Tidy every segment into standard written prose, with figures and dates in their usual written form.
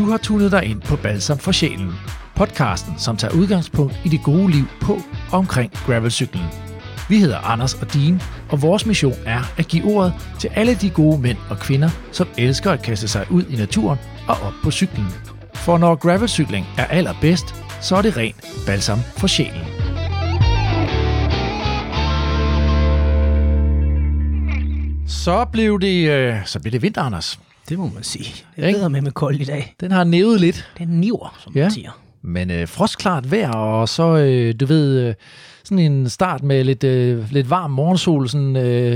har tunet dig ind på Balsam for Sjælen, podcasten, som tager udgangspunkt i det gode liv på og omkring gravelcyklen. Vi hedder Anders og Dean, og vores mission er at give ordet til alle de gode mænd og kvinder, som elsker at kaste sig ud i naturen og op på cyklen. For når gravelcykling er allerbedst, så er det ren balsam for sjælen. Så blev det vinter, Anders. Det må man sige. Det er med koldt i dag. Den har nævet lidt. Den niver, som man siger. Men frostklart vejr, og så, sådan en start med lidt varm morgensol sådan,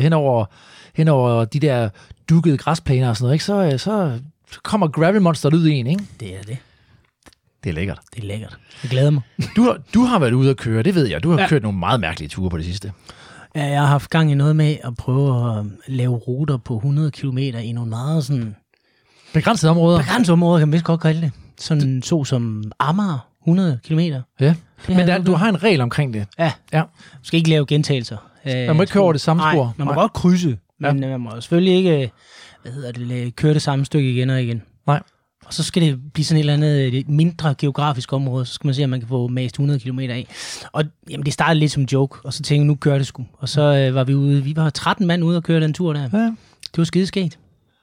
henover de der dukkede græsplæner og sådan noget, ikke? Så kommer gravelmonsteret ud i en, ikke? Det er det. Det er lækkert. Det er lækkert. Jeg glæder mig. Du har været ude at køre, det ved jeg. Du har kørt nogle meget mærkelige ture på det sidste. Ja, jeg har haft gang i noget med at prøve at lave ruter på 100 km i nogle meget sådan... Begrænsede områder? Begrænsede områder, kan man vist godt kalde det. Sådan som Amager, 100 km. Ja, men du har en regel omkring det. Ja. Du skal ikke lave gentagelser. Man må ikke køre over det samme spor. Nej, man må godt krydse, men man må selvfølgelig ikke køre det samme stykke igen og igen. Nej. Og så skal det blive sådan et eller andet mindre geografisk område, så skal man se, om man kan få mast 100 km af. Og jamen, det startede lidt som en joke, og så tænkte jeg, nu kører det sgu. Og så var vi var 13 mand ude og køre den tur der. Ja. Det var skideskægt.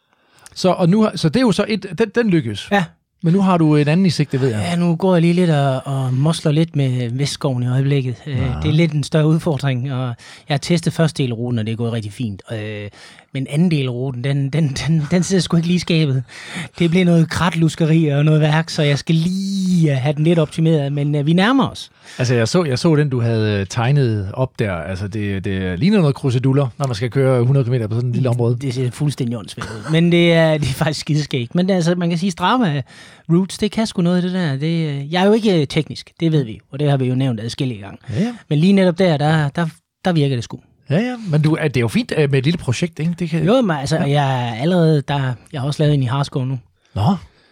Så det er jo så den lykkes. Ja. Men nu har du en anden i sigte, ved jeg. Ja, nu går jeg lige lidt og mosler lidt med Vestskoven i øjeblikket. Det er lidt en større udfordring, og jeg har testet første del af ruten, og det er gået rigtig fint. Men anden del af ruten, den sidder sgu ikke lige skabet. Det bliver noget kratluskeri og noget værk, så jeg skal lige have den lidt optimeret, men vi nærmer os. Altså, jeg så den, du havde tegnet op der. Altså, det ligner noget kruseduller, når man skal køre 100 km på sådan et lille område. Det ser fuldstændig åndssvagt ud. Men det er faktisk skideskægt. Men altså, man kan sige, Strava Roots, det kan sgu noget af det der. Jeg er jo ikke teknisk, det ved vi, og det har vi jo nævnt adskillige gange. Ja. Men lige netop der virker det sgu. Ja, men det er jo fint med et lille projekt, ikke? Det kan... Jo, men altså, jeg har også lavet en i Harskov nu. Nå.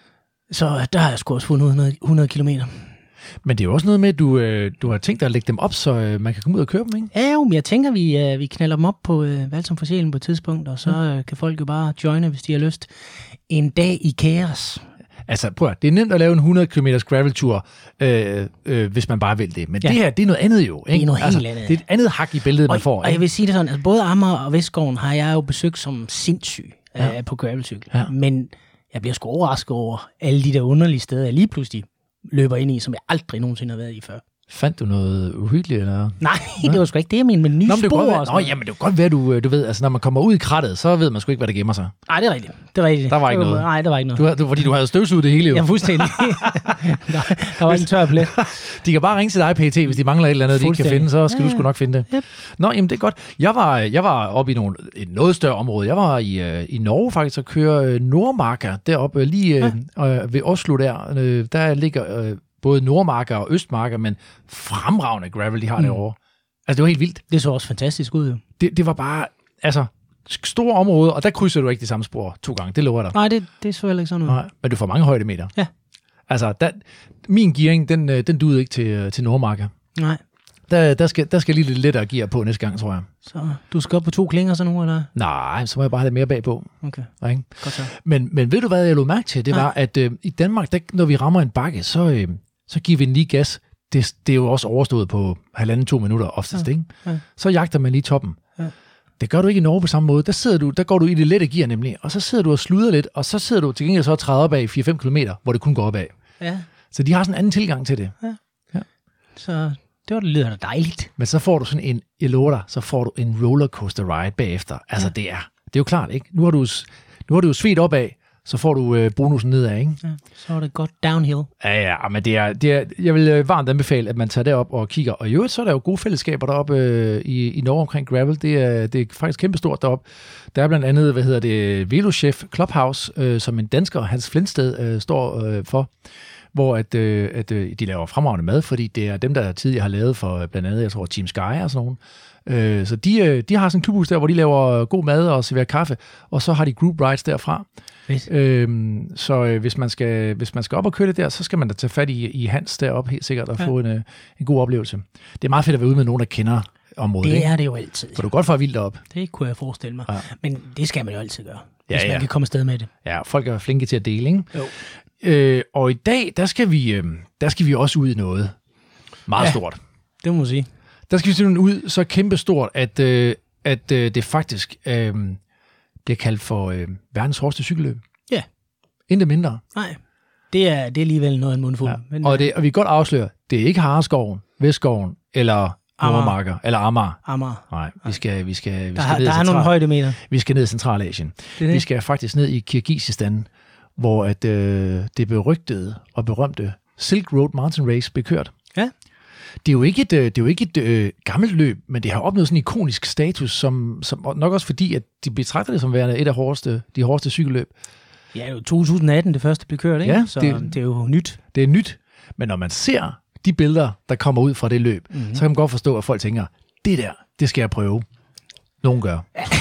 Så der har jeg sgu også fundet 100 kilometer. Men det er jo også noget med, at du har tænkt dig at lægge dem op, så man kan komme ud og køre dem, ikke? Ja, jo, men jeg tænker, vi knalder dem op på Balsam for Sjælen på et tidspunkt, og så kan folk jo bare joine, hvis de har lyst. En dag i kaos. Altså, prøv at, det er nemt at lave en 100 km graveltur, hvis man bare vil det. Men det her, det er noget andet jo, ikke? Det er noget helt andet. Det er et andet hak i billedet, man får. Og jeg vil sige det sådan, altså både Amager og Vestskoven har jeg jo besøgt som sindssyg på gravelcykel. Ja. Men jeg bliver sgu overrasket over alle de der underlige steder, jeg lige pludselig løber ind i, som jeg aldrig nogensinde har været i før. Fandt du noget uhyggeligt, eller? Nej, det var sgu ikke det, jeg mener, men nye spor. Jamen, det kan godt være, du ved, altså når man kommer ud i krattet, så ved man sgu ikke, hvad der gemmer sig. Nej, det er rigtigt. Der var ikke noget. Nej, der var ikke noget. Fordi du havde støvsuget det hele jo. Ja, fuldstændig. der var ikke en tør plet. De kan bare ringe til dig, PT, hvis de mangler et eller andet, de ikke kan finde, så skal du sgu nok finde det. Yep. Nå, jamen det er godt. Jeg var oppe i et noget større område. Jeg var i Norge faktisk og køre Nordmarka deroppe, lige ved Oslo der. Der ligger... både Nordmarker og Østmarker, men fremragende gravel, de har derovre. Altså, det var helt vildt. Det så også fantastisk ud, jo. Det var bare, altså, store områder, og der krydser du ikke det samme spor 2 gange. Det lover dig. Nej, det så heller ikke sådan ud. Nej, men du får mange højdemeter. Ja. Altså, min gearing, den duede ikke til Nordmarker. Nej. Der skal lige lidt lettere gear på næste gang, tror jeg. Så du skal op på 2 klinger så nu, eller? Nej, så må jeg bare have lidt mere bagpå. Okay. Ja, ikke? Godt så. Men ved du, hvad jeg lod mærke til? Det var, at i Danmark, når vi rammer en bakke, så giver vi den lige gas. Det er jo også overstået på 1,5-2 minutter oftest, ikke? Ja. Så jagter man lige toppen. Ja. Det gør du ikke i Norge på samme måde. Der går du i det lette gear nemlig, og så sidder du og sluder lidt, og så sidder du til gengæld så og træder op af 4-5 kilometer, hvor det kun går op af. Ja. Så de har sådan en anden tilgang til det. Ja. Så det lyder da dejligt. Men så får du sådan så får du en rollercoaster ride bagefter. Altså det er jo klart, ikke? Nu har du jo svedt op af, så får du bonusen nedad, ikke? Ja, så er det godt downhill. Ja, men det er, jeg vil varmt anbefale, at man tager derop og kigger. Og i øvrigt, så er der jo gode fællesskaber deroppe i Norge omkring gravel. Det er faktisk kæmpestort deroppe. Der er blandt andet, Velochef Clubhouse, som en dansker, Hans Flintsted, står for, hvor at de laver fremragende mad, fordi det er dem, der tidligere har lavet for blandt andet, jeg tror, Team Sky og sådan nogen. Så de har sådan en klubhus der, hvor de laver god mad og serverer kaffe, og så har de group rides derfra. Så hvis man skal op og køre det der, så skal man da tage fat i Hans deroppe helt sikkert og få en god oplevelse. Det er meget fedt at være ude med nogen, der kender området. Det er det jo altid. For du kan godt få vildt op. Det kunne jeg forestille mig. Ja. Men det skal man jo altid gøre. hvis man kan komme afsted med det. Ja, folk er flinke til at dele, ikke? Og i dag, der skal vi også ud i noget meget stort. Det må man sige. Der skal vi simpelthen ud så kæmpestort, at det faktisk bliver kaldt for verdens hårdeste cykelløb. Ja. Intet mindre. Nej, det er alligevel noget af en mundfuld. Ja. Men, Og vi kan godt afsløre, det er ikke Hareskoven, Vestskoven eller Nordmarker eller Amager. Nej, vi skal ned der er nogle højdemeter. Vi skal ned i Centralasien. Vi skal faktisk ned i Kirgisistan, hvor det berygtede og berømte Silk Road Mountain Race blev kørt. Ja. Det er jo ikke et gammelt løb, men det har opnået sådan en ikonisk status, som nok også fordi, at de betragter det som værende et af de hårdeste cykelløb. Ja, det er jo 2018 det første blev kørt, ikke? Ja, så det er jo nyt. Det er nyt, men når man ser de billeder, der kommer ud fra det løb, så kan man godt forstå, at folk tænker, det skal jeg prøve. Nogen gør.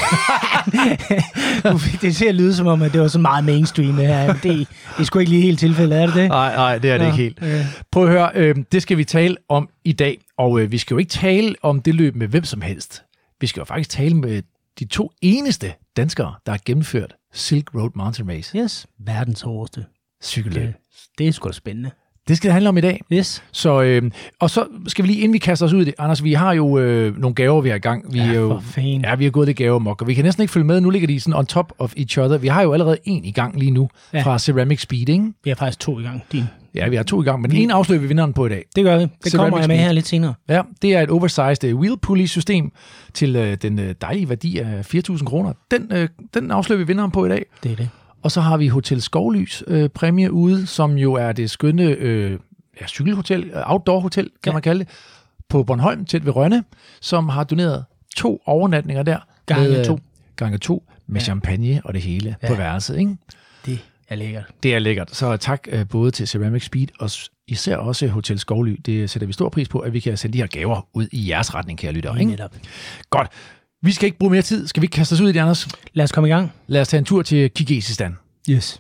Du fik det til at lyde som om, at det var så meget mainstream. Det er sgu ikke lige helt tilfældet, er det det? Nej, det er det ikke helt. Prøv at høre, det skal vi tale om i dag, og vi skal jo ikke tale om det løb med hvem som helst. Vi skal jo faktisk tale med de 2 eneste danskere, der har gennemført Silk Road Mountain Race. Yes, verdens hårdeste cykelløb. Det er sgu da spændende. Det skal det handle om i dag. Yes. Så, og så skal vi lige, inden vi kaster os ud i det, Anders, vi har jo nogle gaver, vi har i gang. Vi vi har gået det gaveamok, og vi kan næsten ikke følge med. Nu ligger de sådan on top of each other. Vi har jo allerede 1 i gang lige nu fra Ceramic Speed, ikke? Vi har faktisk 2 i gang. Ja, vi har 2 i gang, men en afslører vi vinderen på i dag. Det gør vi. Det Ceramic kommer jeg med her lidt senere. Ja, det er et oversized wheel pulley system til den dejlige værdi af 4.000 kroner. Den afslører vi vinderen på i dag. Det er det. Og så har vi Hotel Skovlys præmie ude, som jo er det skønne cykelhotel, outdoor hotel, kan man kalde det, på Bornholm, tæt ved Rønne, som har doneret 2 overnatninger der. Gange 2 med champagne og det hele på værelset, ikke? Det er lækkert. Det er lækkert. Så tak både til Ceramic Speed og især også Hotel Skovly. Det sætter vi stor pris på, at vi kan sende de her gaver ud i jeres retning, kære lyttere. Ikke? Godt. Vi skal ikke bruge mere tid. Skal vi ikke kaste os ud i det, Anders? Lad os komme i gang. Lad os tage en tur til Kirgisistan. Yes.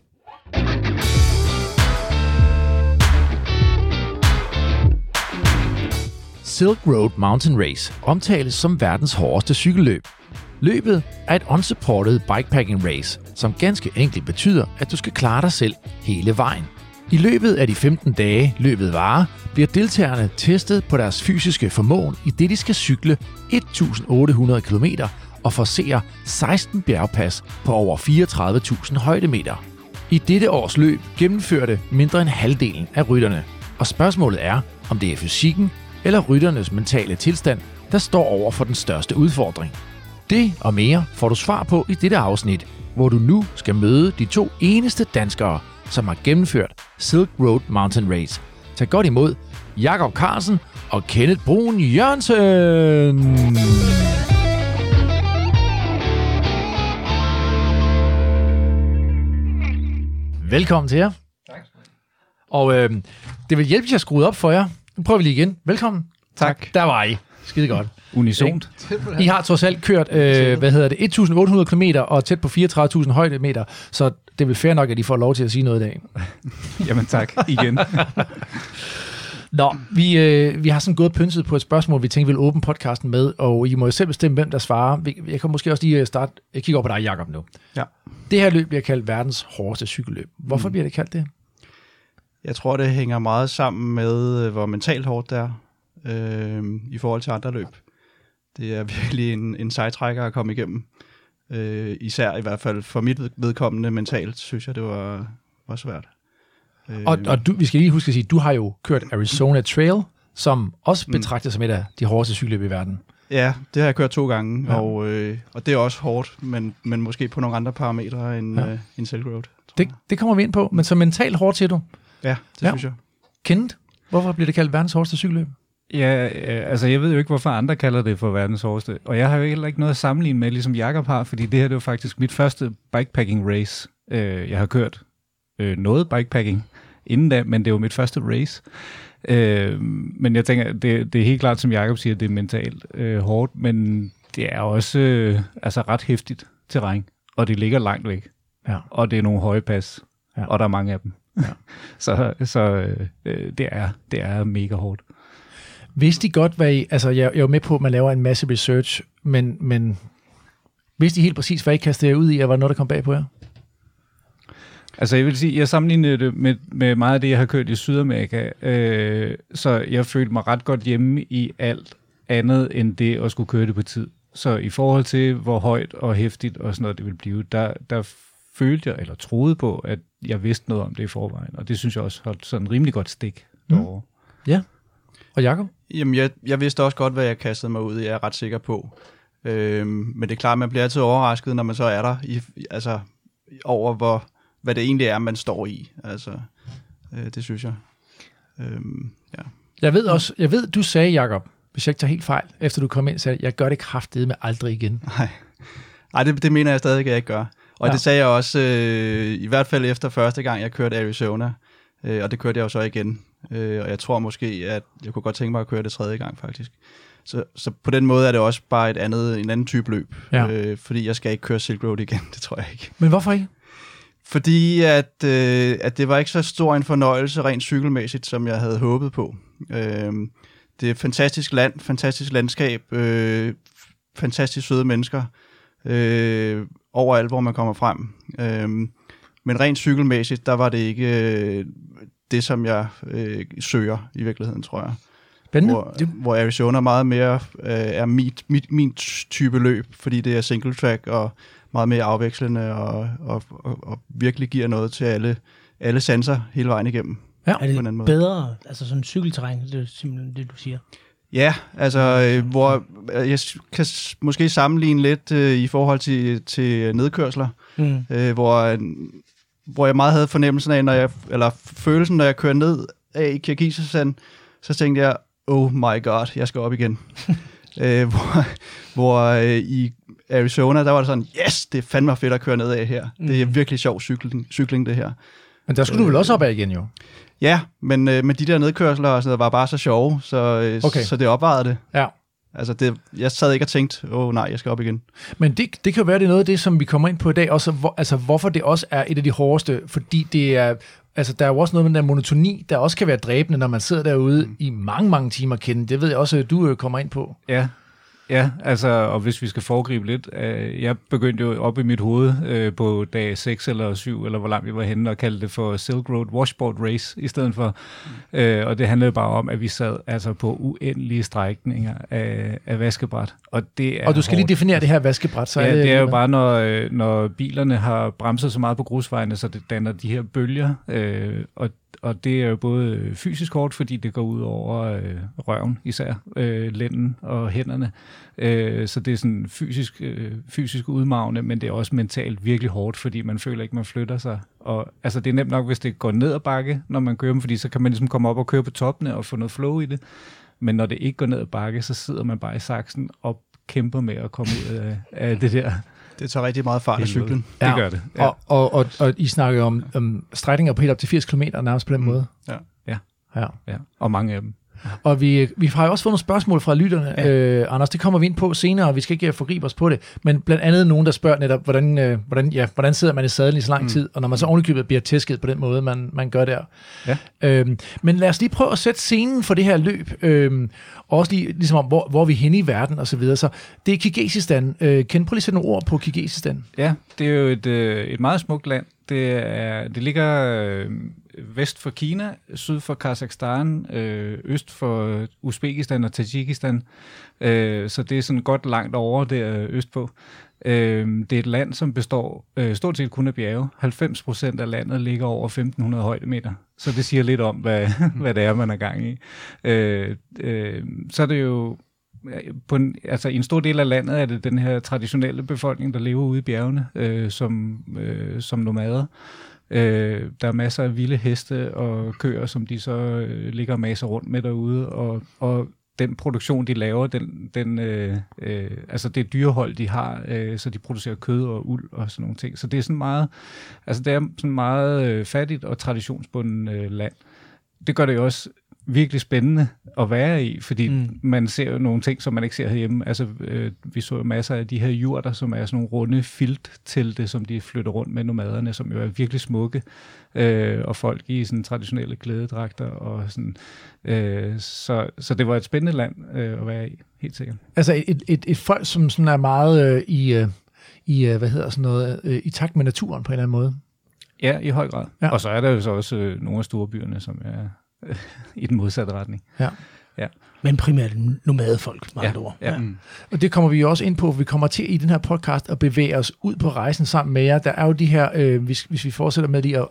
Silk Road Mountain Race omtales som verdens hårdeste cykelløb. Løbet er et unsupported bikepacking race, som ganske enkelt betyder, at du skal klare dig selv hele vejen. I løbet af de 15 dage, løbet varer, bliver deltagerne testet på deres fysiske formåen, i det de skal cykle 1.800 km og forsere 16 bjergpas på over 34.000 højdemeter. I dette års løb gennemførte mindre end halvdelen af rytterne, og spørgsmålet er, om det er fysikken eller rytternes mentale tilstand, der står over for den største udfordring. Det og mere får du svar på i dette afsnit, hvor du nu skal møde de 2 eneste danskere, som har gennemført Silk Road Mountain Race. Tag godt imod Jakob Carlsen og Kenneth Brun Jørgensen. Velkommen til jer. Tak. Og det vil hjælpe, hvis jeg skruede op for jer. Nu prøver vi lige igen. Velkommen. Tak. Der var I. Skide godt. Unisont. I har trods alt kørt 1.800 km og tæt på 34.000 højdemeter, så det er vel fair nok, at I får lov til at sige noget i dag. Jamen tak, igen. Nå, vi har sådan gået pynset på et spørgsmål, vi tænkte, vi ville åbne podcasten med, og I må jo selv bestemme, hvem der svarer. Jeg kan måske også lige starte. Jeg kigger over på dig, Jakob, nu. Ja. Det her løb bliver kaldt verdens hårdeste cykelløb. Hvorfor bliver det kaldt det? Jeg tror, det hænger meget sammen med, hvor mentalt hårdt det er i forhold til andre løb. Det er virkelig en sejtrækker at komme igennem. Især i hvert fald for mit vedkommende mentalt, synes jeg, det var svært. Og vi skal lige huske at sige, du har jo kørt Arizona Trail, som også betragtes som et af de hårdeste cykelløb i verden. Ja, det har jeg kørt 2 gange, ja. Og det er også hårdt, men måske på nogle andre parametre end Silk Road. Det kommer vi ind på, men så mentalt hårdt, siger du? Ja, det synes jeg. Kenneth, hvorfor bliver det kaldt verdens hårdeste cykelløb? Ja, altså jeg ved jo ikke, hvorfor andre kalder det for verdens hårdeste, og jeg har jo heller ikke noget at sammenligne med, ligesom Jakob har, fordi det her det var faktisk mit første bikepacking race. Jeg har kørt noget bikepacking inden da, men det var mit første race. Men jeg tænker, det er helt klart, som Jakob siger, det er mentalt hårdt, men det er også ret heftigt terræn, og det ligger langt væk. Ja. Og det er nogle høje pas, og der er mange af dem. Ja. så det er mega hårdt. Vidste I godt, hvad I... Altså, jeg er jo med på, at man laver en masse research, men Vidste I helt præcis, hvad I kastede jer ud i, og var det noget, der kom bag på jer? Altså jeg vil sige, jeg sammenlignede det med meget af det, jeg har kørt i Sydamerika, så jeg følte mig ret godt hjemme i alt andet end det at skulle køre det på tid. Så i forhold til, hvor højt og hæftigt og sådan noget det ville blive, der følte jeg, eller troede på, at jeg vidste noget om det i forvejen, og det synes jeg også holdt sådan rimelig godt stik derovre. Ja. Og Jakob? Jamen, jeg vidste også godt, hvad jeg kastede mig ud i, jeg er ret sikker på. Men det er klart, at man bliver altid overrasket, når man så er der, over hvad det egentlig er, man står i. Altså, det synes jeg. Ja. Jeg ved, du sagde, Jakob, hvis jeg ikke tager helt fejl, efter du kom ind, sagde, jeg gør det kraftedeme aldrig igen. Nej, det mener jeg stadig, at jeg ikke gør. Og det sagde jeg også, i hvert fald efter første gang, jeg kørte Arizona, og det kørte jeg jo så igen. Og jeg tror måske, at jeg kunne godt tænke mig at køre det tredje gang, faktisk. Så på den måde er det også bare en anden type løb. Ja. Fordi jeg skal ikke køre Silk Road igen, det tror jeg ikke. Men hvorfor ikke? Fordi at det var ikke så stor en fornøjelse rent cykelmæssigt, som jeg havde håbet på. Det er et fantastisk land, fantastisk landskab, fantastisk søde mennesker, overalt, hvor man kommer frem. Men rent cykelmæssigt, der var det ikke det, som jeg søger i virkeligheden, tror jeg. Hvor Arizona meget mere er min type løb, fordi det er single track og meget mere afvekslende og virkelig giver noget til alle sanser hele vejen igennem. Ja. Er det bedre, altså sådan cykelterræn, det er simpelthen det, du siger? Ja, altså hvor jeg kan måske sammenligne lidt i forhold til nedkørsler, hvor jeg meget havde fornemmelsen af, følelsen, når jeg kører ned af i Kirgisistan, så tænkte jeg, oh my god, jeg skal op igen. hvor i Arizona, der var det sådan, yes, det er fandme fedt at køre ned af her. Det er virkelig sjov cykling, det her. Men der skulle du vel også op af igen, jo? Ja, men de der nedkørsler og sådan noget var bare så sjove, så det opvejede det. Ja. Altså, jeg sad ikke og tænkte, nej, jeg skal op igen. Men det kan jo være, det er noget af det, som vi kommer ind på i dag, også, hvorfor det også er et af de hårdeste, fordi det er, altså, der er jo også noget med den der monotoni, der også kan være dræbende, når man sidder derude i mange, mange timer, Ken. Det ved jeg også, du kommer ind på. Ja, altså, og hvis vi skal foregribe lidt, jeg begyndte jo op i mit hoved på dag 6 eller 7, eller hvor langt vi var henne, og kaldte det for Silk Road Washboard Race i stedet for. Og det handlede bare om, at vi sad altså på uendelige strækninger af vaskebræt. Og du skal lige definere det her vaskebræt. Så det er jo bare, når bilerne har bremset så meget på grusvejene, så det danner de her bølger, og det er jo både fysisk hårdt, fordi det går ud over røven især, lænden og hænderne. Så det er sådan fysisk udmagende, men det er også mentalt virkelig hårdt, fordi man føler ikke, man flytter sig. Og altså, det er nemt nok, hvis det går ned ad bakke, når man kører dem, fordi så kan man ligesom komme op og køre på toppene og få noget flow i det. Men når det ikke går ned ad bakke, så sidder man bare i saksen og kæmper med at komme ud af det der. Det tager rigtig meget fart af cyklen. Det gør det. Ja. Og I snakker om strækninger på helt op til 80 km nærmest på den måde. Ja. Og mange af dem. Og vi har jo også fået nogle spørgsmål fra lytterne, Anders, det kommer vi ind på senere, og vi skal ikke forgribe os på det, men blandt andet nogen, der spørger netop, hvordan sidder man i sadlen i så lang tid, og når man så ovenikøbet bliver tæsket på den måde, man gør der. Ja. Men lad os lige prøve at sætte scenen for det her løb, og også lige, ligesom om, hvor vi er henne i verden, og så videre. Så det er Kirgisistan. Kan du prøve lige sætte nogle ord på Kirgisistan? Ja, det er jo et meget smukt land. Det ligger vest for Kina, syd for Kazakhstan, øst for Uzbekistan og Tajikistan. Så det er sådan godt langt over der østpå. Det er et land, som består stort set kun af bjerge. 90% af landet ligger over 1.500 højdemeter. Så det siger lidt om, hvad det er, man er gang i. Så er det jo... i en stor del af landet er det den her traditionelle befolkning, der lever ude i bjergene som nomader. Der er masser af vilde heste og køer, som de så ligger og maser rundt med derude, og den produktion, de laver, altså det dyrehold, de har, så de producerer kød og uld og sådan nogle ting. Så det er sådan meget, altså det er sådan meget fattigt og traditionsbundet land. Det gør det jo også virkelig spændende at være i, fordi man ser jo nogle ting, som man ikke ser herhjemme. Altså, vi så jo masser af de her jurter, som er sådan nogle runde filttelte, som de flytter rundt med nomaderne, som jo er virkelig smukke, og folk i sådan traditionelle klædedragter og sådan. Så det var et spændende land at være i, helt sikkert. Altså et folk, som sådan er meget i takt med naturen på en eller anden måde. Ja, i høj grad. Ja. Og så er der jo så også nogle af storbyerne, som er i den modsatte retning. Ja. Ja. Men primært nomadefolk, med andre ord. Ja. Og det kommer vi jo også ind på, for vi kommer til i den her podcast at bevæge os ud på rejsen sammen med jer. Der er jo de her, hvis vi fortsætter med lige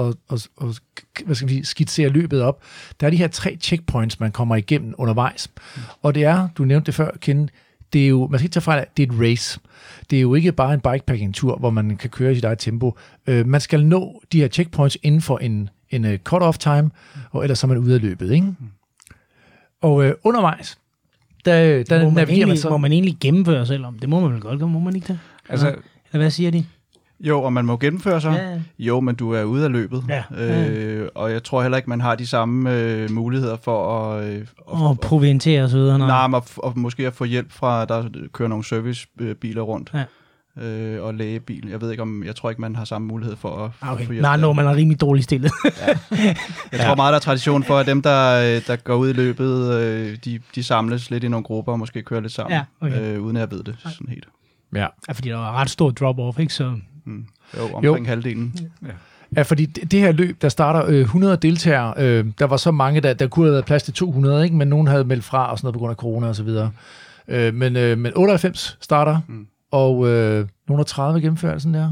at skitsere løbet op, der er de her 3 checkpoints, man kommer igennem undervejs. Og det er, du nævnte det før, Ken, det er jo, man skal ikke tage fejl af, det er et race. Det er jo ikke bare en bikepacking-tur, hvor man kan køre i sit eget tempo. Man skal nå de her checkpoints inden for en cut-off time, og ellers er man ude af løbet, ikke? Og undervejs, der navigerer man så... Må man egentlig gennemføre selv om? Det må man vel godt, må man ikke det? Altså, eller hvad siger de? Jo, og man må gennemføre sig. Ja. Jo, men du er ude af løbet. Ja. Og jeg tror heller ikke, man har de samme muligheder for at proviantere og så videre. Nej, og måske at få hjælp fra, der kører nogle servicebiler rundt. Ja. Og lægebil. Jeg tror ikke, man har samme mulighed for at få hjælp. Nej, man er rimelig dårligt stillet. Jeg tror meget, der er tradition for, at dem, der går ud i løbet, de samles lidt i nogle grupper og måske kører lidt sammen, uden at jeg ved det sådan helt. Ja, fordi der var ret stor drop-off, ikke? Så... Jo, omkring halvdelen. Ja, fordi det her løb, der starter 100 deltagere, der var så mange, der kunne have været plads til 200, ikke? Men nogen havde meldt fra og sådan noget på grund af corona og så videre. Men 98 starter, og nogen af 30 gennemfører det sådan der.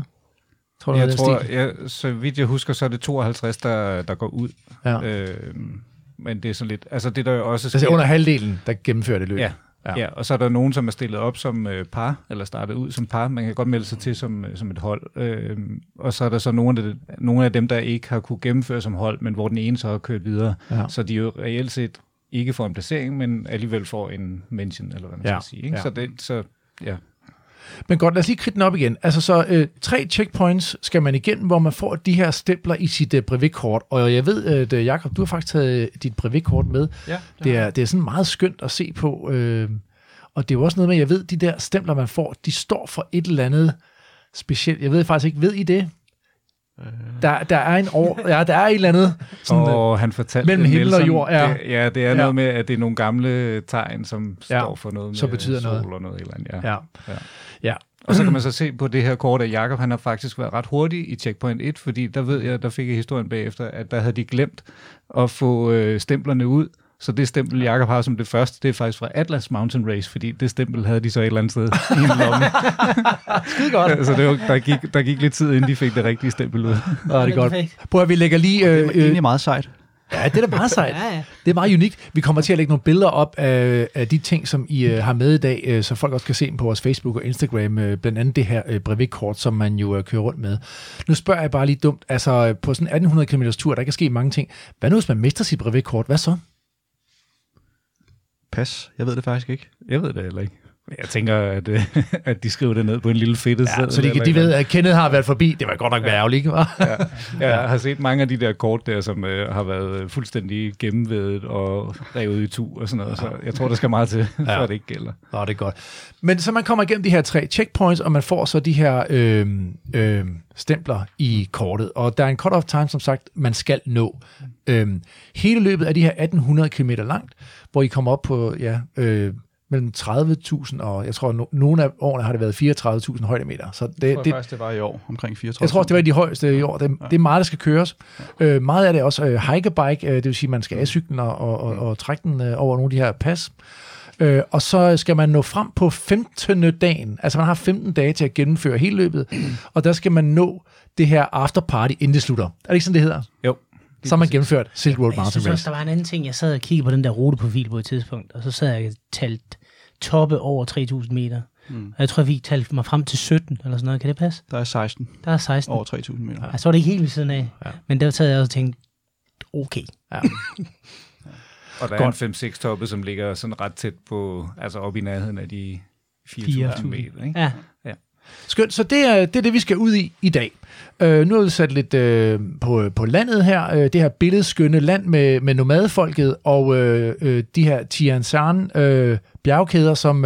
Så vidt jeg husker, så er det 52, der går ud. Ja. Men det er sådan lidt... Altså, det der jo også... Altså under halvdelen, der gennemfører det løb. Ja, og så er der nogen, som er stillet op som par, eller startet ud som par. Man kan godt melde sig til som et hold. Og så er der så nogle af dem, der ikke har kunne gennemføre som hold, men hvor den ene så har kørt videre. Ja. Så de jo reelt set ikke får en placering, men alligevel får en mention, eller hvad man skal sige. Ikke? Ja. Men godt, lad os lige kridte den op igen. Altså så 3 checkpoints skal man igennem, hvor man får de her stempler i sit brevitkort. Og jeg ved, at Jakob, du har faktisk taget dit brevitkort med. Ja, det er sådan meget skønt at se på. Og det er jo også noget med, jeg ved, de der stempler, man får, de står for et eller andet specielt. Jeg ved faktisk ikke, ved I det? Der er der er et eller andet sådan, han fortalte mellem himmel og jord. Ja, det er noget med, at det er nogle gamle tegn, som står for noget med så betyder sol noget. Og noget eller andet. Ja. Og så kan man så se på det her kort, at Jakob han har faktisk været ret hurtig i checkpoint 1, fordi der ved jeg, der fik jeg historien bagefter, at der havde de glemt at få stemplerne ud. Så det stempel, Jakob har som det første, det er faktisk fra Atlas Mountain Race, fordi det stempel havde de så et eller andet sted i en lomme. Skide godt. Så det var, der gik lidt tid, inden de fik det rigtige stempel ud. Det er godt. Prøv at vi lægger lige... det er egentlig meget sejt. Ja, det er da meget sejt. Ja. Det er meget unikt. Vi kommer til at lægge nogle billeder op af de ting, som I har med i dag, så folk også kan se dem på vores Facebook og Instagram, blandt andet det her brevitkort, som man jo kører rundt med. Nu spørger jeg bare lige dumt, altså på sådan en 1800 km tur, der kan ske mange ting. Hvad nu, hvis man mister sit brevitkort? Hvad så? Pas. Jeg ved det faktisk ikke. Jeg ved det heller ikke. Jeg tænker, at de skriver det ned på en lille fedtet seddel. Så de ved, at Kenneth har været forbi. Det var godt nok ærgerligt, ikke? Jeg har set mange af de der kort der, som har været fuldstændig gennemvædet og revet i tu og sådan noget. Så jeg tror, der skal meget til, før det ikke gælder. Ja, det er godt. Men så man kommer igennem de her 3 checkpoints, og man får så de her stempler i kortet. Og der er en cut-off time, som sagt, man skal nå. Hele løbet er de her 1800 km langt, hvor I kommer op på... mellem 30.000 og jeg tror, nogle af årene har det været 34.000 højdemeter. Så jeg tror faktisk, det var i år, omkring 34.000. Jeg tror også, det var de højeste i år. Det er meget, der skal køres. Meget af det er også hikebike, det vil sige, at man skal af cyklen og trække den over nogle af de her pas. Og så skal man nå frem på 15. dagen. Altså man har 15 dage til at gennemføre hele løbet, og der skal man nå det her afterparty, inden det slutter. Er det ikke sådan, det hedder? Jo. Så har man gennemført Silk Road Mountain Race. Jeg synes også, der var en anden ting. Jeg sad og kiggede på den der ruteprofil på et tidspunkt, og så sad jeg og talt toppe over 3.000 meter. Og jeg tror, vi talte mig frem til 17, eller sådan noget. Kan det passe? Der er 16. Der er 16. Over 3.000 meter. Ja, så var det ikke helt ved siden af. Ja. Men der sad jeg og tænkte, okay. Ja. Og der er en 5-6 toppe, som ligger sådan ret tæt på, altså op i nærheden af de 4.000 meter. Ikke? Ja. Skønt, så det er det, vi skal ud i dag. Nu har vi sat lidt på landet her, det her billedskønne land med nomadefolket, og de her Tian Shan bjergkæder, som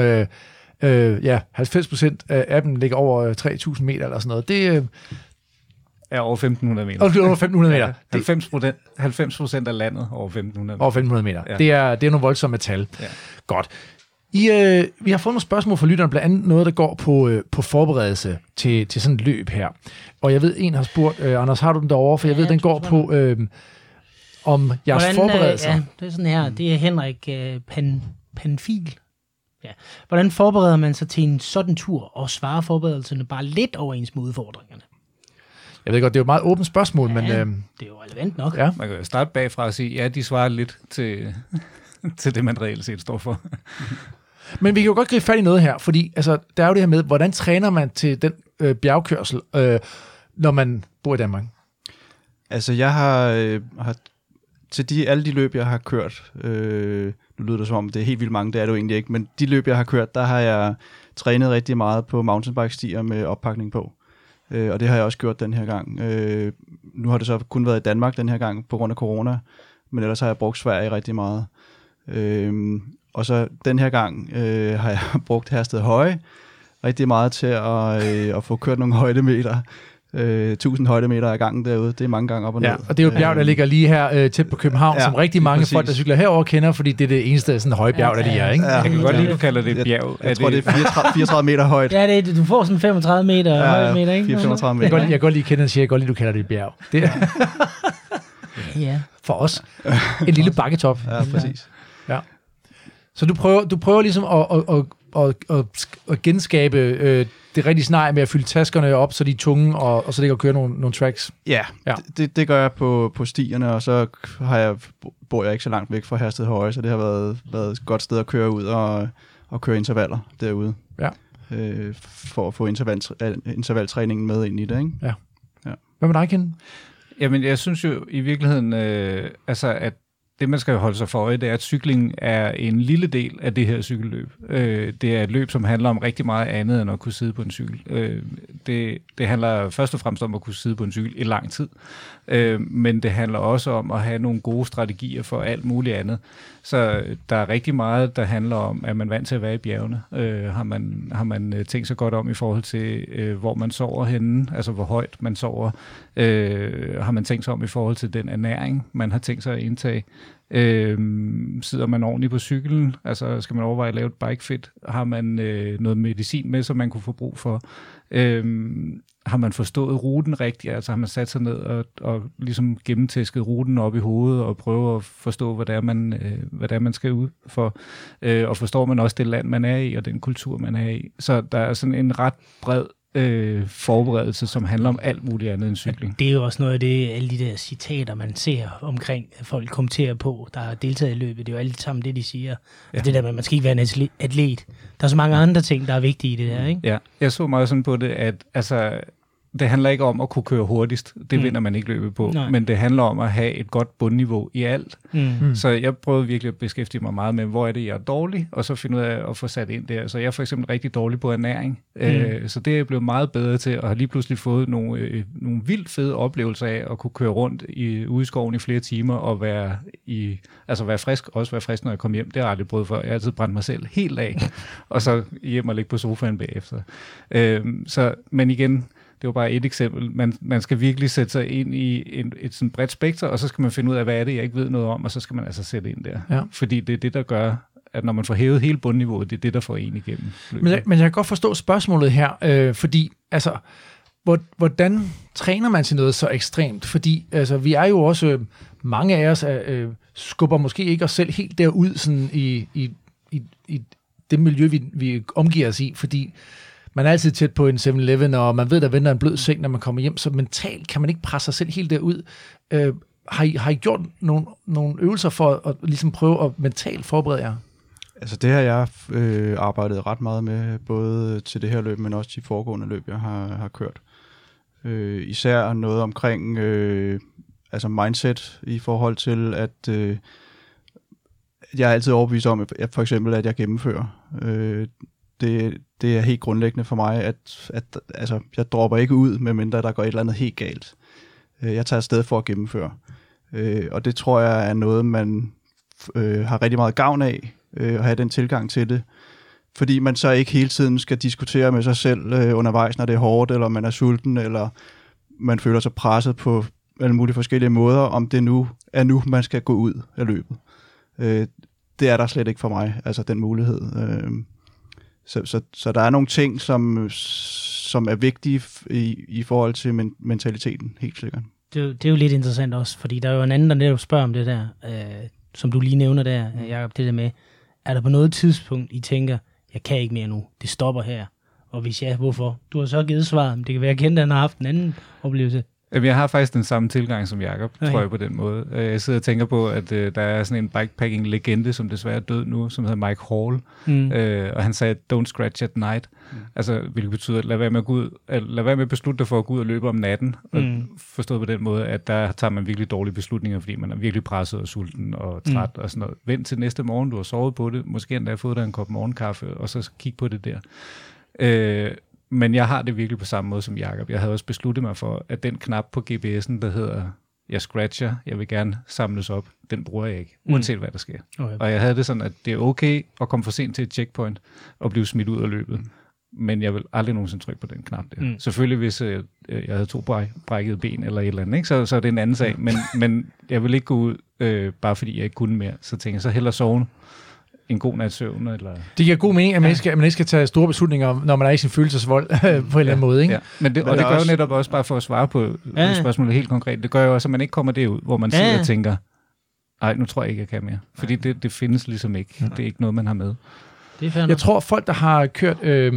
90% af dem ligger over 3.000 meter eller sådan noget. Det er over 1.500 meter. Over 1.500 meter. 90% af landet over 1.500 meter. Over 1.500 meter. Ja. Det er nogle voldsomme tal. Ja. Godt. Vi har fået nogle spørgsmål fra lytterne, blandt andet noget, der går på forberedelse til sådan et løb her. Og jeg ved, en har spurgt, Anders, har du den derovre? For jeg ved, den går på om jeres forberedelser. Ja, det er sådan her. Det er Henrik Panfil. Ja. Hvordan forbereder man sig til en sådan tur, og svarer forberedelserne bare lidt overens med udfordringerne? Jeg ved godt, det er jo et meget åbent spørgsmål, ja, men... det er jo relevant nok. Ja. Man kan jo starte bagfra og sige, ja, de svarer lidt til det, man reelt set står for. Men vi kan jo godt gribe fat i noget her, fordi altså, der er jo det her med, hvordan træner man til den bjergkørsel, når man bor i Danmark? Altså, jeg har til alle de løb, jeg har kørt, nu lyder det som om, det er helt vildt mange, det er det jo egentlig ikke, men de løb, jeg har kørt, der har jeg trænet rigtig meget på mountainbike-stier med oppakning på. Og det har jeg også gjort den her gang. Nu har det så kun været i Danmark den her gang på grund af corona, men ellers har jeg brugt Sverige rigtig meget. Og så den her gang har jeg brugt Hersted Høje rigtig meget til at få kørt nogle højdemeter. 1000 højdemeter ad gangen derude, det er mange gange op og ned. Ja, og det er jo et bjerg, der ligger lige her tæt på København, som rigtig mange folk, der cykler herover kender, fordi det er det eneste sådan høje bjerg, der lige er, ikke? Ja, jeg kan godt lide, at du kalder det et bjerg. Jeg tror, det er 34 meter højt. Ja, du får sådan 35 meter højdemeter, ikke? 35 meter. Jeg kan godt lide Kenneth siger, jeg kan godt lide, du kalder det et bjerg. Det er ja. For os en lille bakketop. Ja, præcis. Ja. Så du prøver ligesom at genskabe det rigtige scenarie med at fylde taskerne op, så de er tunge, og så det kan køre nogle tracks. Ja. Det gør jeg på stierne, og så bor jeg ikke så langt væk fra Hersted Høje, så det har været et godt sted at køre ud og køre intervaller derude. Ja. For at få intervaltræningen med ind i det, ikke? Ja. Hvad med dig, Ken? Jamen, jeg synes jo i virkeligheden, at det, man skal holde sig for øje, det er, at cykling er en lille del af det her cykelløb. Det er et løb, som handler om rigtig meget andet end at kunne sidde på en cykel. Det handler først og fremmest om at kunne sidde på en cykel i lang tid, men det handler også om at have nogle gode strategier for alt muligt andet. Så der er rigtig meget, der handler om, at man er vant til at være i bjergene. Har man tænkt sig godt om i forhold til, hvor man sover henne, altså hvor højt man sover. Har man tænkt sig om i forhold til den ernæring, man har tænkt sig at indtage. Sidder man ordentligt på cyklen, altså skal man overveje at lave et bikefit, har man noget medicin med, som man kunne få brug for, har man forstået ruten rigtigt, altså har man sat sig ned og ligesom gennemtæsket ruten op i hovedet og prøve at forstå, hvad det er, man skal ud for, og forstår man også det land, man er i, og den kultur, man er i. Så der er sådan en ret bred forberedelse, som handler om alt muligt andet end cykling. Det er jo også noget af det, alle de der citater, man ser omkring, at folk kommenterer på, der har deltaget i løbet. Det er jo alt sammen det, de siger. Ja. Det der med, at man skal ikke være en atlet. Der er så mange andre ting, der er vigtige i det der, ikke? Ja, jeg så meget sådan på det, at altså, det handler ikke om at kunne køre hurtigst. Det vinder man ikke løbet på. Nej. Men det handler om at have et godt bundniveau i alt. Så jeg prøvede virkelig at beskæftige mig meget med, hvor er det, jeg er dårlig, og så finde ud af at få sat ind der. Så jeg er for eksempel rigtig dårlig på ernæring. Så det er jeg blevet meget bedre til, og har lige pludselig fået nogle vildt fede oplevelser af at kunne køre rundt ude i skoven i flere timer, og være frisk, også være frisk, når jeg kom hjem. Det har jeg aldrig prøvet før. Jeg har altid brændt mig selv helt af, og så hjem og ligge på sofaen bagefter. Men igen, det var bare et eksempel. Man skal virkelig sætte sig ind i et sådan bredt spekter, og så skal man finde ud af, hvad er det, jeg ikke ved noget om, og så skal man altså sætte ind der. Ja. Fordi det er det, der gør, at når man får hævet hele bundniveauet, det er det, der får en igennem. Men jeg kan godt forstå spørgsmålet her, fordi altså, hvordan træner man til noget så ekstremt? Fordi altså, vi er jo også, mange af os skubber måske ikke os selv helt derud sådan i det miljø, vi omgiver os i, fordi man er altid tæt på en 7-Eleven, og man ved, der venter en blød seng, når man kommer hjem, så mentalt kan man ikke presse sig selv helt derud. Har I gjort nogle øvelser for at ligesom prøve at mentalt forberede jer? Altså det har jeg arbejdet ret meget med, både til det her løb, men også de foregående løb, jeg har kørt. Især noget omkring altså mindset i forhold til, at jeg er altid overbevist om, at for eksempel, at jeg gennemfører. Det er helt grundlæggende for mig, at altså, jeg dropper ikke ud, medmindre der går et eller andet helt galt. Jeg tager afsted for at gennemføre. Og det tror jeg er noget, man har rigtig meget gavn af, at have den tilgang til det. Fordi man så ikke hele tiden skal diskutere med sig selv undervejs, når det er hårdt, eller man er sulten, eller man føler sig presset på alle mulige forskellige måder, om det nu er man skal gå ud af løbet. det er der slet ikke for mig, altså den mulighed. Så der er nogle ting, som er vigtige i forhold til mentaliteten, helt sikkert. Det er jo lidt interessant også, fordi der er jo en anden, der netop spørger om det der, som du lige nævner der, Jacob, det der med, er der på noget tidspunkt, I tænker, jeg kan ikke mere nu, det stopper her, og hvis ja, hvorfor? Du har så givet svaret, men det kan være, at han har haft en anden oplevelse. Jeg har faktisk den samme tilgang som Jacob, tror jeg på den måde. Jeg sidder og tænker på, at der er sådan en bikepacking-legende, som desværre er død nu, som hedder Mike Hall. Og han sagde, don't scratch at night. Altså, hvilket betyder, at lad være med at beslutte dig for at gå ud og løbe om natten. Og forstået på den måde, at der tager man virkelig dårlige beslutninger, fordi man er virkelig presset og sulten og træt og sådan noget. Vent til næste morgen, du har sovet på det. Måske endda fået dig en kop morgenkaffe, og så kig på det der. Men jeg har det virkelig på samme måde som Jacob. Jeg havde også besluttet mig for, at den knap på GPS'en, der hedder, jeg scratcher, jeg vil gerne samles op, den bruger jeg ikke, uanset hvad der sker. Okay. Og jeg havde det sådan, at det er okay at komme for sent til et checkpoint og blive smidt ud af løbet. Men jeg vil aldrig nogensinde trykke på den knap der. Selvfølgelig, hvis jeg havde 2 brækkede ben eller et eller andet, ikke? Så er det en anden sag. Men jeg vil ikke gå ud, bare fordi jeg ikke kunne mere. Så tænker jeg, så hellere sove en god nats søvn. Eller... Det giver god mening, at man ikke skal tage store beslutninger, når man er i sin følelsesvold på en eller anden måde. Ikke? Ja. Men det gør jo netop også, bare for at svare på spørgsmålet helt konkret, det gør jo også, at man ikke kommer derud, hvor man sidder og tænker, nej, nu tror jeg ikke, jeg kan mere. Fordi det findes ligesom ikke. Det er ikke noget, man har med. Jeg tror, folk, der har kørt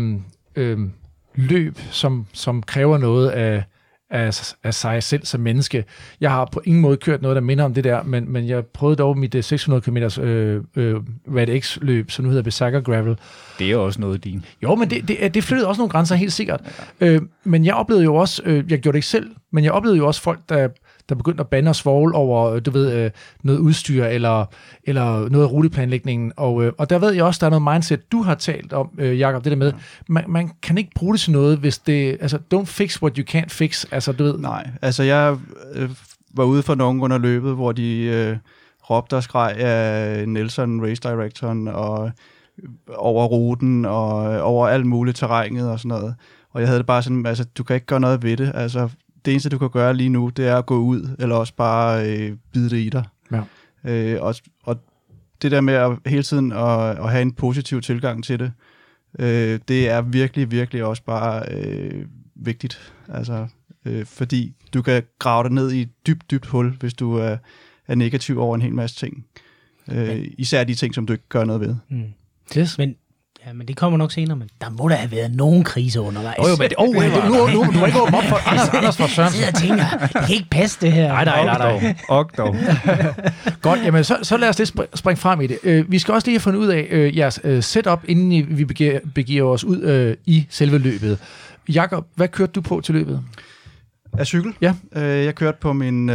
løb, som kræver noget af sig selv som menneske. Jeg har på ingen måde kørt noget, der minder om det der, men jeg prøvede dog mit 600 km Red X-løb, som nu hedder Berserker Gravel. Det er jo også noget din. Jo, men det flyttede også nogle grænser, helt sikkert. Men jeg oplevede jo også, jeg gjorde det ikke selv, men jeg oplevede jo også folk, der begyndte at bande og svogle over, noget udstyr eller noget af ruteplanlægningen. Og der ved jeg også, der er noget mindset, du har talt om, Jacob, det der med, man kan ikke bruge det til noget, hvis det, altså, don't fix what you can't fix, altså, du ved. Nej, altså jeg var ude for nogen under løbet, hvor de råbte og skreg af Nelson, race directoren, og over ruten, og over alt muligt terrænet og sådan noget. Og jeg havde det bare sådan, altså, du kan ikke gøre noget ved det, altså, det eneste, du kan gøre lige nu, det er at gå ud, eller også bare bide det i dig. Ja. Og det der med at hele tiden at have en positiv tilgang til det, det er virkelig, virkelig også bare vigtigt. Altså, fordi du kan grave dig ned i et dybt, dybt hul, hvis du er negativ over en hel masse ting. Især de ting, som du ikke gør noget ved. Yes. Men det kommer nok senere, men der må der have været nogen krise undervejs. Jo, men nu du må ikke åbne op for Anders for Sørensen. Jeg tænker, det kan ikke passe det her. Nej. Dog. Godt, jamen så lad os lige springe frem i det. Vi skal også lige have fundet ud af jeres setup, inden vi begiver os ud i selve løbet. Jakob, hvad kørte du på til løbet? Af cykel? Ja. Jeg kørte på min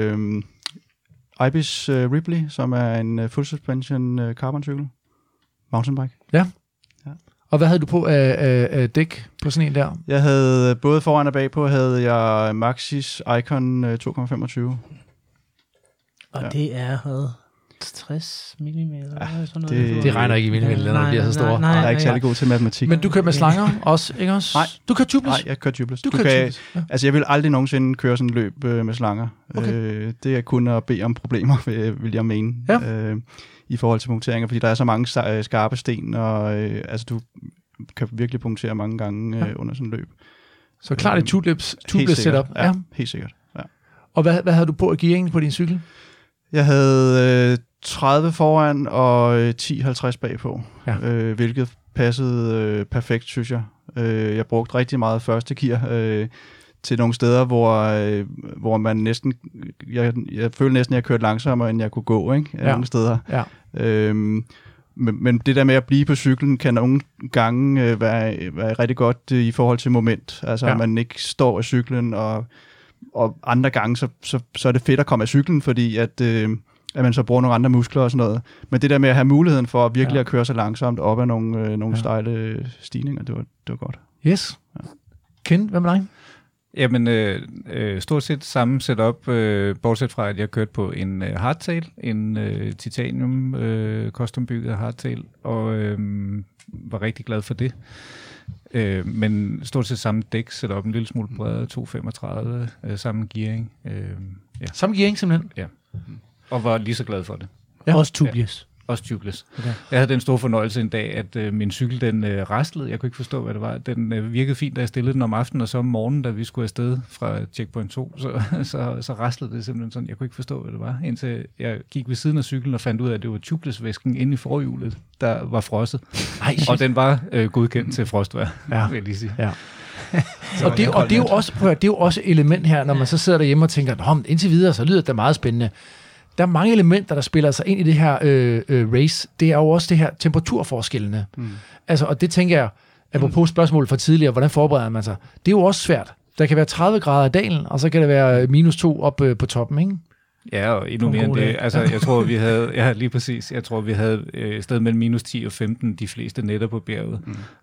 Ibis Ripley, som er en full suspension carbon-cykel. Mountainbike. Ja. Og hvad havde du på af dæk på sådan en der? Jeg havde både foran og bagpå, havde jeg Maxxis Icon 2,25. Og det er 60 mm? Det regner ikke i millimeter, når det bliver så store. Nej, jeg er ikke særlig god til matematik. Men du kører med slanger også, ikke også? Nej. Du kører tubeless? Nej, jeg kører tubeless. Ja. Altså, jeg vil aldrig nogensinde køre sådan et løb med slanger. Okay. Det er kun at bede om problemer, vil jeg mene. Ja. I forhold til punkteringer, fordi der er så mange skarpe sten, og altså, du kan virkelig punktere mange gange under sådan et løb. Så klart et tubeless setup. Ja, helt sikkert. Ja. Og hvad havde du på at gearing på din cykel? Jeg havde 30 foran og 10-50 bagpå, hvilket passede perfekt, synes jeg. Jeg brugte rigtig meget første gear til nogle steder, hvor man næsten... Jeg følte næsten, at jeg kørte langsommere, end jeg kunne gå, ikke? Nogle steder. Ja. Men det der med at blive på cyklen, kan nogle gange være rigtig godt i forhold til moment. Altså, at man ikke står af cyklen, og andre gange, så er det fedt at komme af cyklen, fordi at man så bruger nogle andre muskler og sådan noget. Men det der med at have muligheden for at virkelig at køre så langsomt op ad nogle stejle stigninger, det var godt. Yes. Ja. Ken, hvad med dig? Jamen, stort set samme setup, bortset fra, at jeg kørte på en hardtail, en titanium custombygget hardtail, og var rigtig glad for det. Men stort set samme dæk setup, en lille smule bredere, 235, samme gearing. Samme gearing simpelthen? Ja, og var lige så glad for det. Ja. Også tubeless. også tubeless. Okay. Jeg havde den store fornøjelse en dag, at min cykel, den raslede. Jeg kunne ikke forstå, hvad det var. Den virkede fint, da jeg stillede den om aftenen, og så om morgenen, da vi skulle afsted fra Checkpoint 2, så raslede det simpelthen sådan. Jeg kunne ikke forstå, hvad det var, indtil jeg gik ved siden af cyklen og fandt ud af, at det var tubeless-væsken inde i forhjulet, der var frosset. Og den var godkendt til frostvejr, vil jeg lige sige. Ja. Og det er jo også et element her, når man så sidder derhjemme og tænker, indtil videre, så lyder det meget spændende. Der er mange elementer, der spiller sig ind i det her race. Det er jo også det her temperaturforskellene. Altså, og det tænker jeg, apropos spørgsmålet fra tidligere, hvordan forbereder man sig? Det er jo også svært. Der kan være 30 grader i dalen, og så kan det være -2 op på toppen, ikke? Ja, og endnu mere end det. Altså, jeg tror, vi havde... Ja, lige præcis. Jeg tror, vi havde et sted mellem -10 og 15 de fleste nætter på bjerget.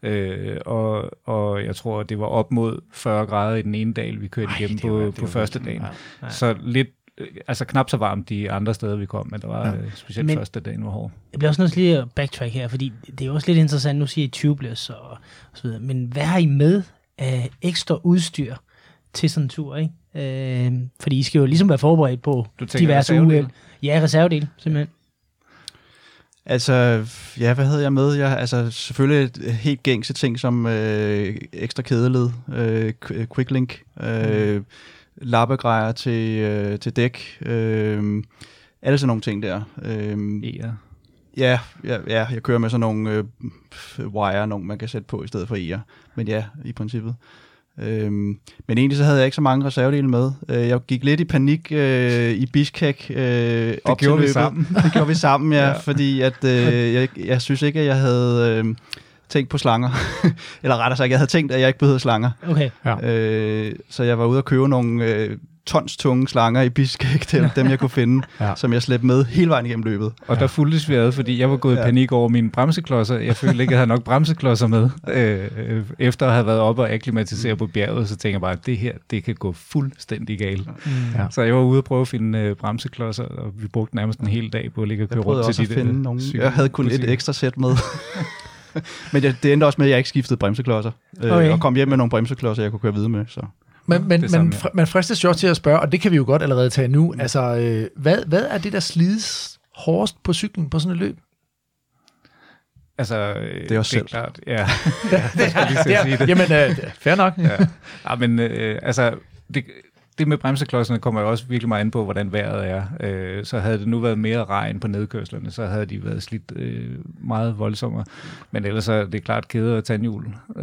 Og jeg tror, det var op mod 40 grader i den ene dal, vi kørte igennem på første dagen. Ja. Så lidt... Altså knap så varmt de andre steder, vi kom, men der var specielt første dagen var hård. Jeg bliver også nødt til lige at backtrack her, fordi det er jo også lidt interessant, nu siger I tubeless og så videre, men hvad har I med af ekstra udstyr til sådan en tur, ikke? Fordi I skal jo ligesom være forberedt på diverse uheld. Ja, reservedel, simpelthen. Altså, ja, hvad havde jeg med? Altså, selvfølgelig helt gængse ting som ekstra kædeled, quicklink, lappegrejer til dæk, alle sådan nogle ting der. Ja, jeg kører med sådan nogle wire, man kan sætte på i stedet for eger. Men ja, i princippet. Men egentlig så havde jeg ikke så mange reservedele med. Jeg gik lidt i panik i Bishkek op til løbet. Det gjorde vi sammen, ja. Fordi at, jeg synes ikke, at jeg havde tænkt på slanger. Eller rettere sagt, jeg havde tænkt, at jeg ikke behøvede slanger. Okay. Ja. Så jeg var ude og købe nogle tons tunge slanger i Bishkek til dem, jeg kunne finde, som jeg slæbte med hele vejen igennem løbet. Og der fuldtes vi ad, fordi jeg var gået i panik over mine bremseklodser. Jeg følte ikke, at jeg havde nok bremseklodser med. Efter at have været oppe og akklimatisere på bjerget, så tænkte jeg bare, at det her, det kan gå fuldstændig galt. Ja. Så jeg var ude og prøve at finde bremseklodser, og vi brugte nærmest en hel dag på at ligge og køre rundt til de der. Jeg havde kun et ekstra sæt med. Men det endte også med, at jeg ikke skiftede bremseklodser. Og kom hjem med nogle bremseklodser, jeg kunne køre videre med. Så. Men man fristes jo også til at spørge, og det kan vi jo godt allerede tage nu, altså, hvad er det, der slides hårdest på cyklen på sådan et løb? Altså, det er også selv. Klart, ja. Jamen, fair nok. Ja, men altså, det med bremseklodserne kommer jo også virkelig meget an på, hvordan vejret er. Så havde det nu været mere regn på nedkørslerne, så havde de været slidt meget voldsommere. Men ellers er det klart kæder og tandhjul.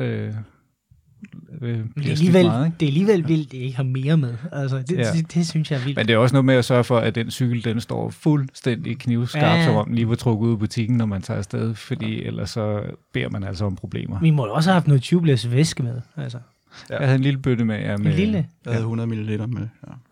Det er alligevel vildt, at I ikke har mere med. Altså, det synes jeg er vildt. Men det er også noget med at sørge for, at den cykel, den står fuldstændig knivskarp, som om den lige var trukket ud af butikken, når man tager afsted, fordi ellers så beder man altså om problemer. Vi må også have haft noget tubeless væske med. Altså. Jeg havde en lille bøtte med. En lille? Jeg havde 100 ml med,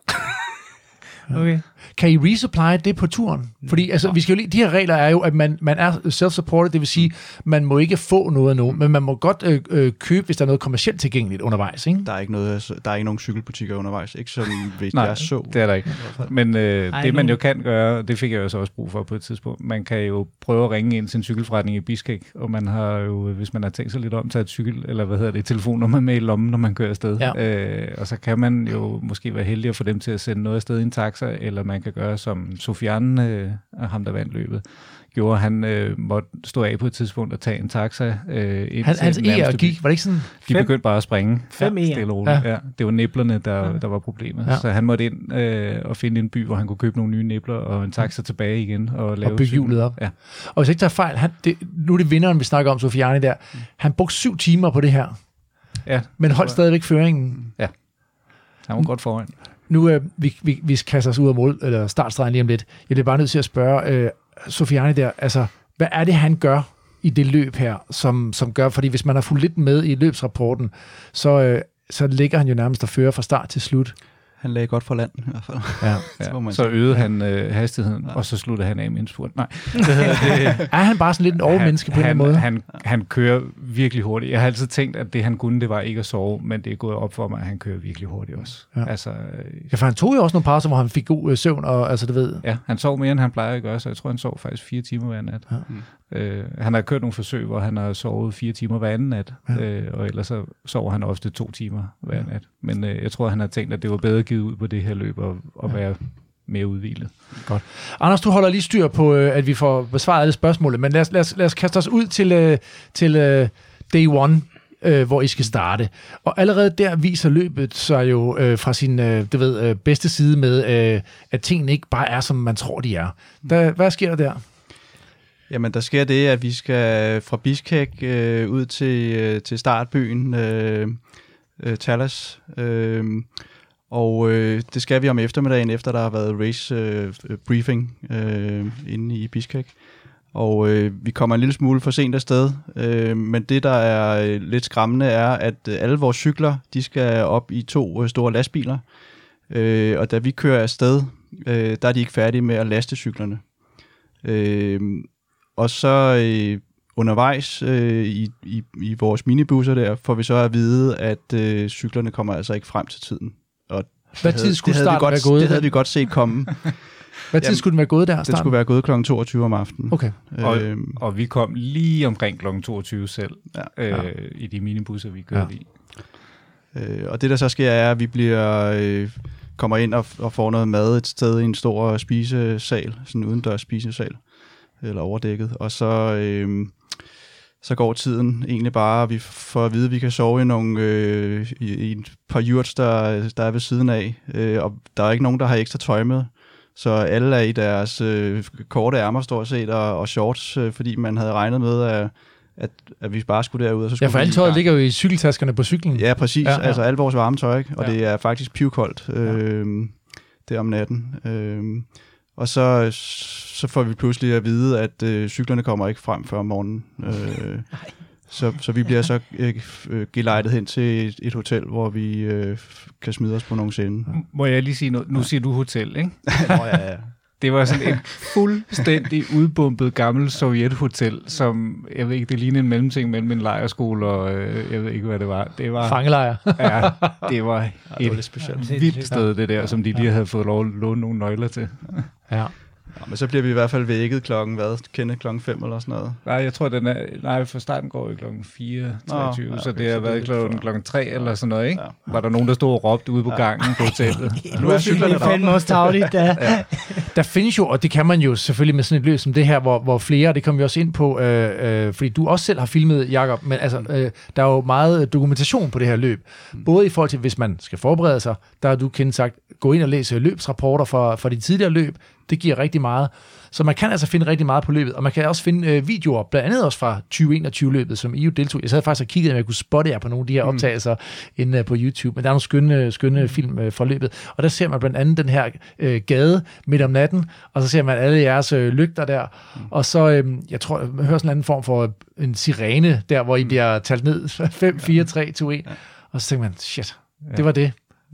Okay. Kan I resupply det på turen? Fordi altså, vi skal jo lige, de her regler er jo, at man er self-supported, det vil sige, man må ikke få noget af nogen, men man må godt købe, hvis der er noget kommercielt tilgængeligt undervejs, ikke? Der er ikke nogen cykelbutikker undervejs, ikke som hvis jeg så. Det er der ikke. Men det man jo kan gøre, det fik jeg jo så også brug for på et tidspunkt, man kan jo prøve at ringe ind til en cykelforretning i Bishkek, og man har jo, hvis man har tænkt sig lidt om, taget et cykel, eller telefonnummer med i lommen, når man kører afsted. Ja. Og så kan man jo måske være heldig at få dem til at sende noget afsted i en taxa, eller man kan gøre som Sofian, ham der vandt løbet, gjorde. Han måtte stå af på et tidspunkt og tage en taxa. Hans eger gik, var det ikke sådan? De begyndte bare at springe. 5 eger. Ja, det var niblerne, der var problemet. Ja. Så han måtte ind og finde en by, hvor han kunne købe nogle nye nibler, og en taxa tilbage igen. Og bygge hjulet op. Ja. Og hvis jeg ikke tager fejl, nu er det vinderen, vi snakker om, Sofiani der. Han brugte 7 timer på det her. Ja. Men holdt stadigvæk føringen. Ja. Han var godt foran. Nu vi kaster os ud af mål, eller startstregen lige om lidt. Jeg bliver bare nødt til at spørge Sofiani der, altså, hvad er det, han gør i det løb her, som gør, fordi hvis man har fulgt lidt med i løbsrapporten, så ligger han jo nærmest og fører fra start til slut. Han lagde godt for land i hvert fald. Ja. Så øgede han hastigheden, og så sluttede han af med en spurt. Nej. Er han bare sådan lidt en overmenneske på en måde? Han kører virkelig hurtigt. Jeg har altid tænkt, at det han kunne, det var ikke at sove, men det er gået op for mig, at han kører virkelig hurtigt også. Ja. Altså, for han tog jo også nogle pauser, hvor han fik god søvn, og altså du ved. Ja, han sov mere, end han plejer at gøre, så jeg tror, han sov faktisk 4 timer hver nat. Ja. Han har kørt nogle forsøg, hvor han har sovet 4 timer hver anden nat, og ellers så sover han ofte 2 timer hver nat. Men jeg tror, han har tænkt, at det var bedre givet ud på det her løb, og være mere udhvilet. Godt. Anders, du holder lige styr på, at vi får besvaret alle spørgsmål, men lad os kaste os ud til day one, hvor I skal starte. Og allerede der viser løbet sig jo fra sin bedste side med, at tingene ikke bare er, som man tror, de er. Hvad sker der? Jamen, der sker det, at vi skal fra Bishkek ud til startbyen Talas. Og det skal vi om eftermiddagen, efter der har været race briefing inde i Bishkek. Og vi kommer en lille smule for sent afsted, men det, der er lidt skræmmende, er, at alle vores cykler, de skal op i 2 store lastbiler. Og da vi kører afsted, der er de ikke færdige med at laste cyklerne. Og så undervejs i vores minibusser der, får vi så at vide, at cyklerne kommer altså ikke frem til tiden. Og hvad tid skulle starten være gået? Det havde vi godt set komme. Hvad tid skulle den være gået der? Den skulle være gået kl. 22 om aftenen. Okay. Og vi kom lige omkring kl. 22 selv, i de minibusser, vi kørte i. Og det, der så sker, er, at vi kommer ind og får noget mad et sted i en stor spisesal, sådan en udendørs spisesal, eller overdækket. Og så går tiden egentlig bare, vi får at vide, at vi kan sove i et par yurts, der er ved siden af. Og der er ikke nogen, der har ekstra tøj med. Så alle er i deres korte ærmer, stort set, og shorts, fordi man havde regnet med, at vi bare skulle derud. Og så skulle for alt tøjet ligger jo i cykeltaskerne på cyklen. Ja, præcis. Ja. Altså alt vores varme tøj, og det er faktisk pivkoldt der om natten. Og så får vi pludselig at vide, at cyklerne kommer ikke frem før om morgenen. Så vi bliver så gelejtet hen til et hotel, hvor vi kan smide os på nogle senge. Må jeg lige sige noget? Nu siger du hotel, ikke? Ja. Det var sådan et fuldstændig udbumpet gammelt sovjethotel, som, jeg ved ikke, det lignede en mellemting mellem en lejrskole og jeg ved ikke, hvad det var. Det var fangelejr. Ja, det var et specielt vildt sted, det der, som de lige havde fået lov at låne nogle nøgler til. Ja. Men så bliver vi i hvert fald vækket klokken 5 eller sådan noget. Nej, jeg tror, for starten går jo klokken 4:23, så det har været klokken 3 eller sådan noget, ikke? Ja. Var der nogen, der stod og råbte ude på gangen på hotellet? Nu er cyklerne fandme også tavligt, Der findes jo, og det kan man jo selvfølgelig med sådan et løb som det her, hvor flere, det kommer vi også ind på, fordi du også selv har filmet, Jakob, men altså, der er jo meget dokumentation på det her løb. Både i forhold til, hvis man skal forberede sig, der har du kendt sagt, gå ind og læse løbsrapporter fra de tidligere løb. Det giver rigtig meget. Så man kan altså finde rigtig meget på løbet, og man kan også finde videoer, blandt andet også fra 2021-løbet, som I jo deltog. Jeg sad faktisk og kiggede, om jeg kunne spotte jer på nogle af de her optagelser inde på YouTube, men der er nogle skønne film fra løbet, og der ser man blandt andet den her gade midt om natten, og så ser man alle jeres lygter der, og så, jeg tror, man hører sådan en anden form for en sirene der, hvor I bliver talt ned 5, 4, 3, 2, 1, og så tænker man, shit, det var det.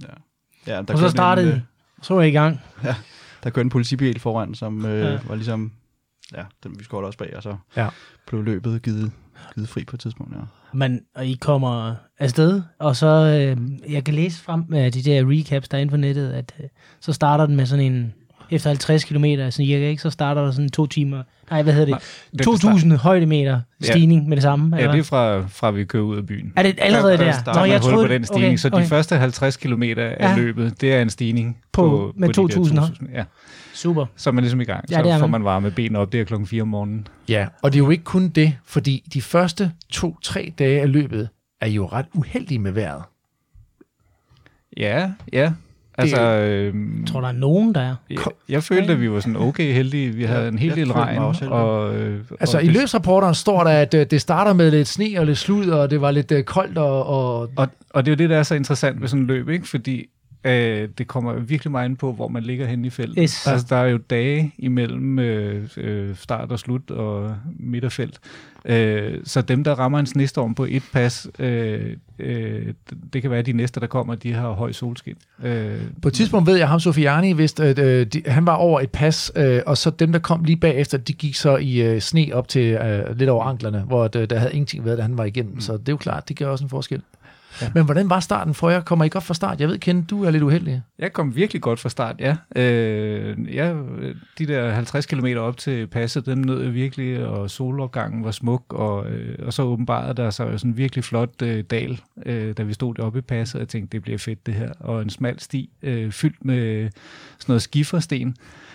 Ja, og så startede I, så var I gang. Ja. Der kørte en politibil foran, som var ligesom, den vi skårte også bag, og så blev løbet givet fri på et tidspunkt, Og I kommer afsted, og så, jeg kan læse frem med de der recaps, der er inde på nettet, at så starter den med sådan en, efter 50 kilometer, så starter der sådan 2 timer, nej, hvad hedder det? 2.000 højdemeter stigning med det samme? Ja, det er fra vi kører ud af byen. Er det allerede der? Nå, jeg troede på den stigning, så de første 50 kilometer af løbet, det er en stigning på med 2.000. Ja. Super. Så er man ligesom i gang. Så får man varme benene op, det er klokken 4 om morgenen. Ja, og det er jo ikke kun det, fordi de første 2-3 dage af løbet er jo ret uheldige med vejret. Ja. Altså, tror der er nogen, der er? Jeg følte, at vi var sådan okay heldige. Vi havde en hel del regn. I løbsrapporteren står der, at det starter med lidt sne og lidt slud, og det var lidt koldt. Og det er jo det, der er så interessant ved sådan en løb, ikke? Fordi det kommer virkelig meget ind på, hvor man ligger henne i feltet. Yes. Altså, der er jo dage imellem start og slut og midterfelt. Så dem, der rammer en snestorm på et pas, det kan være, at de næste, der kommer, de har høj solskin. På et tidspunkt ved jeg, ham Sofiani vidste, at han var over et pas, og så dem, der kom lige bagefter, de gik så i sne op til lidt over anklerne, hvor der havde ingenting været, da han var igennem. Så det er jo klart, det gør også en forskel. Ja. Men hvordan var starten for jer? Kommer I godt fra start? Jeg ved, Ken, du er lidt uheldig. Jeg kom virkelig godt fra start, ja. De der 50 kilometer op til passet, dem nød jeg virkelig, og solopgangen var smuk, og så åbenbarede der så sådan en virkelig flot dal, da vi stod deroppe i passet, og jeg tænkte, det bliver fedt det her. Og en smal sti, fyldt med sådan noget skifersten.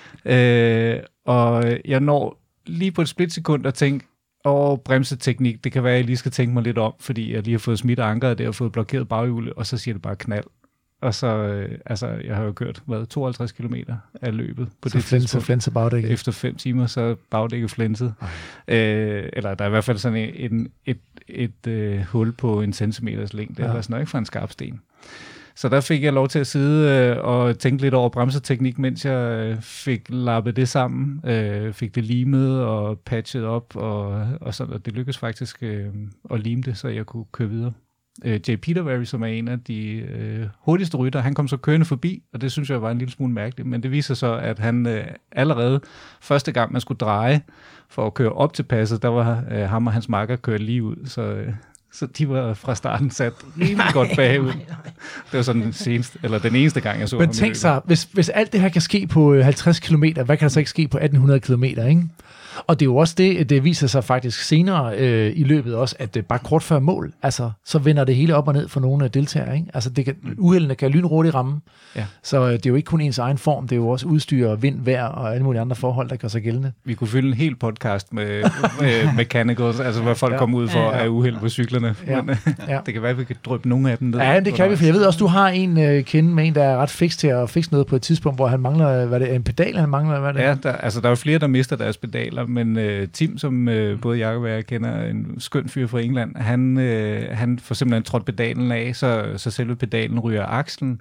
Og jeg når lige på et splitsekund at tænke, bremseteknik, det kan være, at jeg lige skal tænke mig lidt om, fordi jeg lige har fået smidt ankeret der og fået blokeret baghjulet, og så siger det bare knald. Og så, jeg har jo kørt, 52 kilometer af løbet på det tidspunkt. Flænser bagdækket. Efter 5 timer, så er bagdækket flænset. Eller der er i hvert fald sådan et hul på 1 centimeters længde, eller sådan noget, ikke, fra en skarp sten. Så der fik jeg lov til at sidde og tænke lidt over bremseteknik, mens jeg fik lappet det sammen, fik det limet og patchet op, og sådan, og det lykkedes faktisk at lime det, så jeg kunne køre videre. Jay Peterberry, som er en af de hurtigste rytter, han kom så kørende forbi, og det synes jeg var en lille smule mærkeligt, men det viser så, at han allerede første gang, man skulle dreje for at køre op til passet, der var ham og hans makker kørt lige ud, så de var fra starten sat rimelig godt bagud. Det var sådan den eneste gang, jeg så ham. Men tænk sig, hvis alt det her kan ske på 50 km, hvad kan der så ikke ske på 1800 km, ikke? Og det er jo også det viser sig faktisk senere i løbet også, at bare kort før mål, altså, så vender det hele op og ned for nogle deltagere, ikke? Altså, uheldene kan lynhurtigt ramme, så det er jo ikke kun ens egen form, det er jo også udstyr, vind, vejr og alle mulige andre forhold, der gør sig gældende. Vi kunne fylde en hel podcast med mechanicals, altså hvad folk kommer ud for af uheld på cyklerne. Men, det kan være, at vi kan dryppe nogle af dem ned. Ja, det kan vi, for jeg ved også, du har en kende med en, der er ret fiks til at fikse noget på et tidspunkt, hvor han mangler, hvad det er, en pedal, han mangler, hvad det er? Ja, der er jo flere, der mister deres pedaler, men Tim, som både Jakob og jeg kender, en skøn fyr fra England, han får simpelthen trådt pedalen af, så selve pedalen ryger akslen,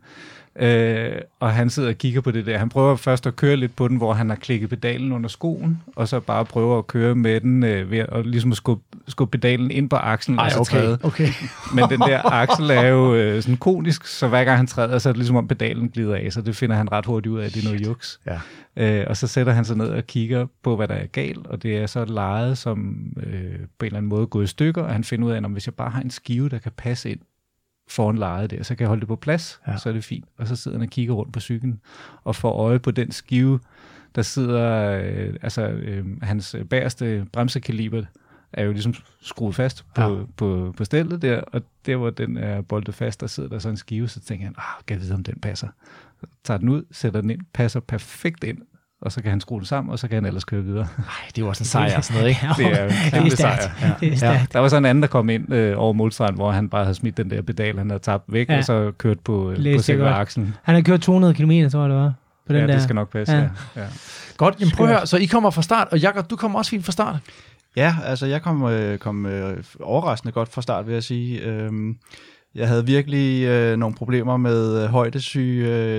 og han sidder og kigger på det der. Han prøver først at køre lidt på den, hvor han har klikket pedalen under skoen, og så bare prøver at køre med den ved at ligesom skubbe pedalen ind på akslen, og så træde. Okay. Men den der aksel er jo sådan konisk, så hver gang han træder, så er det ligesom om pedalen glider af, så det finder han ret hurtigt ud af, at det er noget juks. Ja. Og så sætter han sig ned og kigger på, hvad der er galt, og det er så lejet som på en eller anden måde gået i stykker, og han finder ud af, at hvis jeg bare har en skive, der kan passe ind foran lejet der, så kan jeg holde det på plads, så er det fint. Og så sidder han og kigger rundt på cyklen, og får øje på den skive, der sidder, hans bagerste bremsekaliber er jo ligesom skruet fast på stellet der, og der hvor den er boltet fast, der sidder der så en skive, så tænker han, kan jeg vide, om den passer. Så tager den ud, sætter den ind, passer perfekt ind, og så kan han skrue den sammen, og så kan han ellers køre videre. Nej, det er jo også en sejr, sådan noget, ikke? Det er jo en kæmpe sejr. Ja. Der var så en anden, der kom ind over målstregen, hvor han bare havde smidt den der pedal, han havde tabt væk, og så kørt på selve akslen. Han har kørt 200 km, tror jeg, det var. På den der. Det skal nok passe, ja. Godt, jamen prøv at høre, så I kommer fra start, og Jakob, du kommer også fint fra start. Ja, altså jeg kom overraskende godt fra start, vil jeg sige. Jeg havde virkelig nogle problemer med højdesyge,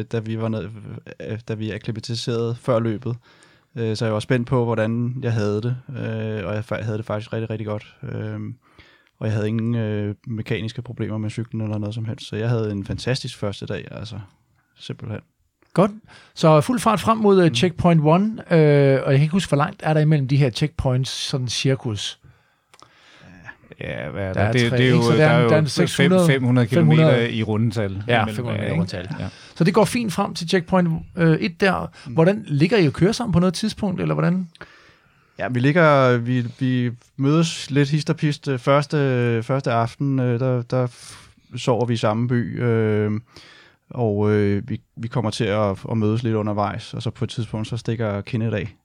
da vi akklimatiserede før løbet. Så jeg var spændt på, hvordan jeg havde det, og jeg havde det faktisk rigtig, rigtig godt. Og jeg havde ingen mekaniske problemer med cyklen eller noget som helst, så jeg havde en fantastisk første dag, altså simpelthen. Godt. Så fuld fart frem mod checkpoint 1, og jeg kan ikke huske, hvor langt er der imellem de her checkpoints, sådan cirkus? Ja, hvad er det? Det er jo, der er jo 600, 500 kilometer i rundetal. Ja, 500 i rundetal. Ja. Så det går fint frem til checkpoint 1 der. Hvordan ligger I og kører sammen på noget tidspunkt, eller hvordan? Ja, vi mødes lidt hist og pist første aften, der sover vi i samme by, og vi kommer til at mødes lidt undervejs, og så på et tidspunkt, så stikker Kenneth af.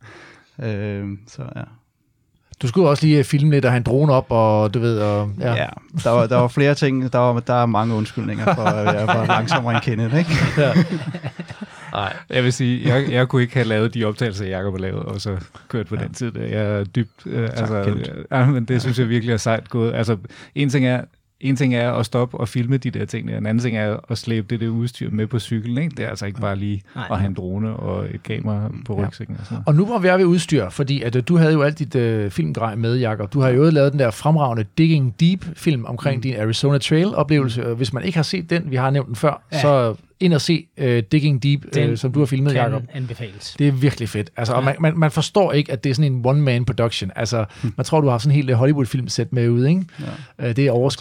Så ja. Du skulle også lige filme lidt og have en drone op, og du ved... Og, ja, der var flere ting. Der er mange undskyldninger for, at jeg var langsommere end Kenneth, ikke? Ja. Nej, jeg vil sige, jeg kunne ikke have lavet de optagelser, Jakob har lavet, og så kørt på den tid. Jeg er dybt... men det synes jeg virkelig er sejt gået. Altså, en ting er at stoppe og filme de der ting, og en anden ting er at slæbe det der udstyr med på cyklen, ikke? Det er altså ikke bare lige at have en drone og et kamera på rygsækken. Og nu var vi ved udstyr, fordi at du havde jo alt dit filmgrej med, Jakob. Du har jo lavet den der fremragende Digging Deep-film omkring din Arizona Trail-oplevelse. Hvis man ikke har set den, vi har nævnt den før, så ind og se Digging Deep, som du har filmet, Jakob. Anbefales. Det er virkelig fedt. Altså, og man forstår ikke, at det er sådan en one-man production. Altså, man tror, du har sådan en helt Hollywood-filmsæt med ude, ikke? Ja. Det er overskud.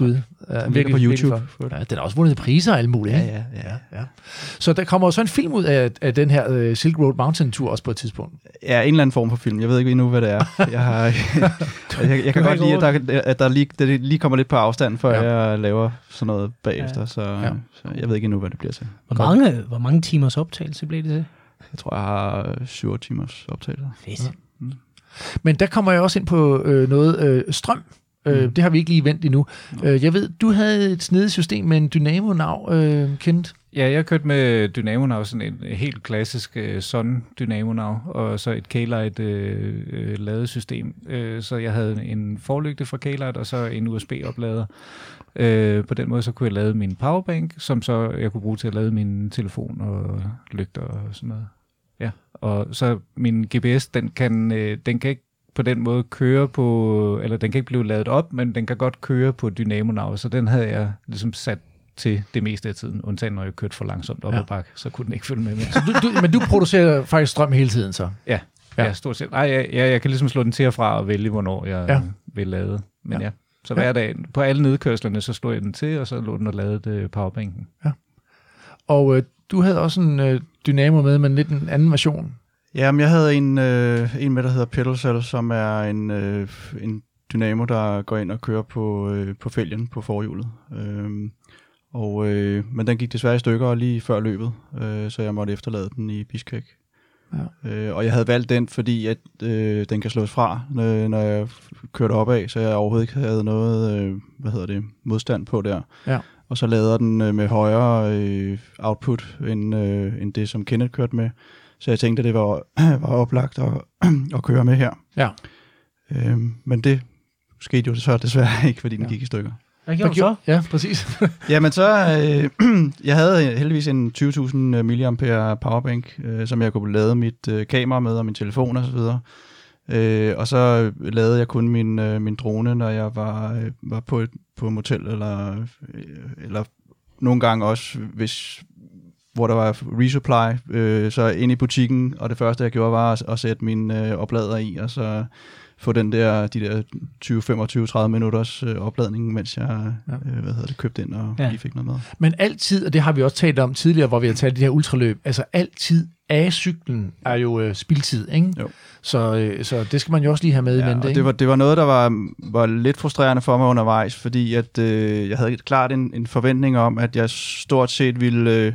Virkelig på YouTube. Ja, den har også vundet priser og alt muligt. Ja. Så der kommer jo så en film ud af den her Silk Road Mountain Tour også på et tidspunkt. Ja, en eller anden form for film. Jeg ved ikke endnu, hvad det er. Jeg kan godt lide, at det lige kommer lidt på afstand, før jeg laver sådan noget bagefter. Så jeg ved ikke endnu, hvad det bliver til. Hvor mange timers optagelse blev det til? Jeg tror, jeg har 7 timers optagelse. Fedt. Men der kommer jeg også ind på noget strøm. Det har vi ikke lige vendt endnu. Jeg ved, du havde et snedigt system med en Dynamo-nav, Kent. Ja, jeg kørte med Dynamo-nav, sådan en helt klassisk Sun Dynamo-nav, og så et K-Lite ladesystem. Så jeg havde en forlygte fra K-Lite, og så en USB-oplader. På den måde så kunne jeg lade min powerbank, som så jeg kunne bruge til at lade min telefon og lygter og sådan noget. Ja, og så min GPS, den kan ikke på den måde køre på, eller den kan ikke blive ladet op, men den kan godt køre på Dynamo-nav, så den havde jeg ligesom sat til det meste af tiden, undtagen når jeg kørte for langsomt op ad bakke, så kunne den ikke følge med mere. Så men du producerer faktisk strøm hele tiden så? Ja, stort set. Jeg kan ligesom slå den til og fra og vælge, hvornår jeg vil lade. Men så hver dag, på alle nedkørslerne, så slog jeg den til, og så lå den og ladede powerbanken. Ja. Og du havde også en Dynamo med, men lidt en anden version. Jamen, jeg havde en med, der hedder PedalCell, som er en Dynamo, der går ind og kører på fælgen på forhjulet. Men den gik desværre i stykker lige før løbet, så jeg måtte efterlade den i Bishkek. Ja. Og jeg havde valgt den, fordi at den kan slås fra, når jeg kørte opad, så jeg overhovedet ikke havde noget modstand på der. Ja. Og så lader den med højere output end det, som Kenneth kørte med. Så jeg tænkte, at det var oplagt at køre med her. Ja. Men det skete jo så desværre ikke, fordi den gik i stykker. Hvad gjorde du så? Ja, præcis. Jamen så, jeg havde heldigvis en 20.000 mAh powerbank, som jeg kunne lade mit kamera med, og min telefon og så videre. Og så lavede jeg kun min drone, når jeg var på motel, eller nogle gange også, hvor der var resupply, så ind i butikken, og det første jeg gjorde var at sætte min oplader i, og så få de der 20-25-30 minutters opladning, mens jeg købte ind og lige fik noget med. Men altid, og det har vi også talt om tidligere, hvor vi har talt de her ultraløb, altså altid af cyklen er jo spildtid, ikke? Jo. Så det skal man jo også lige have med i mente. Og det var noget, der var lidt frustrerende for mig undervejs, fordi at jeg havde klart en forventning om, at jeg stort set ville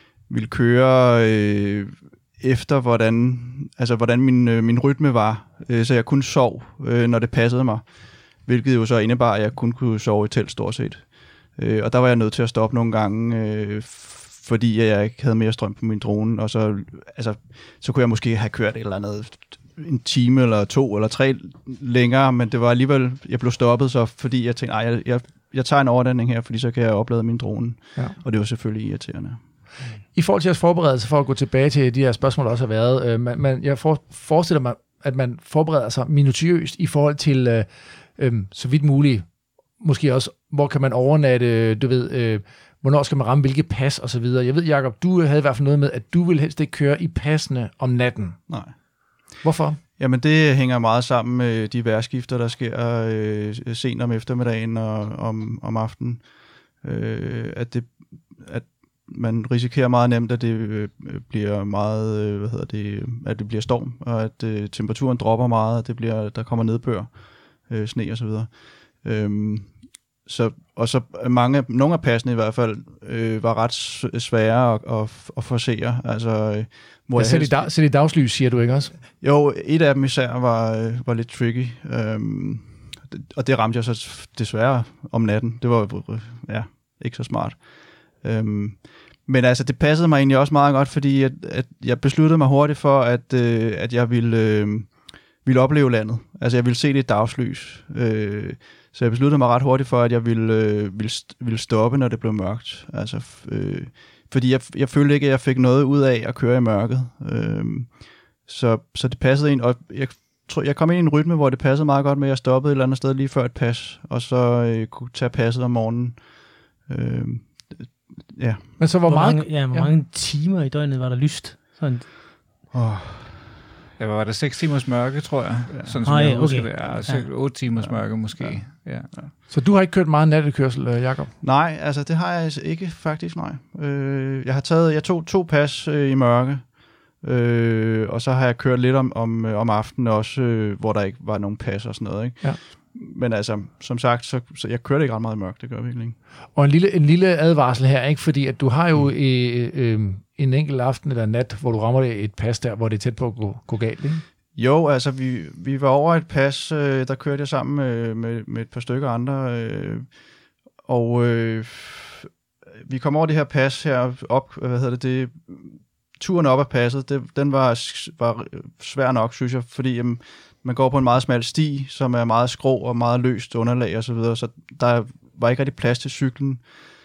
køre efter, hvordan min rytme var, så jeg kun sov, når det passede mig, hvilket jo så indebar, at jeg kun kunne sove i telt stort set. Og der var jeg nødt til at stoppe nogle gange, fordi jeg ikke havde mere strøm på min drone, og så kunne jeg måske have kørt et eller andet en time eller 2 eller 3 længere, men det var alligevel, jeg blev stoppet, så fordi jeg tænkte, jeg tager en overdænding her, fordi så kan jeg oplade min drone, og det var selvfølgelig irriterende. I forhold til at forberede sig for at gå tilbage til de her spørgsmål, der også har været, jeg forestiller mig, at man forbereder sig minutiøst i forhold til, så vidt muligt, måske også, hvor kan man overnatte, hvornår skal man ramme hvilke pas og så videre. Jeg ved, Jakob, du havde i hvert fald noget med, at du vil helst ikke køre i passene om natten. Nej. Hvorfor? Jamen, det hænger meget sammen med de vejrskifter, der sker sent om eftermiddagen og om aftenen. At man risikerer meget nemt, at det bliver meget, at det bliver storm, og at temperaturen dropper meget, at der kommer nedbør, sne og så videre. Så nogle af passene i hvert fald var ret svære at forsere. Altså, selv i dagslys, siger du ikke også? Jo, et af dem især var lidt tricky, og det ramte jeg så desværre om natten. Det var ikke så smart. Men altså, det passede mig egentlig også meget godt, fordi at jeg besluttede mig hurtigt for, at jeg ville opleve landet. Altså, jeg ville se det i dagslys. Så jeg besluttede mig ret hurtigt for, at jeg ville stoppe, når det blev mørkt. Altså, fordi jeg følte ikke, at jeg fik noget ud af at køre i mørket. Så det passede ind, og jeg kom ind i en rytme, hvor det passede meget godt med, at jeg stoppede et eller andet sted lige før et pas, og så kunne tage passet om morgenen. Ja. Men så hvor mange timer i døgnet var der lyst? Sådan. Ja, var det 6 timers mørke, tror jeg? Ja. Sådan som jeg husker det. Ja, 8 timers mørke måske. Ja. Så du har ikke kørt meget nattekørsel, Jakob? Nej, altså det har jeg ikke faktisk, nej. Jeg tog 2 pas i mørke, og så har jeg kørt lidt om aftenen også, hvor der ikke var nogen pas og sådan noget, ikke? Ja. Men altså, som sagt, så jeg kørte ikke ret meget i mørke, det gør jeg virkelig ikke. Og en lille advarsel her, ikke? Fordi at du har jo en enkelt aften eller nat, hvor du rammer et pas der, hvor det er tæt på at gå galt, ikke? Jo, altså vi var over et pas, der kørte jeg sammen med et par stykker andre, og vi kom over det her pas her op, turen op ad passet, den var svær nok, synes jeg, fordi man går på en meget smal sti, som er meget skrå og meget løst underlag og så videre, så der var ikke rigtig plads til cyklen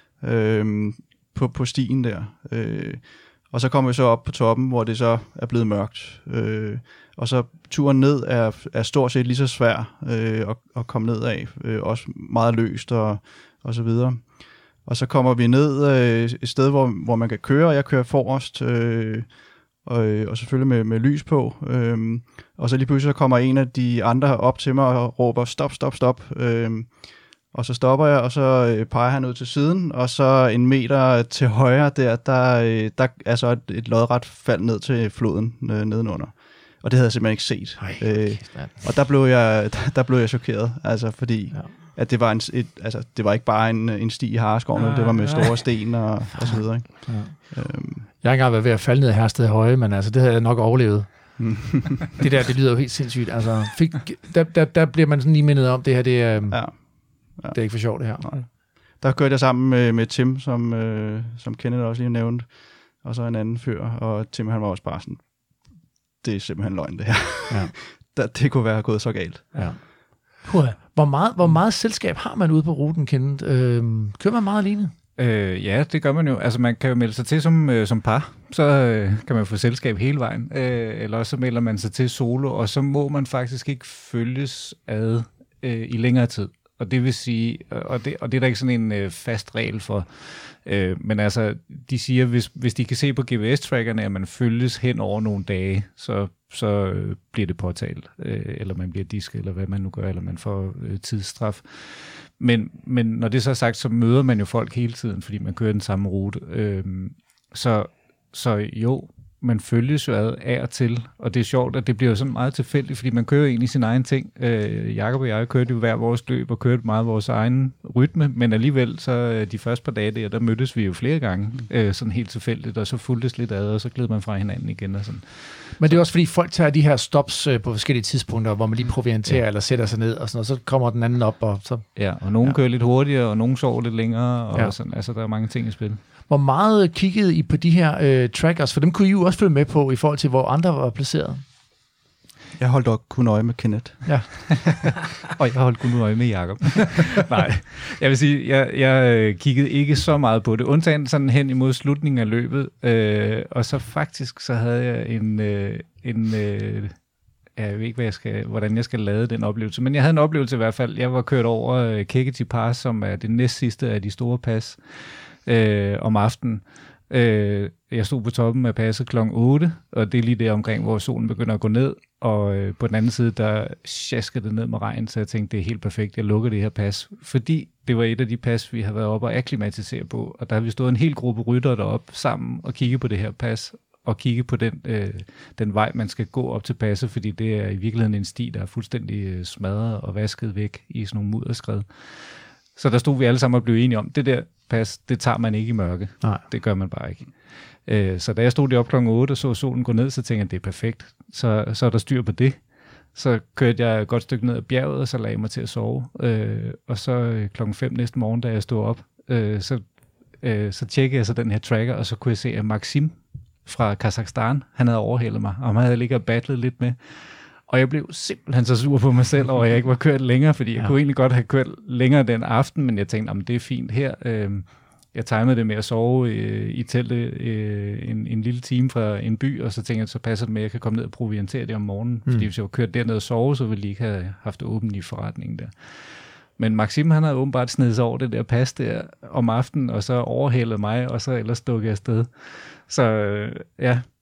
på stien der. Og så kom vi så op på toppen, hvor det så er blevet mørkt. Og så turen ned er stort set lige så svær at komme ned af, også meget løst og så videre. Og så kommer vi ned et sted, hvor man kan køre, og jeg kører forrest, og selvfølgelig med lys på. Og så lige pludselig så kommer en af de andre op til mig og råber, stop, stop, stop. Og så stopper jeg, og så peger han ud til siden, og så 1 meter til højre der er så et lodret fald ned til floden nedenunder. Og det havde jeg simpelthen ikke set. Og der blev jeg chokeret, altså fordi at det var det var ikke bare en sti i Hareskoven, det var med store sten og så videre. Ikke? Ja. Jeg har ikke engang været ved at falde ned i Hersted Høje, men altså det havde jeg nok overlevet. Det lyder jo helt sindssygt. Altså, der bliver man sådan lige mindet om, det her, det er ikke for sjovt, det her. Nej. Der kørte jeg sammen med Tim, som Kenneth også lige nævnte, og så en anden fyr, og Tim han var også bare sådan, det er simpelthen løgn, det her. Ja. Det kunne være gået så galt. Ja. Hvor meget selskab har man ude på ruten, Kenneth? Kører man meget alene? Ja, det gør man jo. Altså, man kan jo melde sig til som par, så kan man få selskab hele vejen. Eller også så melder man sig til solo, og så må man faktisk ikke følges ad i længere tid. Og det vil sige, og det er der ikke sådan en fast regel for, men altså, de siger, hvis de kan se på GPS-trackerne, at man følges hen over nogle dage, så bliver det påtalt, eller man bliver disket, eller hvad man nu gør, eller man får tidsstraf. Men når det så er sagt, så møder man jo folk hele tiden, fordi man kører den samme rute. Så jo, man følges jo af og til, og det er sjovt, at det bliver jo sådan meget tilfældigt, fordi man kører egentlig sin egen ting. Jakob og jeg kørte jo hver vores løb og kørte meget vores egen rytme, men alligevel så de første par dage der mødtes vi jo flere gange, sådan helt tilfældigt, og så fulgtes lidt ad, og så gled man fra hinanden igen og sådan. Men det er også fordi folk tager de her stops på forskellige tidspunkter, hvor man lige provianterer eller sætter sig ned og sådan, og så kommer den anden op. Og så og nogen kører lidt hurtigere, og nogen sover lidt længere, og sådan, altså der er mange ting i spil. Hvor meget kiggede I på de her trackers? For dem kunne I jo også følge med på, i forhold til, hvor andre var placeret. Jeg holdt også kun øje med Kenneth. Ja. Og jeg holdt kun øje med Jakob. Nej, jeg vil sige, jeg kiggede ikke så meget på det. Undtagen sådan hen imod slutningen af løbet. Og så faktisk, så havde jeg jeg ved ikke, hvordan jeg skal lade den oplevelse. Men jeg havde en oplevelse i hvert fald. Jeg var kørt over Keketi Pass, som er det næstsidste af de store pas om aftenen. Jeg stod på toppen af passet kl. 8, og det er lige der omkring, hvor solen begynder at gå ned, og på den anden side, der sjaskede det ned med regn, så jeg tænkte, det er helt perfekt, jeg lukker det her pas, fordi det var et af de pas, vi har været oppe og akklimatisere på, og der har vi stået en hel gruppe ryttere deroppe sammen og kigge på det her pas, og kigge på den vej, man skal gå op til passet, fordi det er i virkeligheden en sti, der er fuldstændig smadret og vasket væk i sådan nogle mudderskred. Så der stod vi alle sammen og blev enige om, det der pas, det tager man ikke i mørke. Nej. Det gør man bare ikke. Så da jeg stod deroppe kl. 8 og så solen gå ned, så tænkte jeg, det er perfekt. Så er der styr på det. Så kørte jeg et godt stykke ned ad bjerget, og så lagde jeg mig til at sove. Og så kl. 5 næste morgen, da jeg stod op, så tjekkede jeg så den her tracker, og så kunne jeg se, at Maxim fra Kazakhstan, han havde overhældet mig, og han havde ligget og battlet lidt med. Og jeg blev simpelthen så sur på mig selv, og jeg ikke var kørt længere, fordi jeg kunne egentlig godt have kørt længere den aften, men jeg tænkte, det er fint her. Jeg timede det med at sove i teltet en lille time fra en by, og så tænkte jeg, så passer det med, at jeg kan komme ned og proviantere det om morgenen. Fordi hvis jeg var kørt derned og sove, så ville de ikke have haft åben i forretningen der. Men Maxim, han havde åbenbart snedet sig over det der pas der om aftenen, og så overhældet mig, og så ellers stukket afsted. Så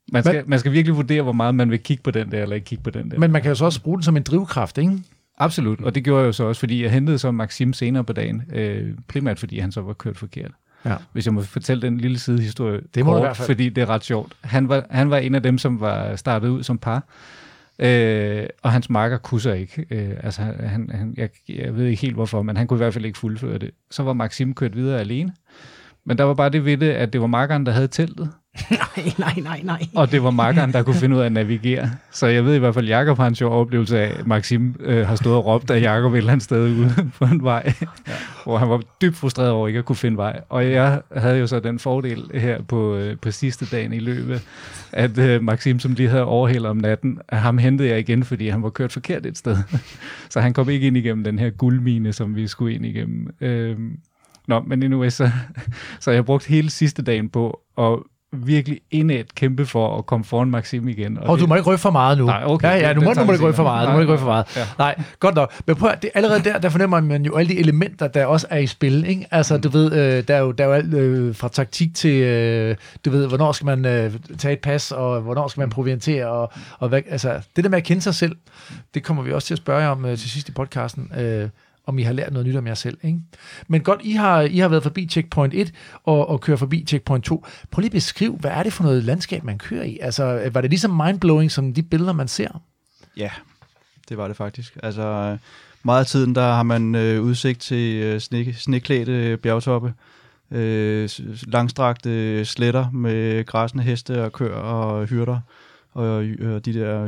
Man skal virkelig vurdere, hvor meget man vil kigge på den der, eller ikke kigge på den der. Men man kan jo så også bruge den som en drivkraft, ikke? Absolut, og det gjorde jeg jo så også, fordi jeg hentede så Maxim senere på dagen, primært fordi han så var kørt forkert. Ja. Hvis jeg må fortælle den lille sidehistorie, det må kort, i hvert fald. Fordi det er ret sjovt. Han var en af dem, som var startet ud som par, og hans makker kunne så ikke. Altså jeg ved ikke helt hvorfor, men han kunne i hvert fald ikke fuldføre det. Så var Maxim kørt videre alene, men der var bare det ved det, at det var makkeren, der havde teltet. Nej. Og det var makkeren, der kunne finde ud af at navigere. Så jeg ved i hvert fald, at Jakob har en sjov oplevelse af, at Maxim har stået og råbt af Jakob et eller andet sted ude på en vej, hvor han var dybt frustreret over ikke at kunne finde vej. Og jeg havde jo så den fordel her på sidste dagen i løbet, at Maxim, som lige havde overhældet om natten, ham hentede jeg igen, fordi han var kørt forkert et sted. Så han kom ikke ind igennem den her guldmine, som vi skulle ind igennem. Men anyway, så jeg brugt hele sidste dagen på at virkelig indædt kæmpe for at komme foran Maxim igen. Og du må ikke røbe for meget nu. Nej, okay. Ja, nu må du ikke røbe for meget. Ja. Nej, godt nok. Men prøv at, allerede der fornemmer man jo alle de elementer, der også er i spil, ikke? Altså, du ved, der er jo alt fra taktik til, du ved, hvornår skal man tage et pas, og hvornår skal man proviantere, og hvad, altså, det der med at kende sig selv, det kommer vi også til at spørge jer om til sidst i podcasten, om I har lært noget nyt om jer selv, ikke? Men godt, I har været forbi checkpoint 1 og kører forbi checkpoint 2. Prøv lige at beskrive, hvad er det for noget landskab, man kører i? Altså, var det ligesom mindblowing, som de billeder, man ser? Ja, det var det faktisk. Altså, meget af tiden, der har man udsigt til sneklædte bjergtoppe, langstrakte sletter med græsende heste og køer og hyrder, og de der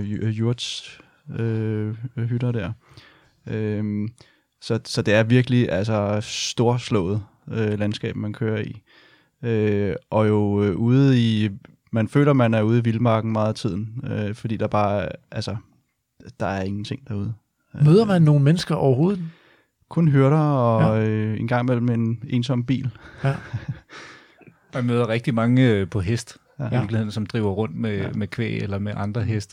hytter der. Så det er virkelig altså storslået landskab, man kører i. Og jo ude i... Man føler, man er ude i vildmarken meget af tiden, fordi der bare... Altså, der er ingenting derude. Møder man nogle mennesker overhovedet? Kun hyrder og en gang imellem en ensom bil. Ja. Man møder rigtig mange på hest, som driver rundt med kvæg eller med andre heste.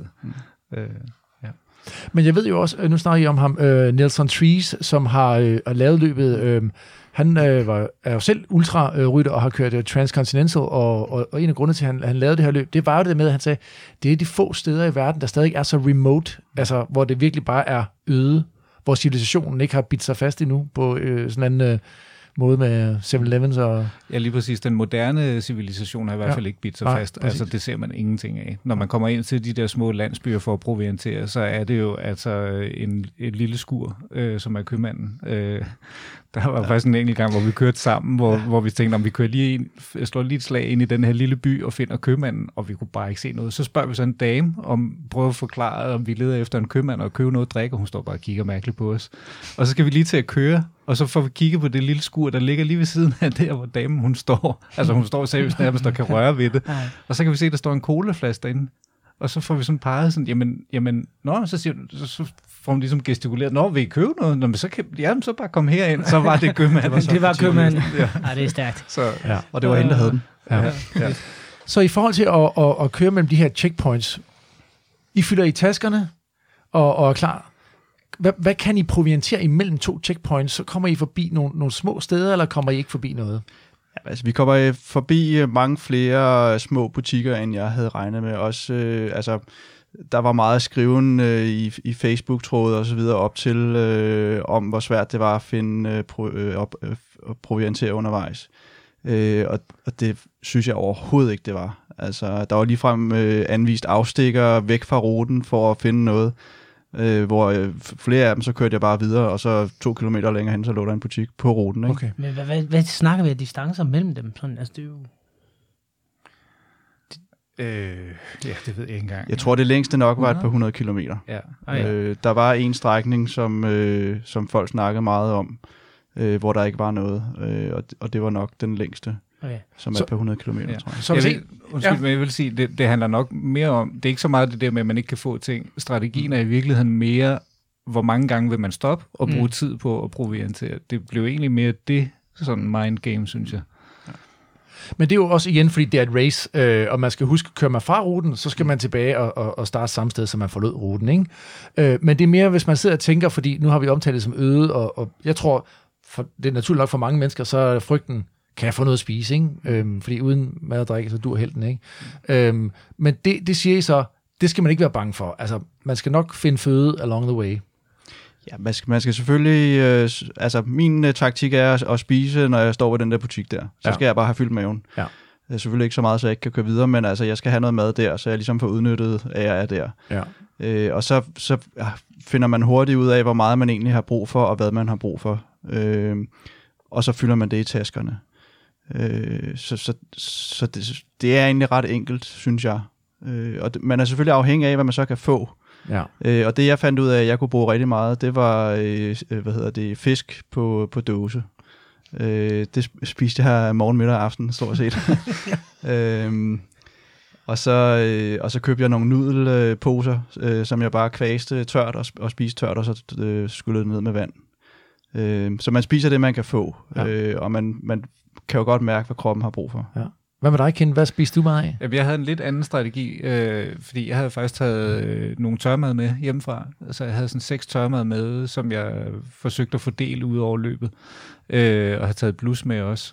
Men jeg ved jo også, nu snakker I om ham, Nelson Trees, som har lavet løbet. Han er jo selv ultrarytter og har kørt Transcontinental, og en af grundene til, at han lavede det her løb, det var jo det med, at han sagde, det er de få steder i verden, der stadig er så remote, altså hvor det virkelig bare er øde, hvor civilisationen ikke har bidt sig fast endnu på sådan en måde med 7-Elevens og... Ja, lige præcis. Den moderne civilisation har i hvert fald ikke bidt sig fast. Præcis. Altså, det ser man ingenting af. Når man kommer ind til de der små landsbyer for at proviantere, så er det jo altså et lille skur, som er købmanden. Der var faktisk en enkelt gang, hvor vi kørte sammen, hvor vi tænkte, om vi kører slår lige et slag ind i den her lille by og finder købmanden, og vi kunne bare ikke se noget. Så spørger vi så en dame, prøver at forklare, om vi leder efter en købmand og købe noget drik, og hun står bare og kigger mærkeligt på os. Og så skal vi lige til at køre, og så får vi kigge på det lille skur, der ligger lige ved siden af der, hvor damen hun står. Altså hun står seriøst nærmest og kan røre ved det. Og så kan vi se, at der står en colaflaske derinde. Og så får vi sådan peget sådan, så får man ligesom gestikuleret, vil I købe noget? Nå, men så bare kom herind. Så var det købmanden. Det var købmanden. Ja, det er stærkt. Så, og det var hende, der havde den. Ja. Så i forhold til at køre mellem de her checkpoints, I fylder i taskerne og er klar. Hvad kan I proviantere imellem 2 checkpoints? Så kommer I forbi nogle små steder, eller kommer I ikke forbi noget? Ja, altså, vi kommer forbi mange flere små butikker, end jeg havde regnet med. Også, der var meget skriven i Facebook-tråde og så videre op til, om hvor svært det var at finde proviantere undervejs. Og det synes jeg overhovedet ikke, det var. Altså, der var ligefrem anvist afstikker væk fra ruten for at finde noget. Hvor flere af dem, så kørte jeg bare videre, og så 2 kilometer længere hen, så lå der en butik på ruten. Ikke? Okay. Men hvad snakker vi af distancer mellem dem? Sådan, altså, det er jo... det ved jeg ikke engang. Jeg tror, det længste nok var et par 100 kilometer. Ja. Der var en strækning, som folk snakkede meget om, hvor der ikke var noget, og det var nok den længste. Okay. Som er på 100 kilometer, tror jeg. Men jeg vil sige, det handler nok mere om, det er ikke så meget det der med, at man ikke kan få ting. Strategien er i virkeligheden mere, hvor mange gange vil man stoppe og bruge tid på at proviantere. Det blev egentlig mere det, sådan mind game, synes jeg. Ja. Men det er jo også igen, fordi det er et race, og man skal huske, kører man fra ruten, så skal man tilbage og starte samme sted, som man forlod ruten, ikke? Men det er mere, hvis man sidder og tænker, fordi nu har vi omtalt det som øde, og jeg tror, for det er naturligt nok for mange mennesker, så er frygten kan jeg få noget at spise, ikke? Fordi uden mad og drikke, så dur helten, ikke? Men det siger I så, det skal man ikke være bange for. Altså, man skal nok finde føde along the way. Ja, man skal selvfølgelig... altså, min taktik er at spise, når jeg står ved den der butik der. Så skal jeg bare have fyldt maven. Ja. Det er selvfølgelig ikke så meget, så jeg ikke kan køre videre, men altså, jeg skal have noget mad der, så jeg ligesom får udnyttet, at jeg er der. Ja. Og så finder man hurtigt ud af, hvor meget man egentlig har brug for, og hvad man har brug for. Og så fylder man det i taskerne. Så det er egentlig ret enkelt, synes jeg. Og man er selvfølgelig afhængig af, hvad man så kan få. Ja. Og det jeg fandt ud af, at jeg kunne bruge rigtig meget, det var fisk på dåse. Det spiste jeg morgen, middag og aften, stort set. Og så købte jeg nogle nudelposer, som jeg bare kvaste tørt og spiste tørt, og så skyllede det ned med vand. Så man spiser det, man kan få, og man kan jo godt mærke, hvad kroppen har brug for. Ja. Hvad med dig, Ken? Hvad spiste du meget af? Jeg havde en lidt anden strategi, fordi jeg havde faktisk taget nogle tørmad med hjemmefra. Altså jeg havde sådan 6 tørmad med, som jeg forsøgte at fordele ud over løbet, og havde taget blus med også.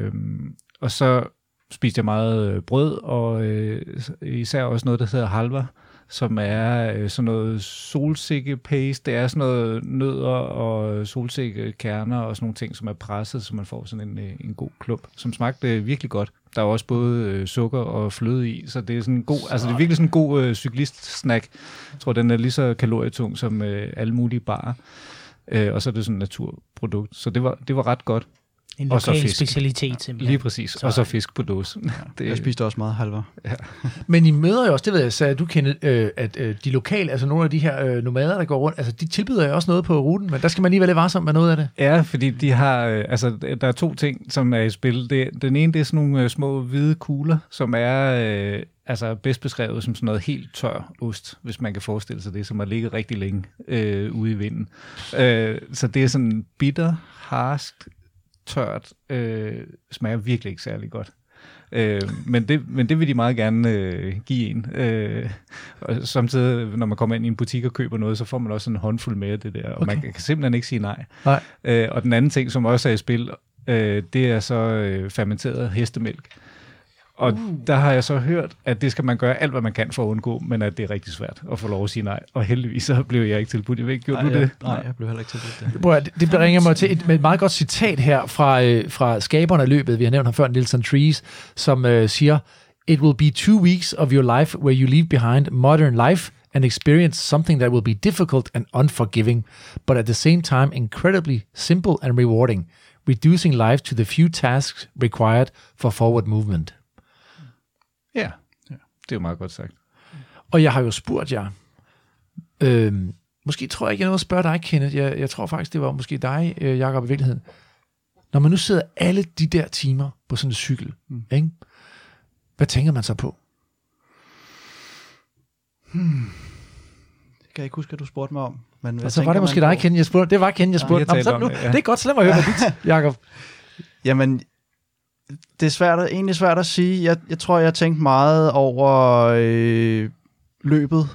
Og så spiste jeg meget brød, og især også noget, der hedder halva, som er sådan noget solsikkepaste. Det er sådan noget nødder og solsikkekerner og sådan nogle ting, som er presset, så man får sådan en god klump, som smagte virkelig godt. Der er også både sukker og fløde i, så det er sådan en god, altså det er virkelig sådan en god cyklist-snack. Jeg tror, den er lige så kalorietung som alle mulige barer. Og så er det sådan et naturprodukt, så det var ret godt. En lokal specialitet, simpelthen. Lige præcis. Og så fisk på dåse. Ja, jeg spiste også meget halver. Ja. Men I møder jo også, det ved jeg, så du kender, at de lokale, altså nogle af de her nomader, der går rundt, altså de tilbyder jo også noget på ruten, men der skal man lige være lidt varsom med noget af det. Ja, fordi de har, altså der er 2 ting, som er i spil. Den ene, det er sådan nogle små hvide kugler, som er altså bedst beskrevet som sådan noget helt tør ost, hvis man kan forestille sig det, som har ligget rigtig længe ude i vinden. Så det er sådan bitter, harskt, tørt, smager virkelig ikke særlig godt. Men det vil de meget gerne give en. Og samtidig, når man kommer ind i en butik og køber noget, så får man også en håndfuld med det der, og man kan simpelthen ikke sige nej. Og den anden ting, som også er i spil, det er så fermenteret hestemælk. Og der har jeg så hørt, at det skal man gøre alt, hvad man kan for at undgå, men at det er rigtig svært at få lov at sige nej. Og heldigvis så blev jeg ikke tilbudt. Jeg ved ikke, gjorde du det? Nej, jeg blev heller ikke tilbudt det. Det bringer mig til et meget godt citat her fra skaberne af løbet, vi har nævnt ham før, Nelson Trees, som siger, "It will be 2 weeks of your life where you leave behind modern life and experience something that will be difficult and unforgiving, but at the same time incredibly simple and rewarding, reducing life to the few tasks required for forward movement." Ja, det er jo meget godt sagt. Og jeg har jo spurgt jer, måske tror jeg ikke, jeg nåede at spørge dig, Kenneth. Jeg tror faktisk, det var måske dig, Jakob, i virkeligheden. Når man nu sidder alle de der timer på sådan en cykel, ikke? Hvad tænker man så på? Det kan jeg ikke huske, at du spurgte mig om. Men og så var det måske dig, Kenneth, jeg spurgte. Det var Kenneth, jeg spurgte. Det er godt, så lad mig høre dit, Jakob. Jamen, det er egentlig svært at sige. Jeg tror, jeg tænkte meget over løbet.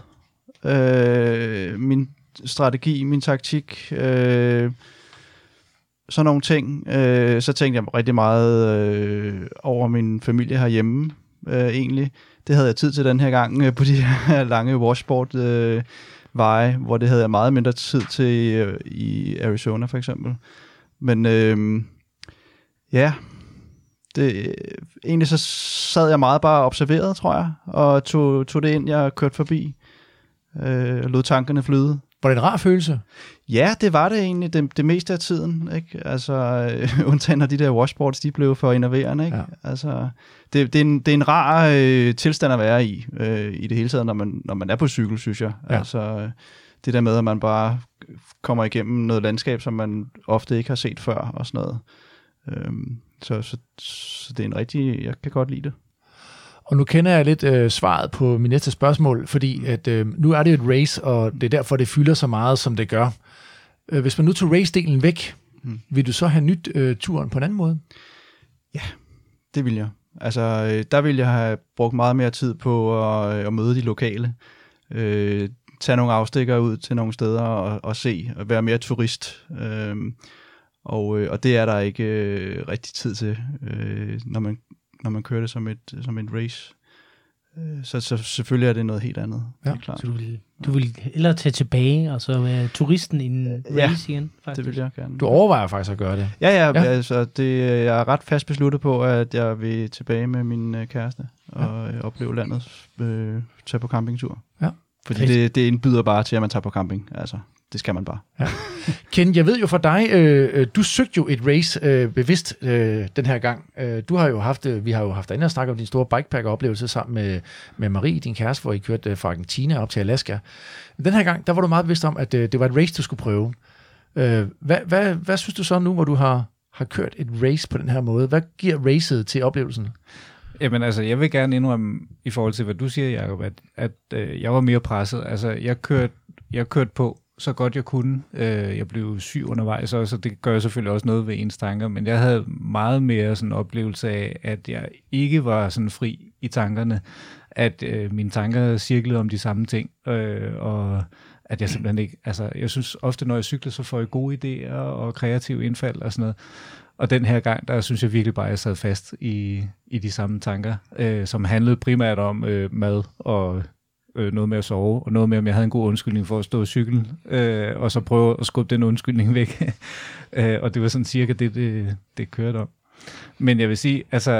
Min strategi, min taktik. Sådan nogle ting. Så tænkte jeg rigtig meget over min familie herhjemme, egentlig. Det havde jeg tid til den her gang på de her lange washboard-veje, hvor det havde jeg meget mindre tid til i Arizona, for eksempel. Men ja... egentlig så sad jeg meget bare observeret, tror jeg, og tog det ind, jeg kørte forbi, og lod tankerne flyde. Var det en rar følelse? Ja, det var det egentlig, det meste af tiden, ikke? Altså, undtagen når de der washboards, de blev for enerverende, ikke? Ja. Altså, det er en rar tilstand at være i det hele taget, når man er på cykel, synes jeg. Ja. Altså, det der med, at man bare kommer igennem noget landskab, som man ofte ikke har set før, og sådan noget. Så det er en rigtig... Jeg kan godt lide det. Og nu kender jeg lidt svaret på min næste spørgsmål, fordi at, nu er det jo et race, og det er derfor, det fylder så meget, som det gør. Hvis man nu tog race-delen væk, vil du så have nyt turen på en anden måde? Ja, det vil jeg. Altså, der vil jeg have brugt meget mere tid på at møde de lokale. Tage nogle afstikker ud til nogle steder og se, og være mere turist. Og det er der ikke rigtig tid til, når man kører det som et race. Så selvfølgelig er det noget helt andet. Ja. Så du vil hellere tage tilbage og så være turisten i en race igen, faktisk? Det vil jeg gerne. Du overvejer faktisk at gøre det? Ja. Altså, jeg er ret fast besluttet på, at jeg vil tilbage med min kæreste og opleve landet, tage på campingtur. Ja. Fordi det indbyder bare til, at man tager på camping. Altså, det skal man bare. Ja. Ken, jeg ved jo for dig, du søgte jo et race bevidst den her gang. Vi har jo haft andet at snakke om din store bikepacker-oplevelse sammen med Marie, din kæreste, hvor I kørte fra Argentina op til Alaska. Den her gang, der var du meget bevidst om, at det var et race, du skulle prøve. Hvad synes du så nu, hvor du har kørt et race på den her måde? Hvad giver racet til oplevelsen? Jamen altså, jeg vil gerne indrømme, i forhold til hvad du siger, Jacob, at jeg var mere presset. Altså, jeg kørte på så godt jeg kunne. Jeg blev syg undervejs også, og det gør selvfølgelig også noget ved ens tanker, men jeg havde meget mere sådan en oplevelse af, at jeg ikke var sådan fri i tankerne, at mine tanker cirklede om de samme ting, og at jeg simpelthen ikke, altså jeg synes ofte, når jeg cykler, så får jeg gode idéer og kreative indfald og sådan noget. Og den her gang, der synes jeg virkelig bare, at jeg sad fast i de samme tanker, som handlede primært om mad og noget med at sove, og noget med, om jeg havde en god undskyldning for at stå i cyklen, og så prøve at skubbe den undskyldning væk. Og det var sådan cirka det kørte om. Men jeg vil sige, altså,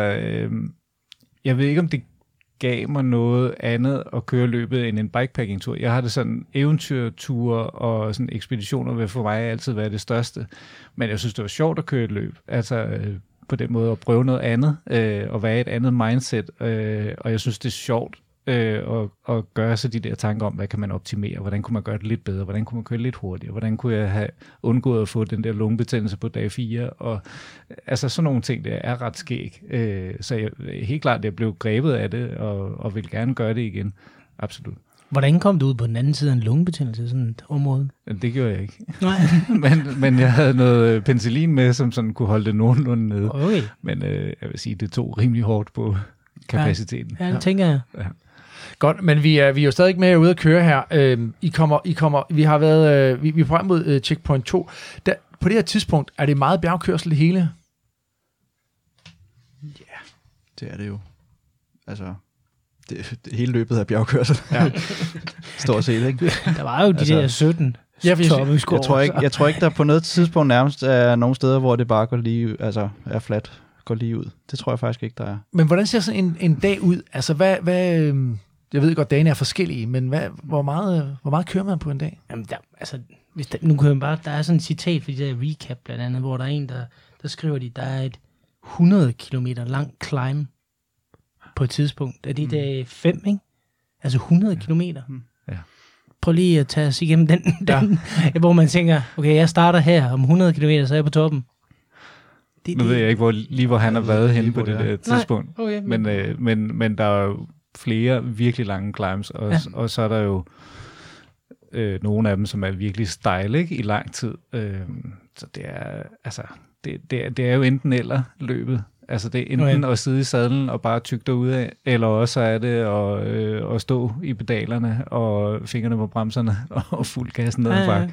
jeg ved ikke, om det gav mig noget andet at køre løbet end en bikepacking-tur. Jeg har det sådan eventyrture og sådan ekspeditioner vil for mig altid være det største. Men jeg synes, det var sjovt at køre et løb. Altså på den måde at prøve noget andet, og være et andet mindset. Og jeg synes, det er sjovt at gøre sig de der tanker om, hvad kan man optimere, hvordan kunne man gøre det lidt bedre, hvordan kunne man køre lidt hurtigere, hvordan kunne jeg have undgået at få den der lungebetændelse på dag 4, og altså sådan nogle ting, det er ret skæg. Så jeg helt klart, jeg blev grebet af det, og vil gerne gøre det igen. Absolut. Hvordan kom du ud på den anden side af en lungebetændelse, sådan et område? Det gjorde jeg ikke. Nej. men jeg havde noget penicillin med, som sådan kunne holde det nogenlunde nede. Okay. Men jeg vil sige, det tog rimelig hårdt på kapaciteten. Ja, det tænker jeg. Ja. Godt, men vi er jo stadig med ude at køre her. Vi har været, vi er på vej mod checkpoint 2. På det her tidspunkt, er det meget bjergkørsel det hele? Ja, det er det jo. Altså, hele løbet er bjergkørsel. Ja. Stort set, ikke? Der var jo de der 17 jeg tror ikke, der på noget tidspunkt nærmest er nogle steder, hvor det bare går lige, altså er fladt, går lige ud. Det tror jeg faktisk ikke, der er. Men hvordan ser sådan en dag ud? Altså, hvad jeg ved godt, dagene er forskellige, men hvor meget kører man på en dag? Jamen, nu kører man bare, der er sådan et citat for de der recap blandt andet, hvor der er en, der skriver der er et 100 kilometer lang climb på et tidspunkt. Er det dag 5, ikke? Altså 100 kilometer. Ja. Prøv lige at tage os igennem den hvor man tænker, okay, jeg starter her, om 100 kilometer, så er jeg på toppen. Nu ved jeg ikke, hvor han har været henne på det der tidspunkt. Nej, okay, men der er jo flere virkelig lange climbs, og så er der jo nogle af dem, som er virkelig stejle, ikke, i lang tid. Så det er, altså, det er jo enten eller løbet. Altså det er enten at sidde i sadlen og bare tygge derudad, eller også er det at stå i pedalerne og fingrene på bremserne og fuld gassen ned ad bakke.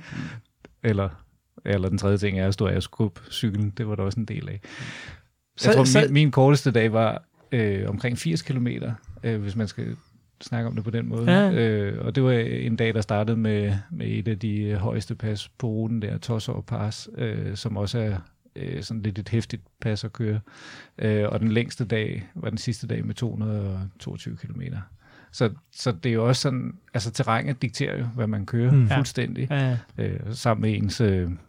Eller den tredje ting er at stå af og skubbe cyklen. Det var der også en del af. Jeg tror, min korteste dag var omkring 80 kilometer, hvis man skal snakke om det på den måde. Ja. Og det var en dag, der startede med et af de højeste pas på ruten der, Tosår Pass, som også er sådan lidt et hæftigt pas at køre. Og den længste dag var den sidste dag med 222 kilometer. Så det er jo også sådan, altså terrænet dikterer jo, hvad man kører fuldstændig. Ja. Sammen med ens,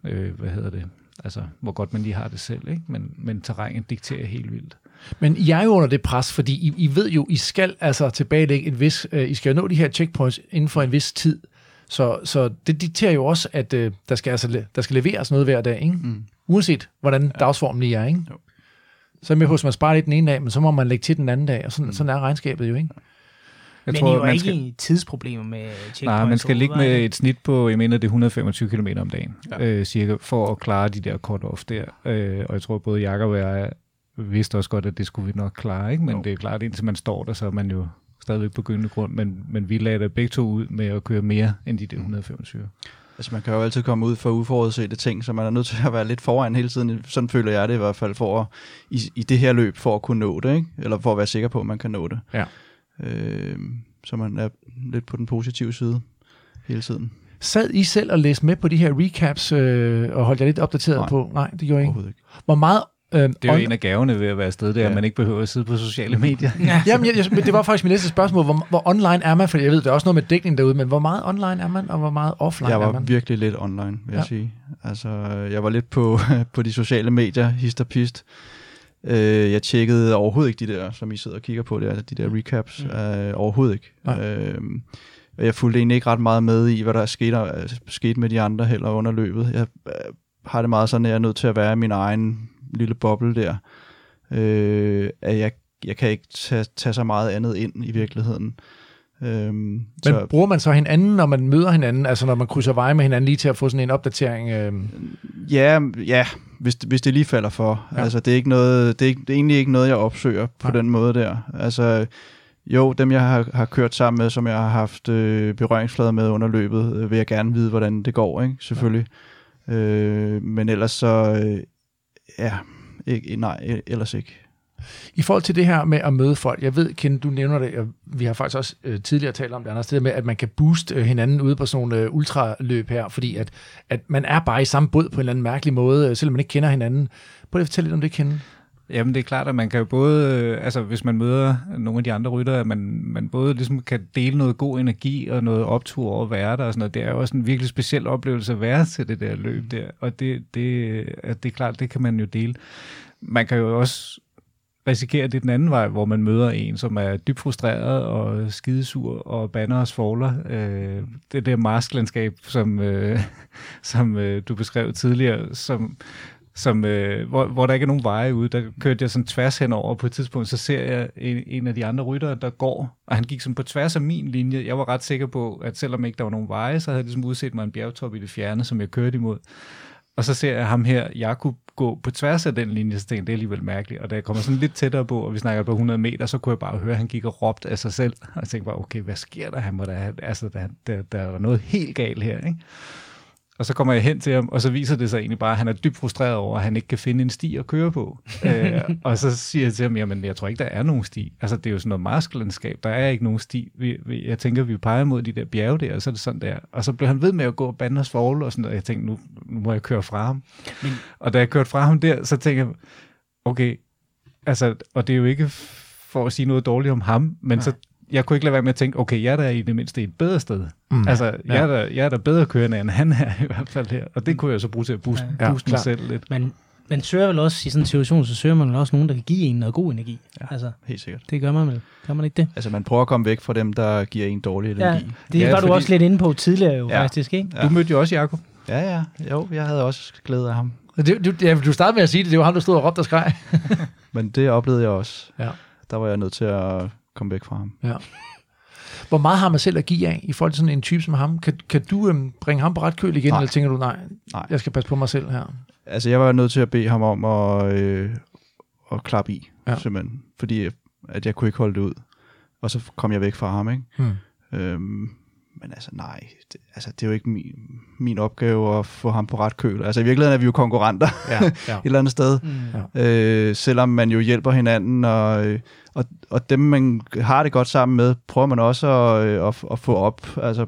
altså hvor godt man lige har det selv, ikke? Men terrænet dikterer helt vildt. Men I er jo under det pres, fordi I ved jo, I skal altså tilbagelægge I skal jo nå de her checkpoints inden for en vis tid. Så det dikterer jo også, at der skal leveres noget hver dag, ikke? Uanset hvordan dagsformen lige er, ikke? Jo. Så er jeg med på, at man sparer lidt den ene dag, men så må man lægge til den anden dag, og sådan er regnskabet jo, ikke? Men I er jo ikke tidsproblemer med checkpoints? Nej, man skal ligge med et snit på, jeg mener, det er 125 km om dagen, cirka, for at klare de der cut-off der. Og jeg tror, både Jakob og jeg vidste også godt, at det skulle vi nok klare, ikke? Men det er klart, indtil man står der, så er man jo stadigvæk på gyngende grund, men vi lagde det begge to ud med at køre mere end de der 125. Altså man kan jo altid komme ud for uforudsete ting, så man er nødt til at være lidt foran hele tiden. Sådan føler jeg det i hvert fald, for i det her løb, for at kunne nå det, ikke? Eller for at være sikker på, at man kan nå det. Ja. Så man er lidt på den positive side hele tiden. Sad I selv og læste med på de her recaps, og holdt jer lidt opdateret på? Nej, det gjorde I ikke. Hvor meget... det er jo en af gaverne ved at være afsted, det er, at man ikke behøver at sidde på sociale medier. Jamen, det var faktisk mit næste spørgsmål. Hvor online er man? For jeg ved, der er også noget med dækning derude, men hvor meget online er man, og hvor meget offline er man? Jeg var virkelig lidt online, vil jeg sige. Altså, jeg var lidt på de sociale medier, hist og pist. Jeg tjekkede overhovedet ikke de der, som I sidder og kigger på, de der recaps. Overhovedet ikke. Jeg fulgte egentlig ikke ret meget med i, hvad der skete med de andre heller under løbet. Jeg har det meget sådan, at jeg er nødt til at være i min egen lille boble der. At jeg kan ikke tage så meget andet ind i virkeligheden. Men bruger man så hinanden, når man møder hinanden? Altså når man krydser veje med hinanden lige til at få sådan en opdatering? Ja, hvis det lige falder for. Ja. Altså det er ikke noget, det er egentlig ikke noget, jeg opsøger på den måde der. Altså jo, dem jeg har kørt sammen med, som jeg har haft berøringsflader med under løbet, vil jeg gerne vide, hvordan det går, ikke? Selvfølgelig. Men ellers så ellers ikke. I forhold til det her med at møde folk, jeg ved, Ken, du nævner det, og vi har faktisk også tidligere talt om det, Anders, det med, at man kan booste hinanden ude på sådan nogle ultraløb her, fordi at man er bare i samme båd på en eller anden mærkelig måde, selvom man ikke kender hinanden. Prøv lige at fortælle lidt om det, Ken. Jamen det er klart, at man kan jo både, altså hvis man møder nogle af de andre ryttere, at man både ligesom kan dele noget god energi og noget optur over at være der og sådan noget. Det er jo også en virkelig speciel oplevelse at være til det der løb der, og det er klart, det kan man jo dele. Man kan jo også risikere, at det er den anden vej, hvor man møder en, som er dybt frustreret og skidesur og banner og svogler. Det der marsklandskab, som du beskrev tidligere, hvor der ikke er nogen veje ude, der kørte jeg sådan tværs henover, og på et tidspunkt, så ser jeg en af de andre ryttere, der går, og han gik sådan på tværs af min linje. Jeg var ret sikker på, at selvom ikke der var nogen veje, så havde jeg ligesom udset mig en bjergtop i det fjerne, som jeg kørte imod. Og så ser jeg ham her, Jakub, gå på tværs af den linje, så tænkte det er alligevel mærkeligt. Og da jeg kommer sådan lidt tættere på, og vi snakker på 100 meter, så kunne jeg bare høre, at han gik og råbte af sig selv. Og jeg tænkte bare, okay, hvad sker der? Han må da, altså, der er noget helt galt her, ikke? Og så kommer jeg hen til ham, og så viser det sig egentlig bare, at han er dybt frustreret over, at han ikke kan finde en sti at køre på. Og så siger jeg til ham, jamen jeg tror ikke, der er nogen sti. Altså det er jo sådan noget marsklandskab, der er ikke nogen sti. Jeg tænker, vi peger mod de der bjerge der, og så er det sådan der. Og så blev han ved med at gå og bande og svogle og sådan noget. Jeg tænkte, nu må jeg køre fra ham. Og da jeg kørte fra ham der, så tænkte jeg, okay, altså, og det er jo ikke for at sige noget dårligt om ham, men så jeg kunne ikke lade være med at tænke, okay, jeg er der i det mindste et bedre sted. Altså, jeg er der bedre kørende, end han er i hvert fald her. Og det kunne jeg så bruge til at booste mig selv lidt. Man søger vel også, i sådan en situation, så søger man vel også nogen, der kan give en noget god energi. Ja, altså, helt sikkert. Det gør man vel. Gør man ikke det? Altså, man prøver at komme væk fra dem, der giver en dårlig energi. Ja, det var du også lidt inde på tidligere jo, faktisk, ikke? Ja. Du mødte jo også Jakob. Ja. Jo, jeg havde også glæde af ham. Du startede med at sige det. Det var ham, der stod og råbte og skreg. Men det oplevede jeg også. Ja. Der var jeg nødt til at komme væk fra ham. Ja. Hvor meget har man selv at give af i forhold til sådan en type som ham? Kan du bringe ham på ret køl igen, eller tænker du, nej, jeg skal passe på mig selv her? Altså, jeg var nødt til at bede ham om at klappe i, simpelthen. Fordi at jeg kunne ikke holde det ud. Og så kom jeg væk fra ham, ikke? Men altså, nej. Det er jo ikke min opgave at få ham på ret køl. Altså, i virkeligheden er vi jo konkurrenter et eller andet sted. Selvom man jo hjælper hinanden, og dem, man har det godt sammen med, prøver man også at få op, altså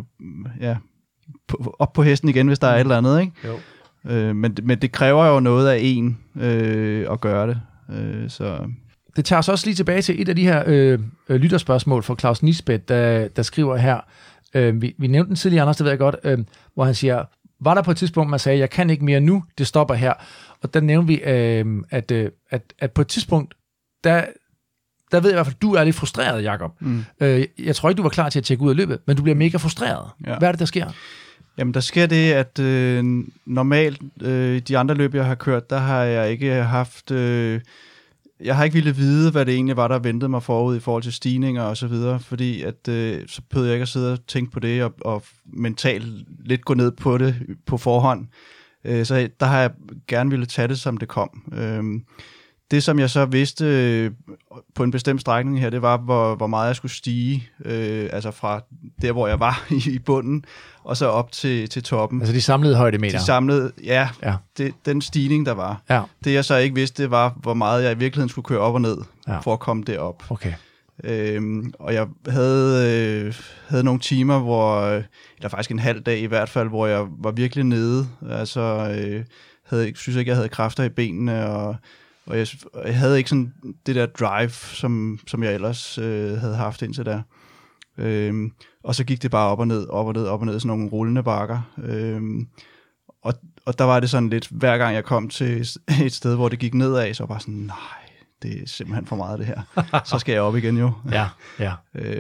op på hesten igen, hvis der er et eller andet, ikke? Jo. Men det kræver jo noget af en at gøre det. Så... Det tager os også lige tilbage til et af de her lytterspørgsmål fra Claus Nisbeth, der skriver her. Vi nævnte den tidligere, Anders, det ved jeg godt, hvor han siger, var der på et tidspunkt, man sagde, jeg kan ikke mere nu, det stopper her. Og der nævnte vi, at på et tidspunkt, der ved jeg i hvert fald, du er lidt frustreret, Jakob. Jeg tror ikke, du var klar til at tjekke ud af løbet, men du bliver mega frustreret. Ja. Hvad er det, der sker? Jamen, der sker det, at normalt de andre løb, jeg har kørt, der har jeg ikke haft... Jeg har ikke ville vide, hvad det egentlig var, der ventede mig forud i forhold til stigninger og så videre, fordi at, så behøvede jeg ikke at sidde og tænke på det og mentalt lidt gå ned på det på forhånd. Så der har jeg gerne ville tage det, som det kom. Det, som jeg så vidste på en bestemt strækning her, det var, hvor meget jeg skulle stige, altså fra der, hvor jeg var i bunden, og så op til toppen. Altså de samlede højdemeter? De samlede, ja. Den stigning, der var. Ja. Det, jeg så ikke vidste, det var, hvor meget jeg i virkeligheden skulle køre op og ned, for at komme derop. Okay. Og jeg havde nogle timer, eller faktisk en halv dag i hvert fald, hvor jeg var virkelig nede. Altså, synes ikke, jeg havde kræfter i benene, og jeg havde ikke sådan det der drive, som jeg ellers havde haft indtil da. Og så gik det bare op og ned, sådan nogle rullende bakker. Og der var det sådan lidt, hver gang jeg kom til et sted, hvor det gik nedad, så var jeg sådan, nej, det er simpelthen for meget det her. Så skal jeg op igen jo. Ja.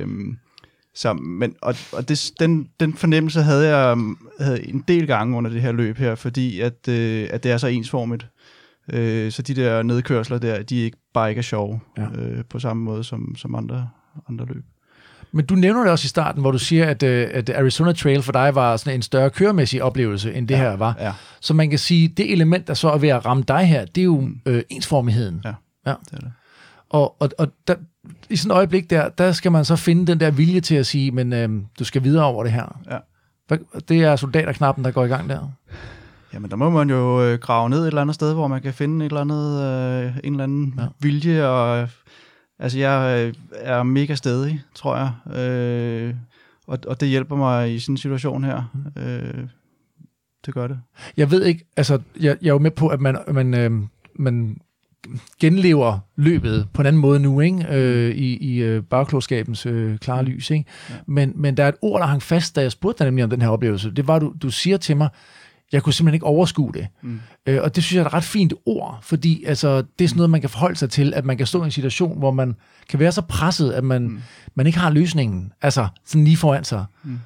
Den fornemmelse havde jeg en del gange under det her løb her, fordi at det er så ensformigt. Så de der nedkørsler der, de ikke er sjove på samme måde som andre løb. Men du nævner det også i starten, hvor du siger, at Arizona Trail for dig var sådan en større køremæssig oplevelse, end det her var. Ja. Så man kan sige, det element, der så er ved at ramme dig her, det er jo ensformigheden. Ja, det er det. Og der, i sådan et øjeblik der skal man så finde den der vilje til at sige, men du skal videre over det her. Ja. Det er soldaterknappen, der går i gang der. Jamen, der må man jo grave ned et eller andet sted, hvor man kan finde et eller andet, en eller anden vilje. Og, altså, jeg er mega stædig, tror jeg. Og det hjælper mig i sådan en situation her. Det gør det. Jeg ved ikke, altså, jeg er jo med på, at man genlever løbet på en anden måde nu, ikke? I bagklogskabens klare lys. Ikke? Ja. Men der er et ord, der hang fast, da jeg spurgte dig nemlig om den her oplevelse. Det var, du siger til mig, jeg kunne simpelthen ikke overskue det. Og det synes jeg er et ret fint ord, fordi altså, det er sådan noget, man kan forholde sig til, at man kan stå i en situation, hvor man kan være så presset, at man ikke har løsningen, altså sådan lige foran sig.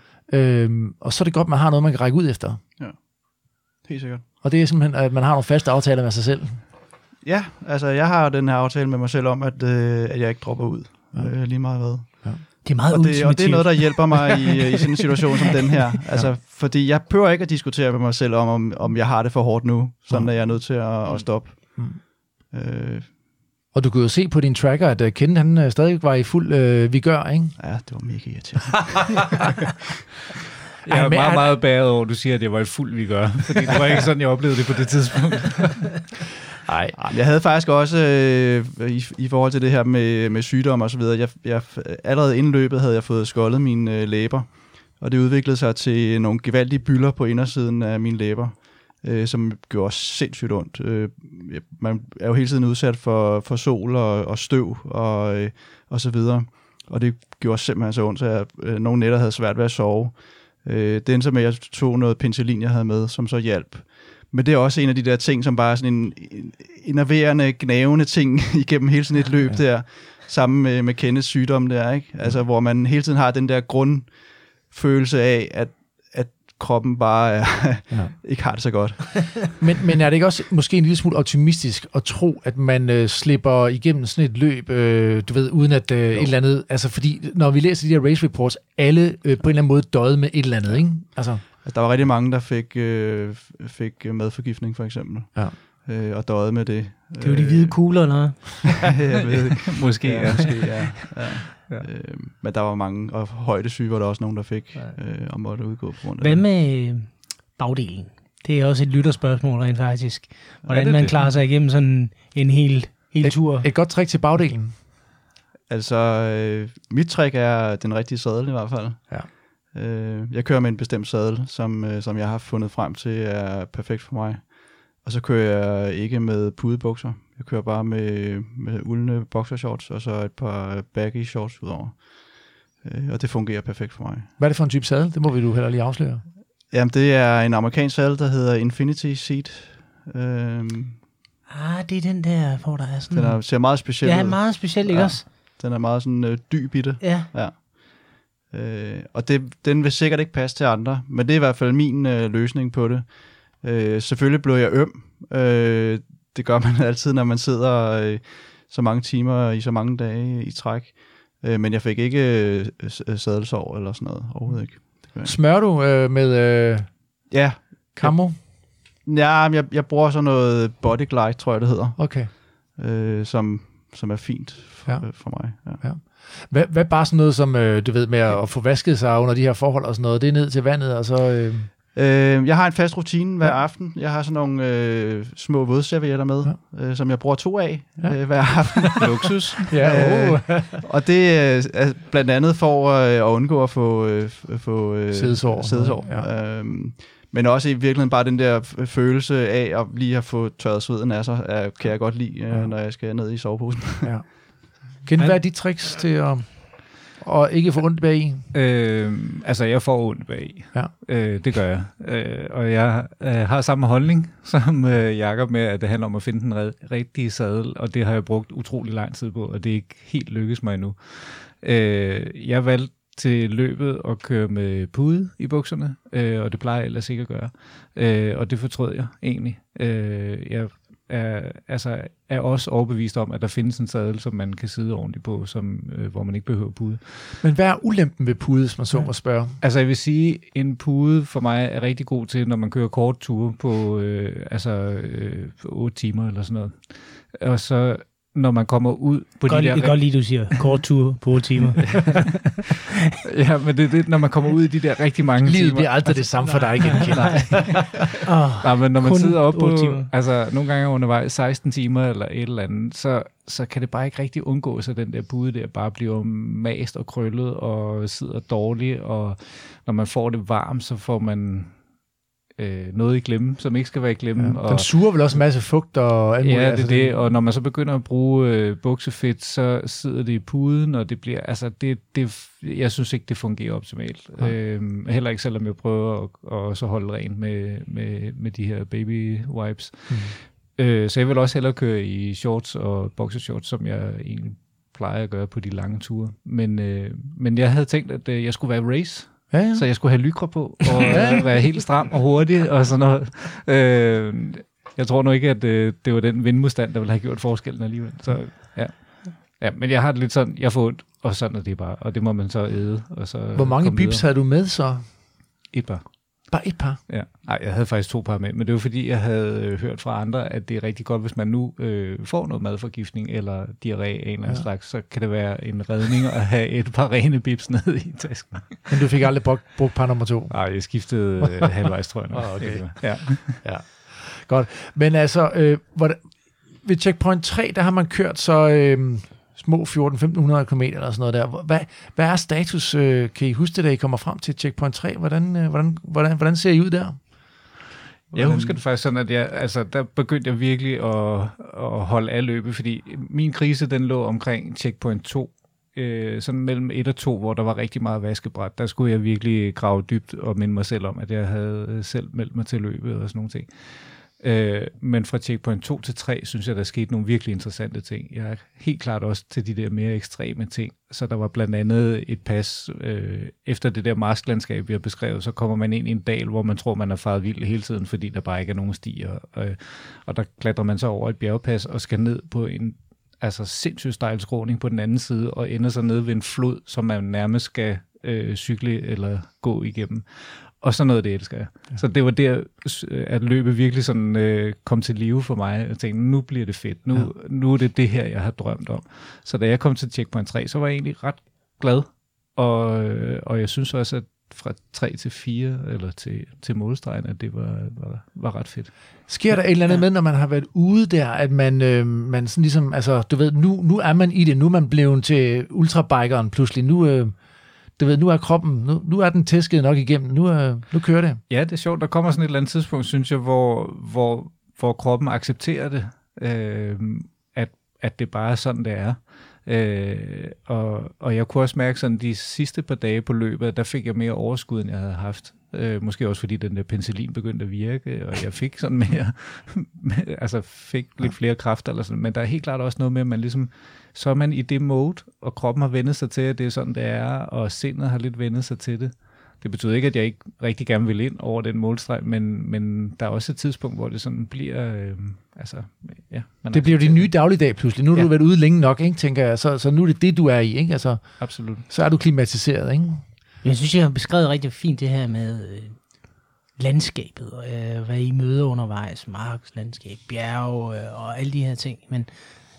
Og så er det godt, at man har noget, man kan række ud efter. Ja, helt sikkert. Og det er simpelthen, at man har nogle faste aftaler med sig selv. Ja, altså jeg har den her aftale med mig selv om, at jeg ikke dropper ud. Lige meget hvad. Ja. Det er meget ultimativt. Og det er noget, der hjælper mig i sådan en situation som den her. Altså, fordi jeg behøver ikke at diskutere med mig selv om jeg har det for hårdt nu, sådan at jeg er nødt til at stoppe. Og du kunne jo se på din tracker, at Kent han stadig var i fuld vigør, ikke? Ja, det var mega irriterende. Jeg er meget, meget bæret over, at du siger, at det var i fuld vigør. Fordi det var ikke sådan, jeg oplevede det på det tidspunkt. Nej. Jeg havde faktisk også, i forhold til det her med sygdom og så videre, jeg allerede inden løbet havde jeg fået skoldet mine læber, og det udviklede sig til nogle gevaldige bylder på indersiden af mine læber, som gjorde sindssygt ondt. Man er jo hele tiden udsat for sol og støv og så videre, og det gjorde simpelthen så ondt, så jeg nogle nætter havde svært ved at sove. Det endte så med, at jeg tog noget penicillin, jeg havde med, som så hjalp. Men det er også en af de der ting, som bare er sådan en innerverende, gnavende ting igennem hele sådan et løb der, sammen med Kenneths sygdom der, ikke? Altså, hvor man hele tiden har den der grundfølelse af, at kroppen bare ikke har det så godt. men er det ikke også måske en lille smule optimistisk at tro, at man slipper igennem sådan et løb, du ved, uden at et eller andet, altså fordi når vi læser de her race reports, alle på en eller anden måde døde med et eller andet, ikke? Altså der var rigtig mange, der fik madforgiftning, for eksempel. Ja. Og døde med det. Det er jo de hvide kugler, eller jeg ved ikke. Måske, ja. Men der var mange, og højdesyge var der også nogen, der fik, og måtte udgå på grund af Hvad med bagdelen? Det er også et lytterspørgsmål rent faktisk. Hvordan man klarer sig igennem sådan en hel tur. Et godt trick til bagdelen? Altså, mit trick er den rigtige sadel i hvert fald. Ja. Jeg kører med en bestemt sadel, som jeg har fundet frem til er perfekt for mig. Og så kører jeg ikke med pudebukser. Jeg kører bare med uldne boxershorts, og så et par baggy shorts udover. Og det fungerer perfekt for mig. Hvad er det for en type sadel? Det må vi du heller lige afsløre. Jamen, det er en amerikansk sadel, der hedder Infinity Seat. Det er den der, hvor der er sådan... Den ser meget speciel ud. Ja, meget speciel, ikke også? Den er meget sådan dyb i det. Ja. Og den vil sikkert ikke passe til andre, men det er i hvert fald min løsning på det. Selvfølgelig blev jeg øm. Det gør man altid, når man sidder så mange timer i så mange dage i træk. Men jeg fik ikke sadelsår eller sådan noget. Overhovedet ikke. Smører du med Camo? Ja, jeg bruger sådan noget Bodyglide, tror jeg det hedder. Okay. som er fint for mig. Ja. Hvad bare sådan noget som, du ved, med at få vasket sig under de her forhold og sådan noget, det er ned til vandet, og så... Jeg har en fast rutine hver aften. Jeg har sådan nogle små vådservietter med, som jeg bruger 2 af hver aften. Luksus. Og det er blandt andet for at undgå at få sædesår. Ja. Men også i virkeligheden bare den der følelse af at lige have fået tørret sveden af sig, kan jeg godt lide, når jeg skal ned i soveposen. Ja. Kan det være de tricks til at ikke få ondt bagi? Altså, jeg får ondt bagi. Ja. Det gør jeg. Og jeg har samme holdning som Jakob med, at det handler om at finde den rigtige sadel, og det har jeg brugt utrolig lang tid på, og det er ikke helt lykkes mig endnu. Jeg valgte til løbet at køre med pude i bukserne, og det plejer jeg ellers ikke at gøre. Og det fortrød jeg egentlig. Jeg er også overbevist om, at der findes en sadel, som man kan sidde ordentligt på, hvor man ikke behøver pude. Men hvad er ulempen ved pude, hvis man så må spørge? Altså jeg vil sige, en pude for mig er rigtig god til, når man kører kort ture på 8 timer eller sådan noget. Og så når man kommer ud på de der... Det er godt lige, du siger kort tur på 8 timer. Ja, men det er det, når man kommer ud i de der rigtig mange timer. Livet bliver aldrig det samme for dig igen, Nej, men når man sidder op på... Altså, nogle gange undervejs 16 timer eller et eller andet, så kan det bare ikke rigtig undgås, at den der pude der bare bliver mast og krøllet og sidder dårligt, og når man får det varmt, så får man... noget i glemme, som ikke skal være i glemme. Ja. Den suger vel også en masse fugt og alt muligt. Ja, det er det, og når man så begynder at bruge buksefedt, så sidder det i puden, og det bliver, altså jeg synes ikke, det fungerer optimalt. Heller ikke, selvom jeg prøver at så holde rent med de her baby wipes. Så jeg vil også hellere køre i shorts og boxershorts, som jeg egentlig plejer at gøre på de lange ture. Men jeg havde tænkt, at jeg skulle være race. Ja. Så jeg skulle have lykre på, og være helt stram og hurtig, og sådan noget. Jeg tror nu ikke, at det var den vindmodstand, der ville have gjort forskellen alligevel. Så, ja, men jeg har det lidt sådan, jeg får ondt, og sådan er det bare, og det må man så æde. Og så hvor mange bips havde du med så? 1 par. Bare 1 par? Ja. Nej, jeg havde faktisk 2 par med, men det var fordi, jeg havde hørt fra andre, at det er rigtig godt, hvis man nu får noget madforgiftning eller diarré af en eller anden slags, så kan det være en redning at have 1 par rene bips nede i tasken. Men du fik aldrig brugt par nummer 2? Nej, jeg skiftede halvvejs, tror jeg. Okay. Ja. Godt. Men altså, ved checkpoint 3, der har man kørt så... små 14-1500 km eller sådan noget der. Hvad er status? Kan I huske det, da I kommer frem til checkpoint 3? Hvordan ser I ud der? Jeg husker det faktisk sådan, at der begyndte jeg virkelig at holde af løbet, fordi min krise, den lå omkring checkpoint 2, sådan mellem 1 og 2, hvor der var rigtig meget vaskebræt. Der skulle jeg virkelig grave dybt og minde mig selv om, at jeg havde selv meldt mig til løbet og sådan nogle ting. Men fra checkpoint 2 til 3, synes jeg, der skete nogle virkelig interessante ting. Jeg er helt klart også til de der mere ekstreme ting. Så der var blandt andet et pas, efter det der marsklandskab, vi har beskrevet, så kommer man ind i en dal, hvor man tror, man er faret vild hele tiden, fordi der bare ikke er nogen stier. Og der klatrer man så over et bjergpas og skal ned på en sindssygt stejl skråning på den anden side, og ender så nede ved en flod, som man nærmest skal cykle eller gå igennem. Og sådan noget, det elsker jeg. Så det var der, at løbet virkelig sådan, kom til live for mig. Jeg tænkte, nu bliver det fedt. Nu er det her, jeg har drømt om. Så da jeg kom til checkpoint 3, så var jeg egentlig ret glad. Og jeg synes også, at fra 3 til 4, eller til målstregen, at det var ret fedt. Sker der et eller andet med, når man har været ude der, at man sådan ligesom, altså du ved, nu er man i det, nu er man blevet til ultrabikeren pludselig, nu er kroppen, nu er den tæsket nok igennem, nu kører det. Ja, det er sjovt. Der kommer sådan et eller andet tidspunkt, synes jeg, hvor kroppen accepterer det, at det bare er sådan, det er. Og jeg kunne også mærke sådan, de sidste par dage på løbet, der fik jeg mere overskud, end jeg havde haft. Måske også fordi den der penicillin begyndte at virke, og jeg fik sådan mere, fik lidt flere kræfter eller sådan. Men der er helt klart også noget med, at man ligesom, så er man i det mode, og kroppen har vendt sig til, at det er sådan, det er, og sindet har lidt vendt sig til det. Det betyder ikke, at jeg ikke rigtig gerne vil ind over den målstreg, men der er også et tidspunkt, hvor det sådan bliver... det bliver jo din nye dagligdag pludselig. Nu har du været ude længe nok, ikke, tænker jeg. Så nu er det du er i, ikke? Altså, absolut. Så er du klimatiseret, ikke? Jeg synes, jeg har beskrevet rigtig fint det her med landskabet, og hvad I møder undervejs, markslandskab, bjerge og alle de her ting. Men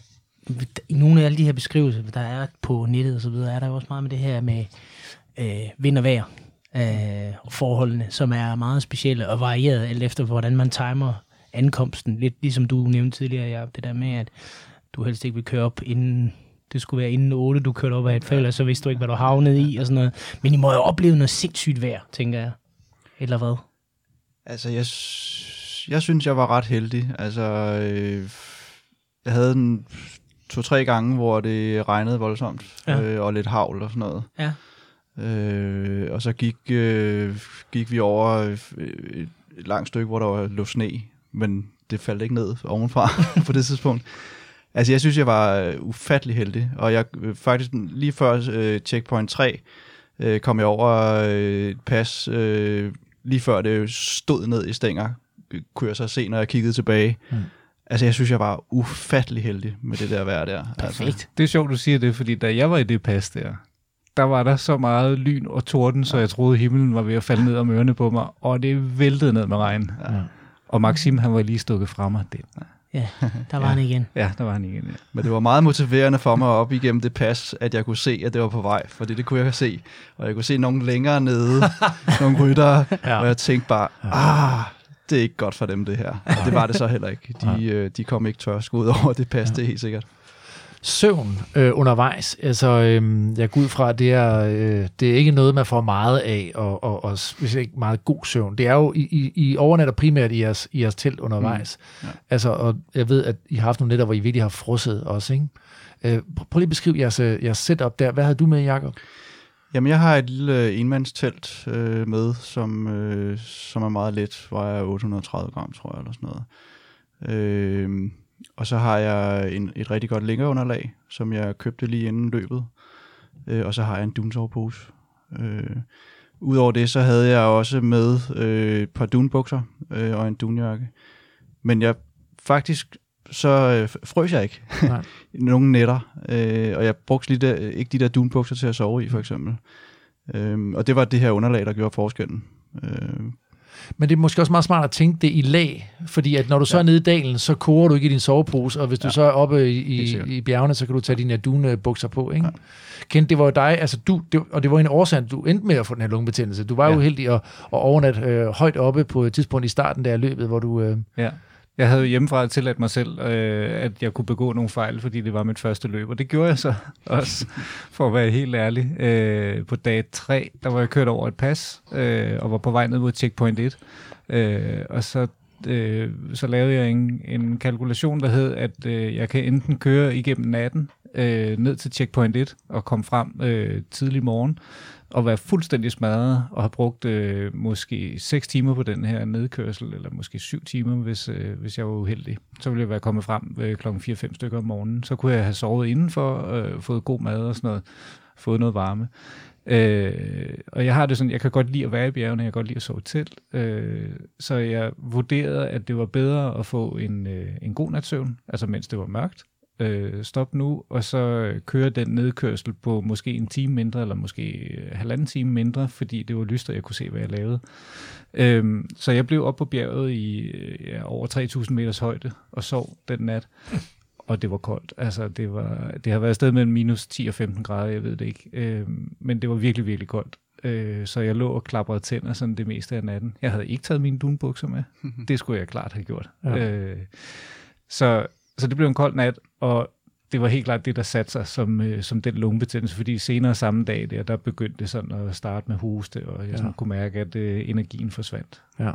i nogle af alle de her beskrivelser, der er på nettet og så videre, er der jo også meget med det her med vind og vejr og forholdene, som er meget specielle og varieret alt efter, hvordan man timer ankomsten. Lidt ligesom du nævnte tidligere, Jacob, det der med, at du helst ikke vil køre op inden, det skulle være inden 8, du kørte op af et fald, og så vidste du ikke, hvad du havnede i og sådan noget. Men I må jo opleve noget sindssygt vejr, tænker jeg. Eller hvad? Altså, jeg synes, jeg var ret heldig. Altså, jeg havde en 2-3 gange, hvor det regnede voldsomt, og lidt hagl og sådan noget. Ja. Og så gik vi over et langt stykke, hvor der lå sne, men det faldt ikke ned ovenfra på det tidspunkt. Altså, jeg synes, jeg var ufattelig heldig, og jeg faktisk lige før checkpoint 3 kom jeg over et pas, lige før det stod ned i stænger, kunne jeg så se, når jeg kiggede tilbage. Altså, jeg synes, jeg var ufattelig heldig med det der vejr der. Perfekt. Altså. Det er sjovt, du siger det, fordi da jeg var i det pas der var der så meget lyn og torden, så jeg troede, himlen var ved at falde ned om ørerne på mig, og det væltede ned med regn. Ja. Og Maxim, han var lige stukket fra mig. Ja, der var han igen. Ja, der var han igen, ja. Men det var meget motiverende for mig op igennem det pas, at jeg kunne se, at det var på vej, for det kunne jeg se. Og jeg kunne se nogen længere nede, nogle ryttere, og jeg tænkte bare, det er ikke godt for dem, det her. Og det var det så heller ikke. De kom ikke tørsk ud over det pas, det er helt sikkert. Søvn undervejs, altså jeg går ud fra, at det er ikke noget, man får meget af, og hvis ikke meget god søvn. Det er jo, I overnatter primært i jeres telt undervejs. Ja. Altså, og jeg ved, at I har haft nogle nætter, hvor I virkelig har frosset også, ikke? Prøv lige at beskrive jeres setup der. Hvad havde du med, Jacob? Jamen, jeg har et lille enmandstelt med, som er meget let, vejer 830 gram, tror jeg, eller sådan noget. Og så har jeg et rigtig godt længeunderlag, som jeg købte lige inden løbet. Og så har jeg en dunsovepose. Udover det, så havde jeg også med et par dunbukser og en dunjakke. Men jeg faktisk, så frøs jeg ikke nogen nætter. Og jeg brugte ikke de der dunbukser til at sove i, for eksempel. Og det var det her underlag, der gjorde forskellen. Men det er måske også meget smart at tænke det i lag, fordi at når du så er nede i dalen, så koger du ikke i din sovepose, og hvis du så er oppe i bjergene, så kan du tage dine dunebukser på, ikke? Kent, det var jo dig, altså og det var en årsag, du endte med at få den her lungebetændelse. Du var jo heldig at overnatte højt oppe på et tidspunkt i starten der af løbet, hvor du... Ja. Jeg havde hjemmefra tilladt mig selv, at jeg kunne begå nogle fejl, fordi det var mit første løb, og det gjorde jeg så også, for at være helt ærlig. På dag 3, der var jeg kørt over et pas, og var på vej ned mod checkpoint 1, og så lavede jeg en kalkulation, der hed, at jeg kan enten køre igennem natten ned til checkpoint 1 og komme frem tidlig morgen, og være fuldstændig smadret og have brugt måske 6 timer på den her nedkørsel, eller måske 7 timer, hvis jeg var uheldig. Så ville jeg være kommet frem klokken 4-5 stykker om morgenen. Så kunne jeg have sovet indenfor, fået god mad og sådan noget, fået noget varme. Og jeg har det sådan, jeg kan godt lide at være i bjergene, jeg kan godt lide at sove i telt. Så jeg vurderede, at det var bedre at få en god natsøvn, altså mens det var mørkt. Stop nu, og så køre den nedkørsel på måske en time mindre, eller måske halvanden time mindre, fordi det var lyst, og jeg kunne se, hvad jeg lavede. Så jeg blev op på bjerget i over 3.000 meters højde, og sov den nat, og det var koldt. Altså, det har været afsted mellem minus 10 og 15 grader, jeg ved det ikke, men det var virkelig, virkelig koldt. Så jeg lå og klaprede tænder sådan det meste af natten. Jeg havde ikke taget mine dunbukser med. Det skulle jeg klart have gjort. Ja. Så det blev en kold nat, og det var helt klart det, der satte sig som den lungebetændelse, fordi senere samme dag der begyndte det sådan at starte med hoste, og jeg sådan kunne mærke, at energien forsvandt. Ja.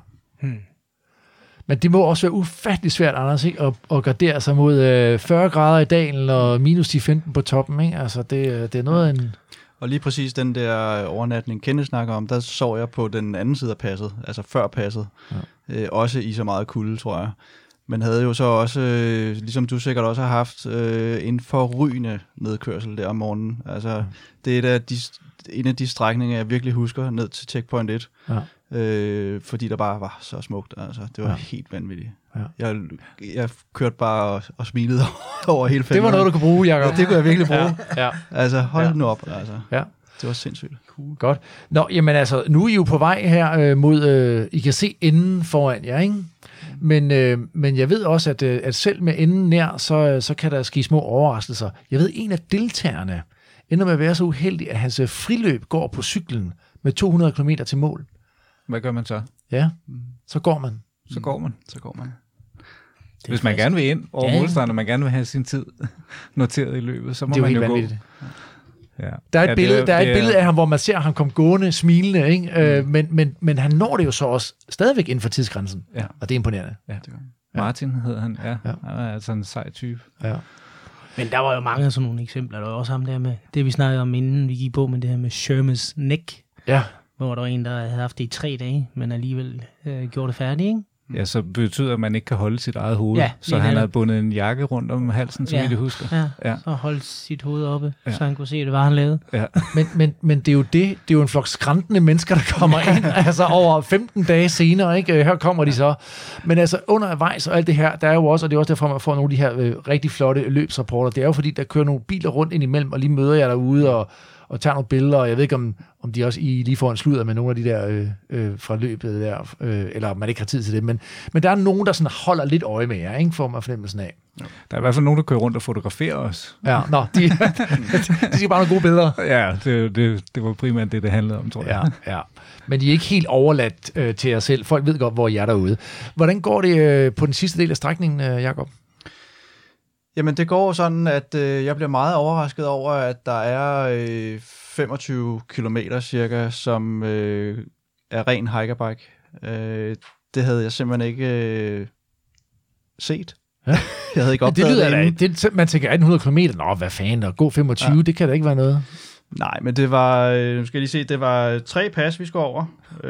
Men det må også være ufattelig svært, Anders, ikke? At gardere sig mod 40 grader i dalen og minus 10-15 på toppen, ikke? Altså, det er noget af en... Og lige præcis den der overnatning, Kenneth snakker om, der sov jeg på den anden side af passet, altså før passet. Også i så meget kulde, tror jeg. Men havde jo så også, ligesom du sikkert også har haft, en forrygende nedkørsel der om morgenen. Altså, det er en af de strækninger, jeg virkelig husker, ned til checkpoint 1. Fordi der bare var så smukt. Altså, det var helt vanvittigt. Ja. Jeg kørte bare og smilede over hele feltet. Det var noget, du kunne bruge, Jacob. Ja, det kunne jeg virkelig bruge. Ja. Altså, hold nu op. Altså. Ja. Det var sindssygt. Cool. Godt. Nå, jamen altså, nu er I jo på vej her mod, I kan se enden foran jer, ikke? Men jeg ved også, at selv med enden nær, så kan der ske små overraskelser. Jeg ved, en af deltagerne ender med at være så uheldig, at hans friløb går på cyklen med 200 km til mål. Hvad gør man så? Ja, så går man. Så går man. Hvis er man gerne vil ind over Ja. modstanderen, og man gerne vil have sin tid noteret i løbet, så må Det er jo man helt jo gå. vanvittigt. Ja. Der er et billede af ham, hvor man ser ham komme gående, smilende, ikke? Men han når det jo så også stadigvæk inden for tidsgrænsen. Ja. Og det er imponerende. Ja. Martin hedder han, ja. Ja. Han er altså en sej type. Ja. Men der var jo mange af sådan nogle eksempler. Der var også ham der med, det vi snakkede om inden vi gik på, med det her med Shermans neck, Ja. hvor der var en, der havde haft det i 3 dage, men alligevel gjorde det færdigt, ikke? Ja, så betyder det, at man ikke kan holde sit eget hoved. Ja, så lige han netop. havde bundet en jakke rundt om halsen, så vidt jeg husker. Ja. Ja. Så holdt sit hoved oppe, Ja. så han kunne se, at det var, han lavede. Ja. Men det er jo det er jo en flok skrantende mennesker, der kommer ind, altså over 15 dage senere, ikke? Her kommer de så. Men altså undervejs og alt det her, der er jo også, og det er også derfor, man får nogle af de her rigtig flotte løbsrapporter, det er jo fordi, der kører nogle biler rundt ind imellem, og lige møder jeg derude, og tager nogle billeder, og jeg ved ikke, om de også lige får en sludder med nogle af de der fra løbet der, eller man ikke har tid til det, men der er nogen, der sådan holder lidt øje med jer, ikke? Får man fornemmelsen af. Der er i hvert fald nogen, der kører rundt og fotograferer os. Ja, de skal bare nogle gode billeder. Ja, det var primært det handlede om, tror jeg. Ja. Men de er ikke helt overladt til jer selv. Folk ved godt, hvor I er derude. Hvordan går det på den sidste del af strækningen, Jakob? Jamen, det går sådan, at jeg bliver meget overrasket over, at der er 25 kilometer cirka, som er ren hikerbike. Det havde jeg simpelthen ikke set. Ja. Jeg havde ikke Men det opdaget lyder inden. da, man tænker 1800 km, nå, hvad fanden, og gå 25, ja. Det kan da ikke være noget. Nej, men det var, nu skal jeg lige se, det var 3 pas, vi skulle over,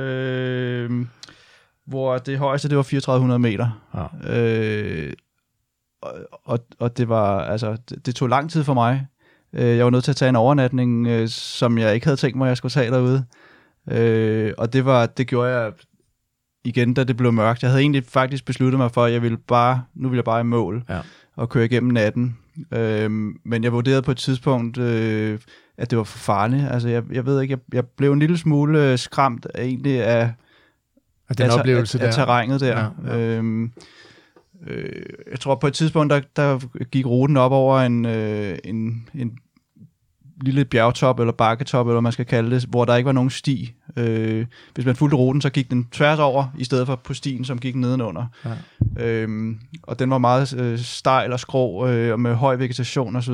hvor det højeste, det var 3400 meter. Ja. Og det var, altså, det tog lang tid for mig. Jeg var nødt til at tage en overnatning, som jeg ikke havde tænkt mig, at jeg skulle tage derude. Og det gjorde jeg igen, da det blev mørkt. Jeg havde egentlig faktisk besluttet mig for, at nu ville jeg bare i mål og køre igennem natten. Men jeg vurderede på et tidspunkt, at det var for farligt. Altså, jeg ved ikke, jeg blev en lille smule skræmt egentlig af den oplevelse af terrænet der. Ja. Jeg tror på et tidspunkt, der gik ruten op over en lille bjergtop, eller bakketop, eller hvad man skal kalde det, hvor der ikke var nogen sti. Hvis man fulgte ruten, så gik den tværs over, i stedet for på stien, som gik nedenunder. Ja. Og den var meget stejl og skrå, og med høj vegetation osv.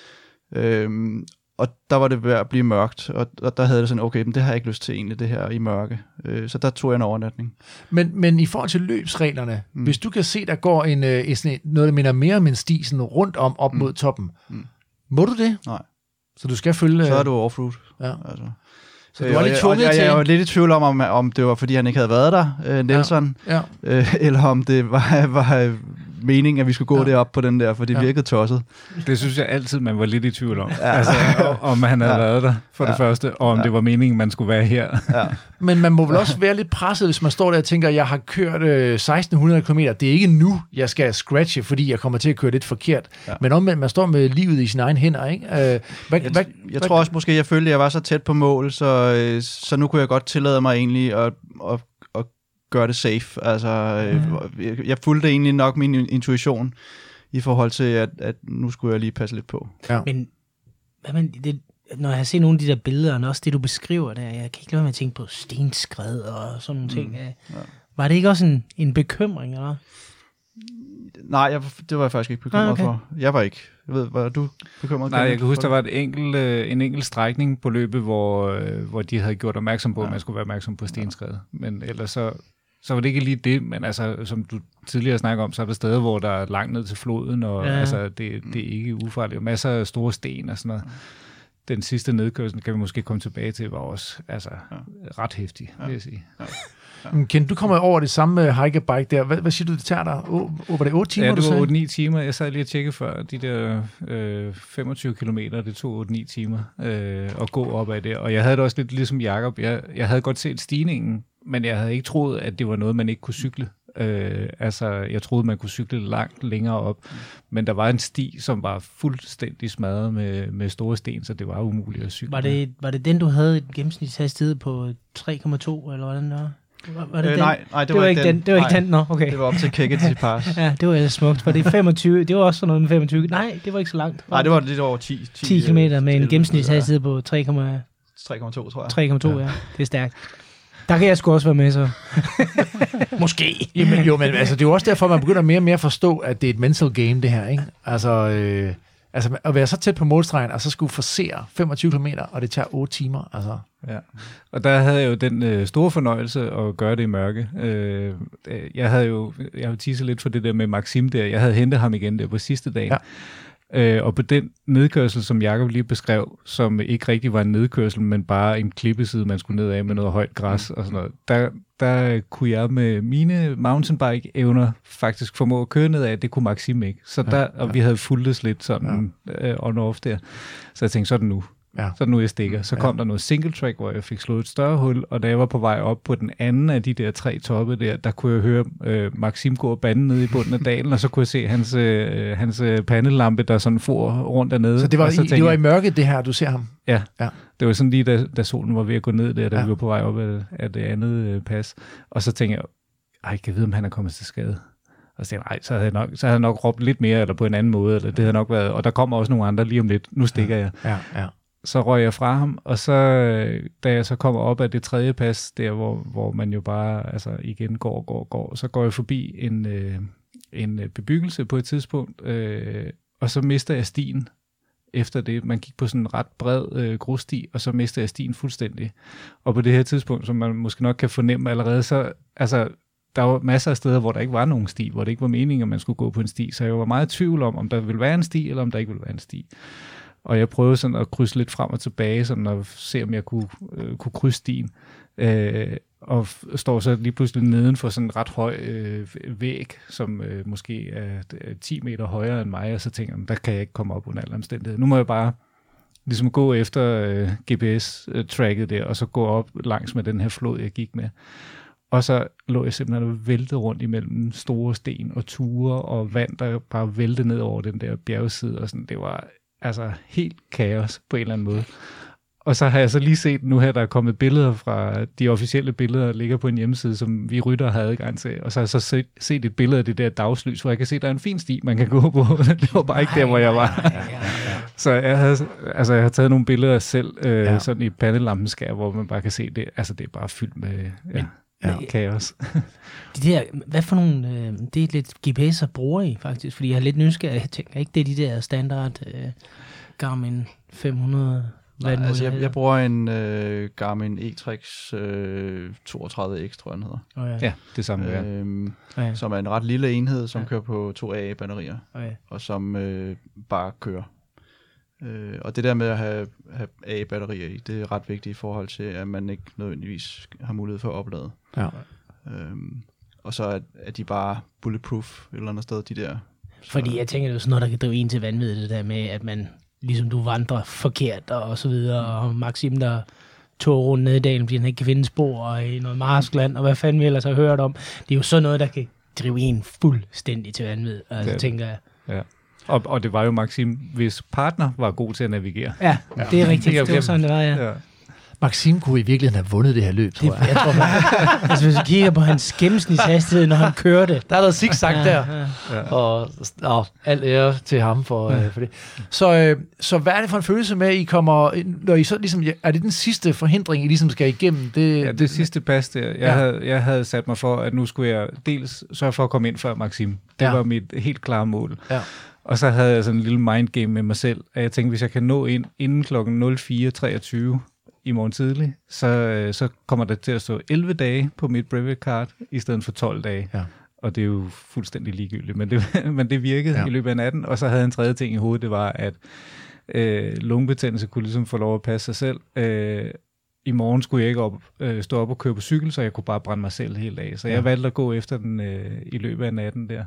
Og der var det ved at blive mørkt, og der havde det sådan, okay, men det har jeg ikke lyst til egentlig, det her i mørke. Så der tog jeg en overnatning. Men i forhold til løbsreglerne, hvis du kan se, der går noget, der minder mere om en sti, sådan rundt om, op mod toppen, må du det? Nej. Så du skal følge... Så er du offroad. Ja. Altså. Så du var lidt tvunget til... Jeg var lidt i tvivl om det var, fordi han ikke havde været der, Nelson, eller om det var meningen, at vi skulle gå derop på den der, for det virkede tosset. Det synes jeg altid, man var lidt i tvivl om. Altså, om han havde været der, for det første, og om det var meningen, man skulle være her. Ja. Men man må vel også være lidt presset, hvis man står der og tænker, jeg har kørt 1600 km. Det er ikke nu, jeg skal scratche, fordi jeg kommer til at køre lidt forkert. Ja. Men omvendt, man står med livet i sine egne hænder, ikke? Jeg tror også måske, jeg følte, at jeg var så tæt på mål, så nu kunne jeg godt tillade mig egentlig at gøre det safe. Altså, jeg fulgte egentlig nok min intuition i forhold til, at nu skulle jeg lige passe lidt på. Ja. Men når jeg har set nogle af de der billeder, og også det, du beskriver der, jeg kan ikke lade mig at tænke på stenskred og sådan nogle ting. Ja. Var det ikke også en bekymring, eller? Nej, det var jeg faktisk ikke bekymret for. Jeg var ikke. Jeg ved, var du bekymret? Nej, jeg kan huske, der var en enkelt strækning på løbet, hvor de havde gjort opmærksom på, at man skulle være opmærksom på stenskred. Men ellers så var det ikke lige det, men altså, som du tidligere snakkede om, så er der steder, hvor der er langt ned til floden, og altså, det er ikke ufarligt. Masser af store sten og sådan noget. Den sidste nedkørsel, kan vi måske komme tilbage til, var også ret hæftig, vil jeg sige. Ken, du kommer over det samme hikerbike der. Hvad siger du, det tager dig? Var det 8 timer, ja, det var 8-9 timer. Jeg sad lige og tjekkede før, de der 25 kilometer, det tog 8-9 timer at gå op ad det. Og jeg havde det også lidt ligesom Jakob. Jeg havde godt set stigningen, men jeg havde ikke troet, at det var noget, man ikke kunne cykle. Jeg troede, man kunne cykle langt længere op, men der var en sti, som var fuldstændig smadret med store sten, så det var umuligt at cykle. Var det den, du havde et gennemsnitshastighed på 3,2, eller hvordan det var? Var det den? Nej, det var ikke den. Det var ikke den, nå, okay. Det var op til Kegeti Pass. Ja, det var ellers smukt, for det er 25, det var også sådan noget med 25. Nej, det var ikke så langt. Nej, det var lidt over 10 km med en gennemsnitshastighed på 3,2, 3,2, tror jeg. 3,2, ja. Det er stærkt. Der kan jeg sgu også være med, så. Måske. Jamen, jo, men altså, det er jo også derfor, man begynder mere og mere at forstå, at det er et mental game, det her, ikke? Altså at være så tæt på målstregen, og så skulle forsere 25 km, og det tager 8 timer, altså. Ja, og der havde jeg jo den store fornøjelse at gøre det i mørke. Jeg havde jo teaset lidt for det der med Maxim der. Jeg havde hentet ham igen der på sidste dagen. Ja. Og på den nedkørsel, som Jakob lige beskrev, som ikke rigtig var en nedkørsel, men bare en klippeside, man skulle ned af med noget højt græs og sådan noget, der kunne jeg med mine mountainbike-evner faktisk formå at køre ned af, det kunne Maxim ikke. Så og vi havde fulgtes lidt sådan on-off der. Så jeg tænkte, så er det nu. Ja. Så nu jeg stikker. Så kom der noget single track, hvor jeg fik slået et større hul, og da jeg var på vej op på den anden af de der 3 toppe der kunne jeg høre Maxim gå og bande ned i bunden af dalen, og så kunne jeg se hans pandelampe, der sådan for rundt dernede. Så det var i mørket, det her, du ser ham? Ja. Det var sådan lige, da solen var ved at gå ned der, da vi var på vej op af det andet pas. Og så tænkte jeg kan vide, om han er kommet til skade. Og så tænkte jeg, så havde jeg nok råbt lidt mere, eller på en anden måde, eller det havde nok været, og der kommer også nogle andre lige om lidt. Nu stikker jeg. Ja. Så røg jeg fra ham, og så, da jeg så kommer op af det tredje pas, der hvor man jo bare igen går, så går jeg forbi en bebyggelse på et tidspunkt, og så mister jeg stien efter det. Man gik på sådan en ret bred grussti, og så mister jeg stien fuldstændig. Og på det her tidspunkt, som man måske nok kan fornemme allerede, så der var masser af steder, hvor der ikke var nogen sti, hvor det ikke var meningen, at man skulle gå på en sti, så jeg var meget i tvivl om der ville være en sti, eller om der ikke ville være en sti. Og jeg prøvede sådan at krydse lidt frem og tilbage, sådan at se, om jeg kunne krydse stien. Og står så lige pludselig neden for sådan en ret høj væg, som måske er 10 meter højere end mig, og så tænker jeg, der kan jeg ikke komme op under alle omstændigheder. Nu må jeg bare ligesom gå efter GPS-tracket der, og så gå op langs med den her flod, jeg gik med. Og så lå jeg simpelthen væltet rundt imellem store sten og ture og vand, der bare væltede ned over den der bjergside, og sådan, det var helt kaos på en eller anden måde. Og så har jeg så lige set nu her, der er kommet billeder fra de officielle billeder, der ligger på en hjemmeside, som vi rytter har adgang til. Og så har jeg så set et billede af det der dagslys, hvor jeg kan se, at der er en fin sti, man kan gå på. Det var bare ikke der, hvor jeg var. Så jeg har taget nogle billeder selv, sådan i pandelampeskær, hvor man bare kan se det. Altså, det er bare fyldt med kaos. Hvad for nogle, det er lidt GPS'er bruger I faktisk? Fordi jeg er lidt nysgerrig, jeg tænker ikke, det er de der standard Garmin 500... jeg bruger en Garmin E-Trex 32X, tror jeg den hedder. Ja, det samme, som er en ret lille enhed, som kører på 2 AA-batterier, og som bare kører. Og det der med at have AA-batterier i, det er ret vigtigt i forhold til, at man ikke nødvendigvis har mulighed for at oplade. Ja. Og så er de bare bulletproof et eller andet sted, de der. Fordi jeg tænker, det er sådan noget, der kan drive en til vanvid, det der med, at man ligesom du vandrer forkert og så videre, og Maxim, der tog rundt ned i dalen, fordi han ikke kan finde spor i noget marskland, og hvad fanden vi ellers har hørt om. Det er jo sådan noget, der kan drive en fuldstændig til vanvid, altså, tænker jeg. Ja. Og det var jo Maxim, hvis partner var god til at navigere. Ja, det er rigtigt. Det var sådan, det var, ja. Maxim kunne i virkeligheden have vundet det her løb, tror jeg. Jeg tror, altså hvis vi kigger på hans gennemsnitshastighed, når han kørte. Der er noget zigzag der. Ja. Og alt ære til ham for det. Så hvad er det for en følelse med, at I kommer, når I så ligesom, er det den sidste forhindring, I ligesom skal igennem? Det sidste pas der. Jeg havde sat mig for, at nu skulle jeg dels sørge for at komme ind før Maxim. Det var mit helt klare mål. Ja. Og så havde jeg sådan en lille mindgame med mig selv, at jeg tænkte, hvis jeg kan nå ind inden klokken 04.23 i morgen tidlig, så kommer der til at stå 11 dage på mit brevet card, i stedet for 12 dage. Ja. Og det er jo fuldstændig ligegyldigt, men det virkede i løbet af natten. Og så havde jeg en tredje ting i hovedet, det var, at lungebetændelse kunne ligesom få lov at passe sig selv. I morgen skulle jeg ikke stå op og køre på cykel, så jeg kunne bare brænde mig selv helt af. Så jeg valgte at gå efter den i løbet af natten der,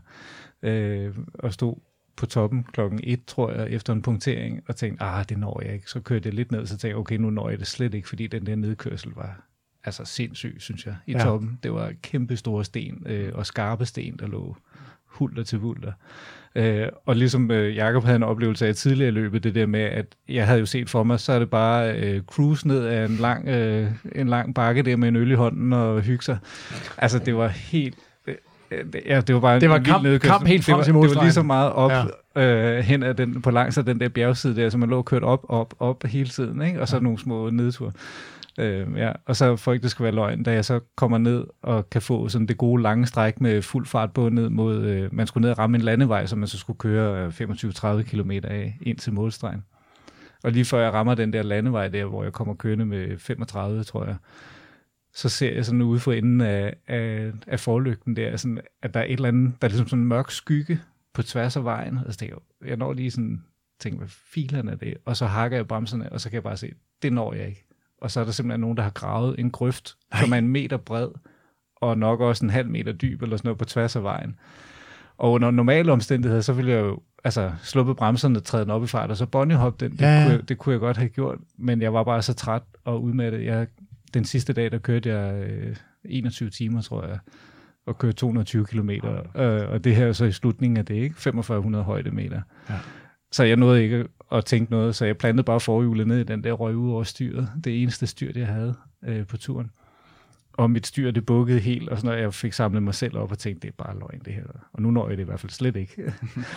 og stod på toppen klokken 1, tror jeg, efter en punktering, og tænkte, det når jeg ikke. Så kørte jeg lidt ned, så tænkte jeg, okay, nu når jeg det slet ikke, fordi den der nedkørsel var sindssyg, synes jeg, i toppen. Det var kæmpe store sten og skarpe sten, der lå hulter til vulter. Og ligesom Jakob havde en oplevelse af tidligere i løbet, det der med, at jeg havde jo set for mig, så er det bare cruise ned af en lang bakke der med en øl i hånden og hygge sig. Altså, det var helt... Ja, det var bare det var kamp helt frem til målstregen. Det var lige så meget op hen ad på langs af den der bjergside der, så man lå kørt op hele tiden, ikke? Og så nogle små nedture. Og så for ikke det skal være løgn, da jeg så kommer ned og kan få sådan det gode lange stræk med fuld fart på ned mod, man skulle ned og ramme en landevej, som man så skulle køre 25-30 kilometer af ind til målstregen. Og lige før jeg rammer den der landevej der, hvor jeg kommer kørende med 35, tror jeg, så ser jeg sådan ude for enden af forlygten der, sådan, at der er et eller andet, der er ligesom sådan en mørk skygge på tværs af vejen, og så tænker jeg når lige sådan, tænker, hvad filen er det? Og så hakker jeg bremserne, og så kan jeg bare se, det når jeg ikke. Og så er der simpelthen nogen, der har gravet en grøft, som er 1 meter bred, og nok også 1,5 meter dyb, eller sådan noget på tværs af vejen. Og under normale omstændigheder, så ville jeg jo sluppe bremserne, træde den op i fart, og så bunnyhoppe den. Det kunne jeg godt have gjort, men jeg var bare så træt og udmattet. Den sidste dag, der kørte jeg 21 timer, tror jeg, og kørte 220 kilometer. Og det her er så i slutningen af det, ikke? 4500 højdemeter. Ja. Så jeg nåede ikke at tænke noget, så jeg plantede bare forhjulet ned i den der, røg ud over styret. Det eneste styr, jeg havde på turen. Og mit styr, det bukkede helt, og så når jeg fik samlet mig selv op og tænkte, det er bare løgn det her. Og nu når jeg det i hvert fald slet ikke.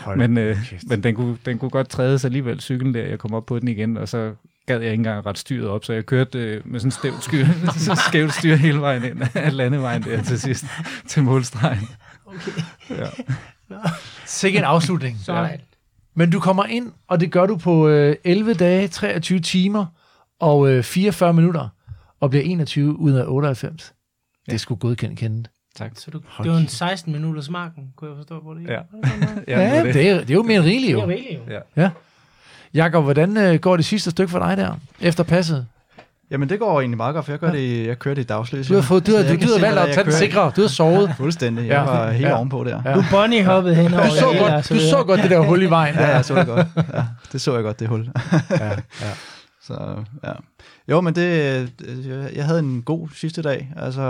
Men den kunne godt trædes alligevel, cyklen der. Jeg kom op på den igen, og så gad jeg ikke engang ret styret op, så jeg kørte med sådan skævt styr hele vejen ind af landevejen der til sidst, til målstregen. Okay. Ja. Sikke en afslutning. Ja. Men du kommer ind, og det gør du på 11 dage, 23 timer og 44 minutter, og bliver 21 ud af 98. Det er sgu godkendt, Kenneth. Tak. Så det var en 16 minutters marken, kunne jeg forstå på det? Ja. Det er jo mere rigeligt jo. Det er rigeligt jo. Ja. Jakob, hvordan går det sidste stykke for dig der, efter passet? Jamen, det går egentlig meget godt, for jeg kører det i dagsløs. Du har valgt at tage den sikre. Du har sovet. Fuldstændig. Jeg var helt ovenpå der. Ja. Du bunny-hoppede hen over Du så godt det der hul i vejen. Ja, jeg så det godt. Ja, det så jeg godt, det hul. Ja. Så, ja. Jo, men jeg havde en god sidste dag. Altså,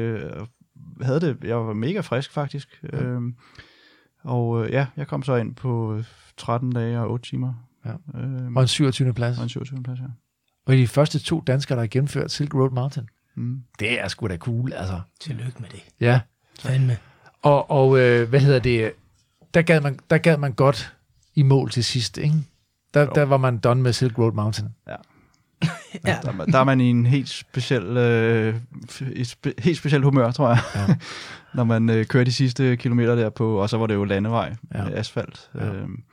jeg var mega frisk faktisk. Jeg kom så ind på 13 dage og 8 timer. Ja. Og en 27. plads. Ja. Og de første 2 danskere, der har gennemført Silk Road Mountain. Mm. Det er sgu da cool, altså. Tillykke med det. Ja. Fandme. Og der gad man godt i mål til sidst, ikke? Der var man done med Silk Road Mountain. Ja. Ja. Der er man i en helt speciel humør, tror jeg. Ja. Når man kører de sidste kilometer der på, og så var det jo landevej med asfalt. Ja.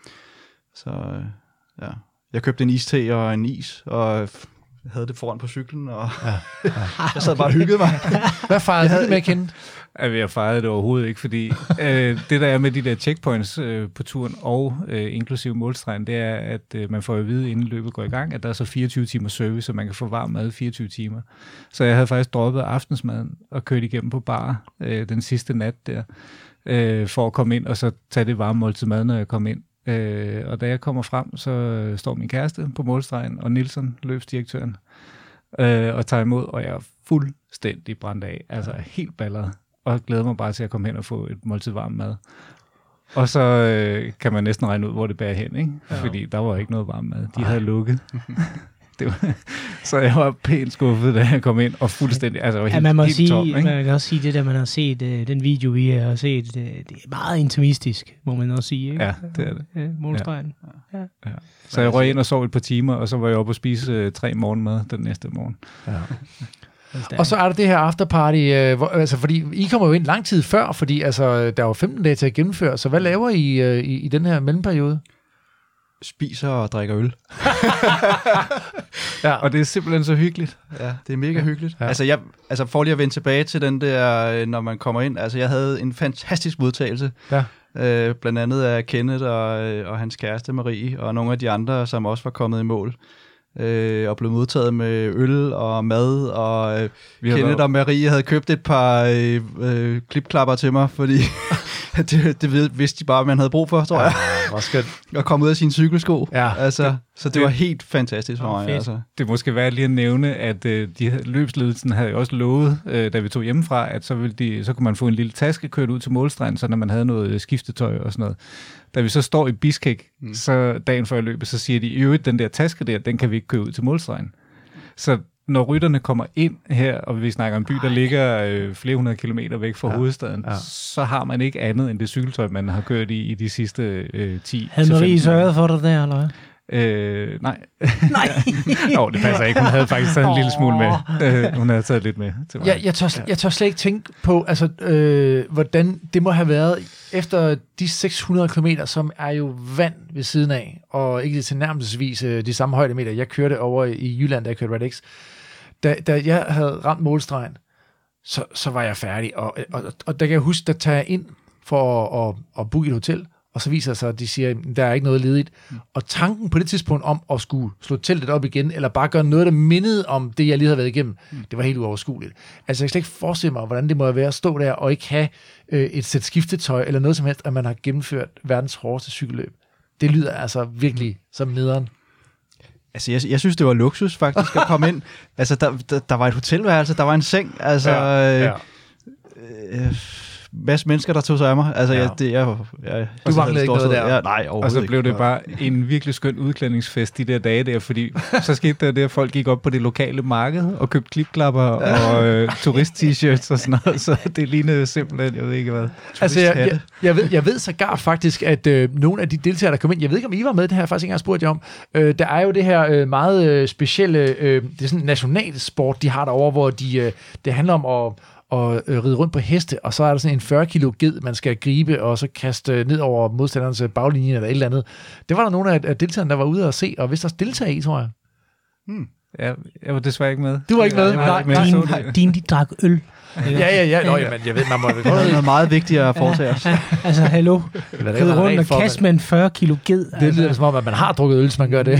Jeg købte en iste og en is, og havde det foran på cyklen, og jeg sad bare og hyggede mig. Hvad fejrede du med, Kenneth? Jeg fejrede det overhovedet ikke, fordi det der er med de der checkpoints på turen, og inklusive målstregen, det er, at man får at vide, inden løbet går i gang, at der er så 24 timer service, så man kan få varm mad 24 timer. Så jeg havde faktisk droppet aftensmaden og kørt igennem på bar den sidste nat der, for at komme ind og så tage det varme måltid mad, når jeg kom ind. Og da jeg kommer frem, så står min kæreste på målstregen, og Nielsen, løbsdirektøren, og tager imod, og jeg er fuldstændig brændt af, altså helt balleret, og glæder mig bare til at komme hen og få et måltid varm mad. Og så kan man næsten regne ud, hvor det bærer hen, ikke? Ja. Fordi der var ikke noget varm mad. De havde lukket. Så jeg var pænt skuffet, da jeg kom ind, og fuldstændig, altså var helt, man må helt sige, tom, ikke? Man kan også sige det der, man har set, den video, vi har set, det er meget intimistisk, må man også sige, ikke? Ja, det er det. Målstregen. Ja. Så jeg røg ind og sov et par timer, og så var jeg oppe og spise 3 morgenmad den næste morgen. Ja. Og så er der det her afterparty, fordi I kommer jo ind lang tid før, fordi altså, der var 15 dage til at gennemføre, så hvad laver I i den her mellemperiode? Spiser og drikker øl. Ja, og det er simpelthen så hyggeligt. Ja, det er mega hyggeligt. Ja. Altså for lige at vende tilbage til den der, når man kommer ind, altså jeg havde en fantastisk modtagelse. Ja. Blandt andet af Kenneth og hans kæreste Marie, og nogle af de andre, som også var kommet i mål. Og blev modtaget med øl og mad, og Kenneth og Marie havde købt et par klipklapper til mig, fordi det vidste de bare, man havde brug for, tror jeg. hvor skønt. Og komme ud af sine cykelsko. Ja. Altså, så det var helt fantastisk for mig. fedt. Altså. Det er måske værd lige at nævne, at løbsledelsen havde jo også lovet, da vi tog hjemmefra, at så kunne man få en lille taske kørt ud til målstregen, så når man havde noget skiftetøj og sådan noget. Da vi så står i Bishkek, så dagen før løbet, så siger de, i øvrigt, den der taske der, den kan vi ikke køre ud til målstregen. Så når rytterne kommer ind her, og vi snakker om en by, der ligger flere hundrede kilometer væk fra hovedstaden, så har man ikke andet end det cykeltøj, man har kørt i de sidste 10-15 Havde Marie sørget for dig der, eller hvad? Nej. Nej. Jo, det passer ikke. Hun havde faktisk taget en lille smule med. Hun havde taget lidt med til mig. Jeg tør slet ikke tænke på, altså, hvordan det må have været efter de 600 kilometer, som er jo vand ved siden af, og ikke tilnærmelsesvis de samme højdemeter. Jeg kørte over i Jylland, da jeg kørte Red X. Da jeg havde ramt målstregen, så var jeg færdig. Og der kan jeg huske, at tage ind for at booke et hotel, og så viser det sig, at de siger, at der er ikke noget ledigt. Og tanken på det tidspunkt om at skulle slå teltet op igen, eller bare gøre noget, der mindede om det, jeg lige havde været igennem, det var helt uoverskueligt. Altså, jeg kan slet ikke forestille mig, hvordan det må være at stå der og ikke have et sæt skiftetøj, eller noget som helst, at man har gennemført verdens hårdeste cykelløb. Det lyder altså virkelig som nederen. Altså, jeg synes, det var luksus faktisk at komme ind. Altså, der var et hotelværelse, der var en seng. Altså, masse mennesker, der tog sig af mig. Altså, du manglede ikke noget der. Nej, og så blev det bare en virkelig skøn udklædningsfest de der dage der, fordi så skete der, at folk gik op på det lokale marked og købte klipklapper og turist-t-shirts og sådan noget, så det lignede simpelthen, jeg ved ikke hvad. Altså, jeg ved sågar faktisk, at nogle af de deltagere, der kom ind, jeg ved ikke, om I var med, det har jeg faktisk ikke engang spurgt jer om, der er jo det her meget specielle, det er sådan en nationalsport, de har derovre, hvor det handler om at ride rundt på heste, og så er der sådan en 40 kilo ged, man skal gribe, og så kaste ned over modstanderens baglinje eller et eller andet. Det var der nogle af deltagerne, der var ude at se, og hvis der deltager i, tror jeg. Ja, jeg var desværre ikke med. Du var ikke med? Nej. De drak øl. Ja. Nå, jamen, jeg ved, man må... Det er noget meget vigtigere at foretage os. Altså, hallo. Ride rundt og kaste med en 40 kilo ged. Det lyder som om, at man har drukket øl, hvis man gør det.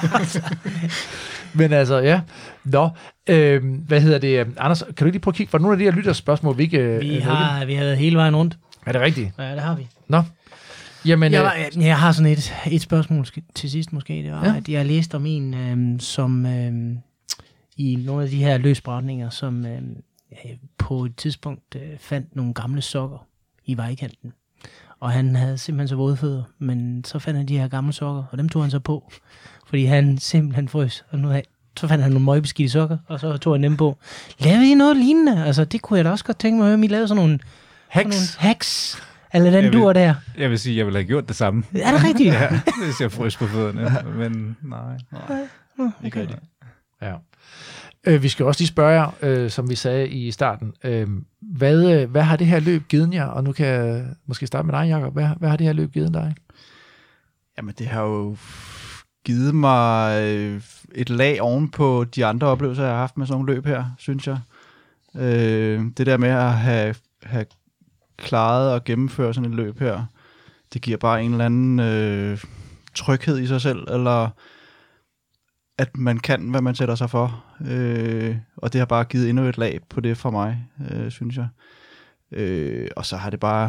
Men altså, ja. Nå, hvad hedder det? Anders, kan du lige prøve at kigge? Var nogle af de her lytterspørgsmål, vi har været hele vejen rundt. Er det rigtigt? Ja, det har vi. Nå. Jamen, jeg har sådan et spørgsmål til sidst måske. Det var, at jeg læste om en, som i nogle af de her løsberetninger, som på et tidspunkt fandt nogle gamle sokker i vejkanten. Og han havde simpelthen så våde fødder, men så fandt han de her gamle sokker, og dem tog han så på, fordi han simpelthen frøs. Og nu så fandt han nogle møgbeskidte sokker, og så tog han dem på. Lavede I noget lignende? Altså, det kunne jeg da også godt tænke mig at høre, om I lavede sådan nogle hacks. Eller den dur der. Jeg vil sige, at jeg ville have gjort det samme. Er det rigtigt? Ja, hvis jeg frøs på fødderne. Men nej. Ikke rigtigt. Ja. Vi skal også lige spørge jer, som vi sagde i starten, hvad har det her løb givet jer? Og nu kan jeg måske starte med dig, Jacob. Hvad har det her løb givet dig? Jamen, det har jo givet mig et lag oven på de andre oplevelser, jeg har haft med sådan nogle løb her, synes jeg. Det der med at have klaret og gennemføre sådan et løb her, det giver bare en eller anden tryghed i sig selv, eller at man kan, hvad man sætter sig for. Og det har bare givet endnu et lag på det for mig, synes jeg. Og så har det bare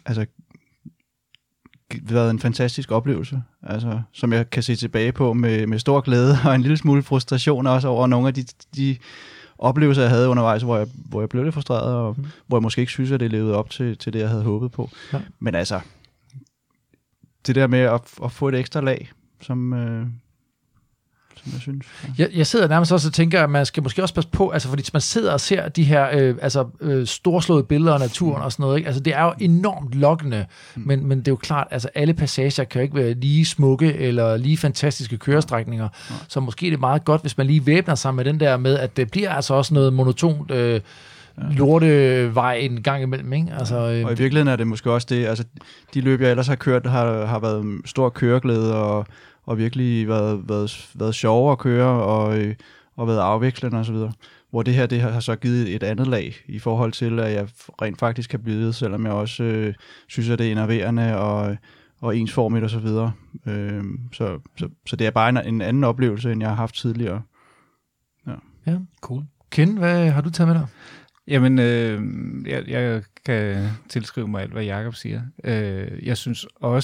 været en fantastisk oplevelse, altså, som jeg kan se tilbage på med stor glæde og en lille smule frustration også over nogle af de oplevelser, jeg havde undervejs, hvor jeg blev lidt frustreret, og hvor jeg måske ikke synes, at det levede op til det, jeg havde håbet på. Ja. Men altså, det der med at få et ekstra lag, som jeg synes. Ja. Jeg sidder nærmest også og tænker, at man skal måske også passe på, altså fordi man sidder og ser de her storslåede billeder af naturen og sådan noget, ikke? Altså det er jo enormt lokkende, men det er jo klart, altså alle passager kan jo ikke være lige smukke eller lige fantastiske kørestrækninger, så måske er det meget godt, hvis man lige væbner sig med den der med, at det bliver altså også noget monotont lortevej en gang imellem, ikke? Altså, og i virkeligheden er det måske også det, altså de løb, jeg ellers har kørt, har været stor køreglæde og virkelig været sjove at køre og været afvekslende og så videre. Hvor det her har så givet et andet lag i forhold til, at jeg rent faktisk kan byde, selvom jeg også synes, at det er enerverende og ensformigt og så videre. Så det er bare en anden oplevelse, end jeg har haft tidligere. Ja, cool. Ken, hvad har du taget med dig? Jamen, jeg kan tilskrive mig alt, hvad Jacob siger. Jeg synes også,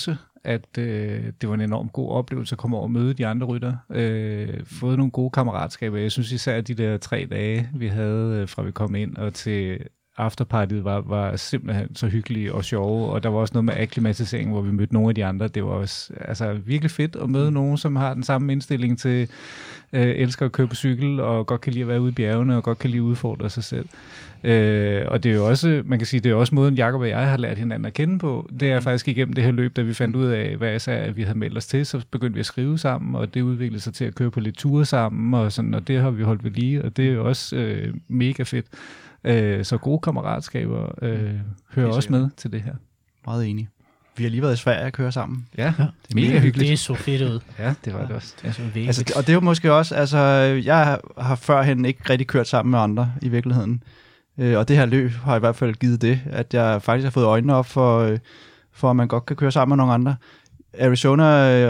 at det var en enormt god oplevelse at komme over og møde de andre ryttere. Fået nogle gode kammeratskaber. Jeg synes især, at de der 3 dage, vi havde fra vi kom ind og til afterpartiet, var simpelthen så hyggelige og sjove. Og der var også noget med akklimatisering, hvor vi mødte nogle af de andre. Det var også virkelig fedt at møde nogen, som har den samme indstilling til elsker at køre på cykel, og godt kan lide at være ude i bjergene, og godt kan lide at udfordre sig selv. Og det er jo også, man kan sige, det er også måden, Jakob og jeg har lært hinanden at kende på. Det er faktisk igennem det her løb, da vi fandt ud af, hvad jeg sagde, at vi havde meldt os til, så begyndte vi at skrive sammen, og det udviklede sig til at køre på lidt ture sammen, og sådan, og det har vi holdt ved lige, og det er jo også mega fedt. Så gode kammeratskaber hører også med til det her. Meget enig. Vi har lige været i Sverige at køre sammen. Ja, det er mega hyggeligt. Det er så fedt ud. Ja, det var det også. Det er så vigtigt. Altså, og det er jo måske også, jeg har førhen ikke rigtig kørt sammen med andre i virkeligheden. Og det her løb har i hvert fald givet det, at jeg faktisk har fået øjnene op for at man godt kan køre sammen med nogle andre. Arizona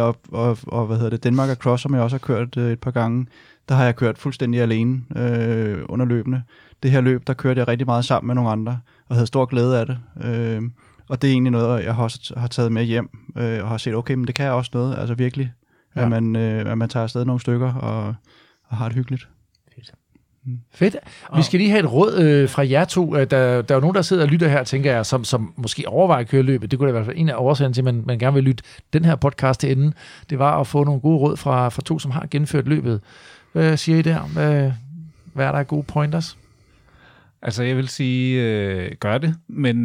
og Denmark og Cross, som jeg også har kørt et par gange, der har jeg kørt fuldstændig alene under løbene. Det her løb, der kørte jeg rigtig meget sammen med nogle andre, og havde stor glæde af det. Og det er egentlig noget, jeg også har taget med hjem, og har set, okay, men det kan også noget, altså virkelig, ja. at man tager afsted nogle stykker, og har det hyggeligt. Fedt. Vi skal lige have et råd fra jer to. Der er jo nogen, der sidder og lytter her, tænker jeg, som måske overvejer at køre løbet. Det kunne da i hvert fald en af årsagerne til, at man gerne vil lytte den her podcast til enden. Det var at få nogle gode råd fra to, som har gennemført løbet. Hvad siger I der? Hvad er der af gode pointers? Altså, jeg vil sige, gør det,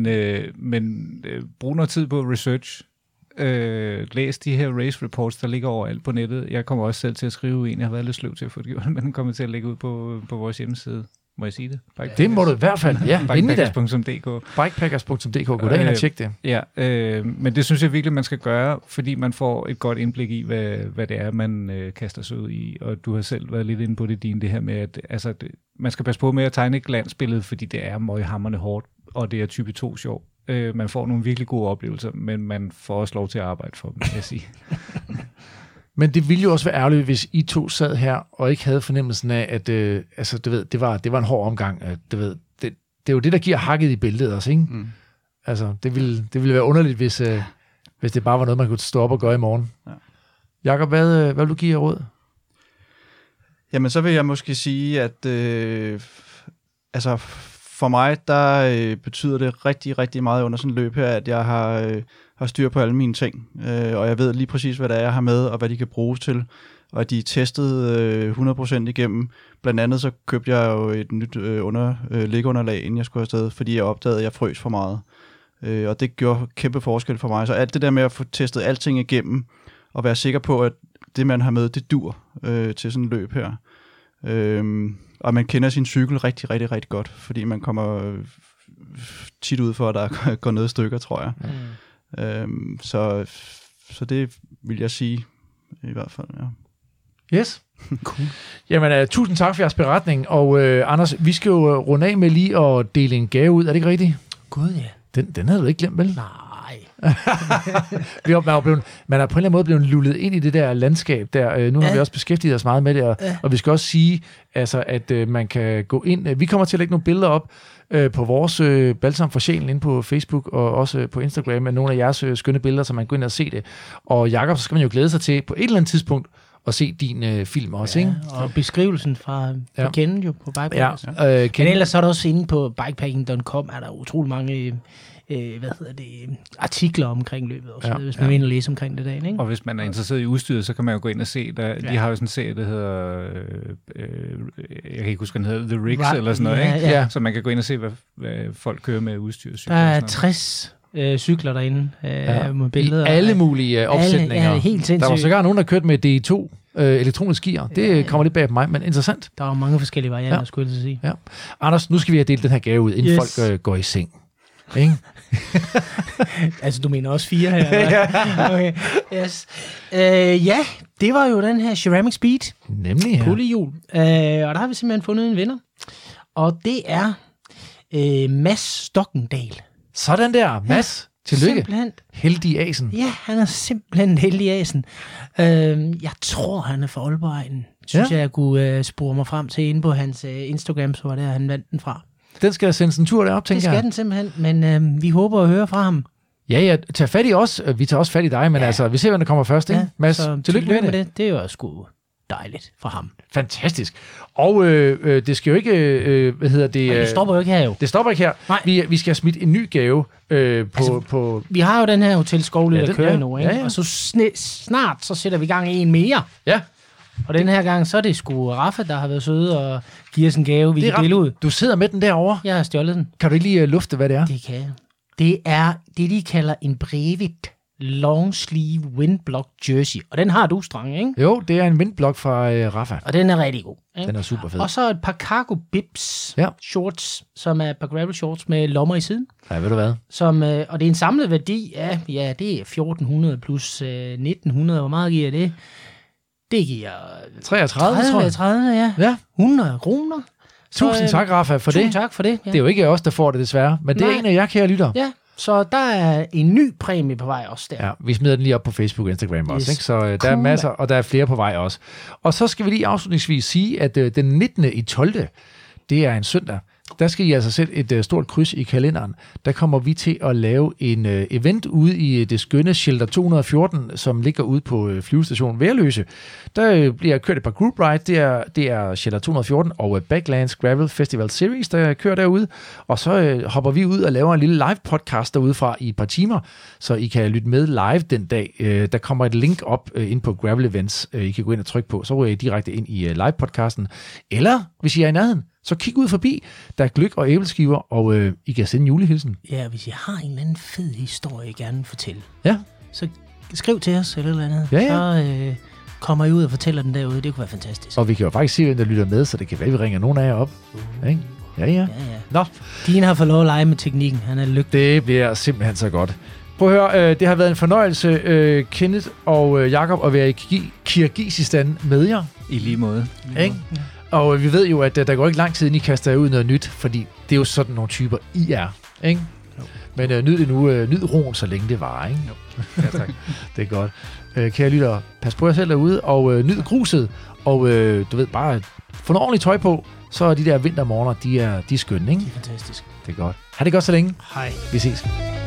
men brug noget tid på research. Læs de her race reports, der ligger overalt på nettet. Jeg kommer også selv til at skrive en. Jeg har været lidt sløv til at få det gjort, men den kommer til at lægge ud på vores hjemmeside. Må jeg sige det? Det må du i hvert fald. Ja, Bikepackers.dk. Bikepackers.dk. Gå derind og tjek det. Ja, men det synes jeg virkelig, man skal gøre, fordi man får et godt indblik i, hvad det er, man kaster sig ud i. Og du har selv været lidt inde på det her med, at man skal passe på med at tegne et glansbillede, fordi det er møghamrende hårdt, og det er type 2 sjov. Man får nogle virkelig gode oplevelser, men man får også lov til at arbejde for dem, kan jeg sige. Men det ville jo også være ærgerligt, hvis I to sad her og ikke havde fornemmelsen af, at det var en hård omgang. Det er jo det, der giver hakket i bæltet også, ikke? Mm. Altså, det ville være underligt, hvis det bare var noget, man kunne stå op og gøre i morgen. Ja. Jakob, hvad vil du give jer råd? Jamen, så vil jeg måske sige, at for mig, der betyder det rigtig, rigtig meget under sådan et løb her, at jeg har styr på alle mine ting. Og jeg ved lige præcis, hvad det er, jeg har med, og hvad de kan bruges til. Og de er testet 100% igennem. Blandt andet så købte jeg jo et nyt liggeunderlag, inden jeg skulle afsted, fordi jeg opdagede, at jeg frøs for meget. Og det gjorde kæmpe forskel for mig. Så alt det der med at få testet alting igennem, og være sikker på, at det, man har med, det dur til sådan et løb her. Og man kender sin cykel rigtig, rigtig, rigtig godt, fordi man kommer tit ud for, at der går noget i stykker, tror jeg. Mm. Så det vil jeg sige i hvert fald, ja. Yes. Cool. Jamen, tusind tak for jeres beretning, og Anders, vi skal jo runde af med lige at dele en gave ud, er det ikke rigtigt? Gud, ja. Den havde du ikke glemt, vel? Nej. Man er på en eller anden måde blevet lullet ind i det der landskab der. Nu har vi også beskæftiget os meget med det, og vi skal også sige, altså, at man kan gå ind. Vi kommer til at lægge nogle billeder op på vores Balsam for Sjælen inde på Facebook og også på Instagram med nogle af jeres skønne billeder, så man kan gå ind og se det. Og Jakob, så skal man jo glæde sig til på et eller andet tidspunkt at se din film også, ikke? Og beskrivelsen fra Kenneth jo på Bikepackers. Ja, men ellers så er der også inde på bikepacking.com, er der utrolig mange artikler omkring løbet også, hvis man vil ind og læse omkring det dagen, ikke? Og hvis man er interesseret i udstyret, så kan man jo gå ind og se, de har jo sådan en serie, der hedder, jeg kan ikke huske, den hedder The Rigs eller sådan noget, ikke? Ja. Så man kan gå ind og se, hvad folk kører med udstyr. Der er 60 cykler derinde med billeder. I alle mulige opsætninger. Helt sindssygt. Der var sågar nogen, der kørte med D2 elektronisk gear. Det kommer lidt bag på mig, men interessant. Der er mange forskellige varianter, skulle jeg sige. Ja. Anders, nu skal vi have delt den her gave ud, inden folk går i seng. Ikke? Altså, du mener også 4 her? Okay. Yes. Det var jo den her Ceramic Speed. Nemlig, ja. Pullehjul. Og der har vi simpelthen fundet en vinder. Og det er Mads Stokkendal. Sådan der, Mads. Tillykke. Simpelthen. Heldig asen. Ja, han er simpelthen heldig asen. Jeg tror, han er fra Aalborg. Synes jeg kunne spore mig frem til inde på hans Instagram, så var det, han vandt den fra. Den skal sendes en tur derop, tænker jeg. Det skal den simpelthen, men vi håber at høre fra ham. Ja, tag fat i os. Vi tager også fat i dig, men altså, vi ser, hvem der kommer først, ikke? Mads, så tillykke med det. Det er jo sgu dejligt for ham. Fantastisk. Og det skal jo ikke, Det stopper jo ikke her jo. Det stopper ikke her. Nej. Vi skal have smidt en ny gave på... Vi har jo den her Hotel Skovly, der kører nu, ikke? Ja. Og så snart, så sætter vi gang i en mere. Ja. Og den her gang, så er det sgu Rafa, der har været søde og giver os en gave, vi kan dele ud. Du sidder med den derovre. Jeg har stjålet den. Kan du ikke lige lufte, hvad det er? Det kan jeg. Det er det, de kalder en Brevit long sleeve windblock jersey. Og den har du, Strang, ikke? Jo, det er en windblock fra Rafa. Og den er rigtig god. Ikke? Den er super fed. Og så et par cargo bibs shorts, som er et par gravel shorts med lommer i siden. Ja, ved du hvad? Som, og det er en samlet værdi af, ja, det er 1400 plus 1900. Hvor meget giver det? Det giver 33, 30, ja. 100 kroner. Tusind tak, Rafa, for det. Tusind tak for det. Ja. Det er jo ikke os, der får det, desværre. Men det er en af jer, kære lytter. Ja, så der er en ny præmie på vej også der. Ja, vi smider den lige op på Facebook og Instagram også. Ikke? Så der er masser, og der er flere på vej også. Og så skal vi lige afslutningsvis sige, at den 19. i 12. det er en søndag. Der skal I altså sætte et stort kryds i kalenderen. Der kommer vi til at lave en event ude i det skønne Shelter 214, som ligger ude på flyvestationen Værløse. Der bliver kørt et par group ride. Det er Shelter 214 og Backlands Gravel Festival Series, der kører derude. Og så hopper vi ud og laver en lille live podcast derude fra i et par timer, så I kan lytte med live den dag. Der kommer et link op ind på Gravel Events. I kan gå ind og trykke på, så ryger I direkte ind i live podcasten. Eller hvis I er i nærheden, så kig ud forbi. Der er gløgg og æbleskiver, og I kan sende en julehilsen. Ja, hvis I har en eller anden fed historie, I gerne vil fortælle, så skriv til os eller andet. Ja. Så kommer I ud og fortæller den derude. Det kunne være fantastisk. Og vi kan jo faktisk se, hvem der lytter med, så det kan være, at vi ringer nogen af jer op. Ikke? Ja. Nå. Dine har fået lov at lege med teknikken. Han er lykkelig. Det bliver simpelthen så godt. Prøv at høre, det har været en fornøjelse, Kenneth og Jakob, at være i Kirgisistan med jer. I lige måde. Ikke? Ja. Og vi ved jo, at der går ikke lang tid, inden I kaster ud noget nyt, fordi det er jo sådan nogle typer, I er. Ikke? Jo. Men nyd det nu. Nyd roen, så længe det varer. Ikke? Jo. Ja, tak. Det er godt. Kære lyttere, pas på jer selv derude, og nyd gruset. Og du ved, bare få noget ordentligt tøj på, så er de der vintermorgener, de er skønne. Ikke? Det er fantastisk. Det er godt. Ha' det godt så længe. Hej. Vi ses.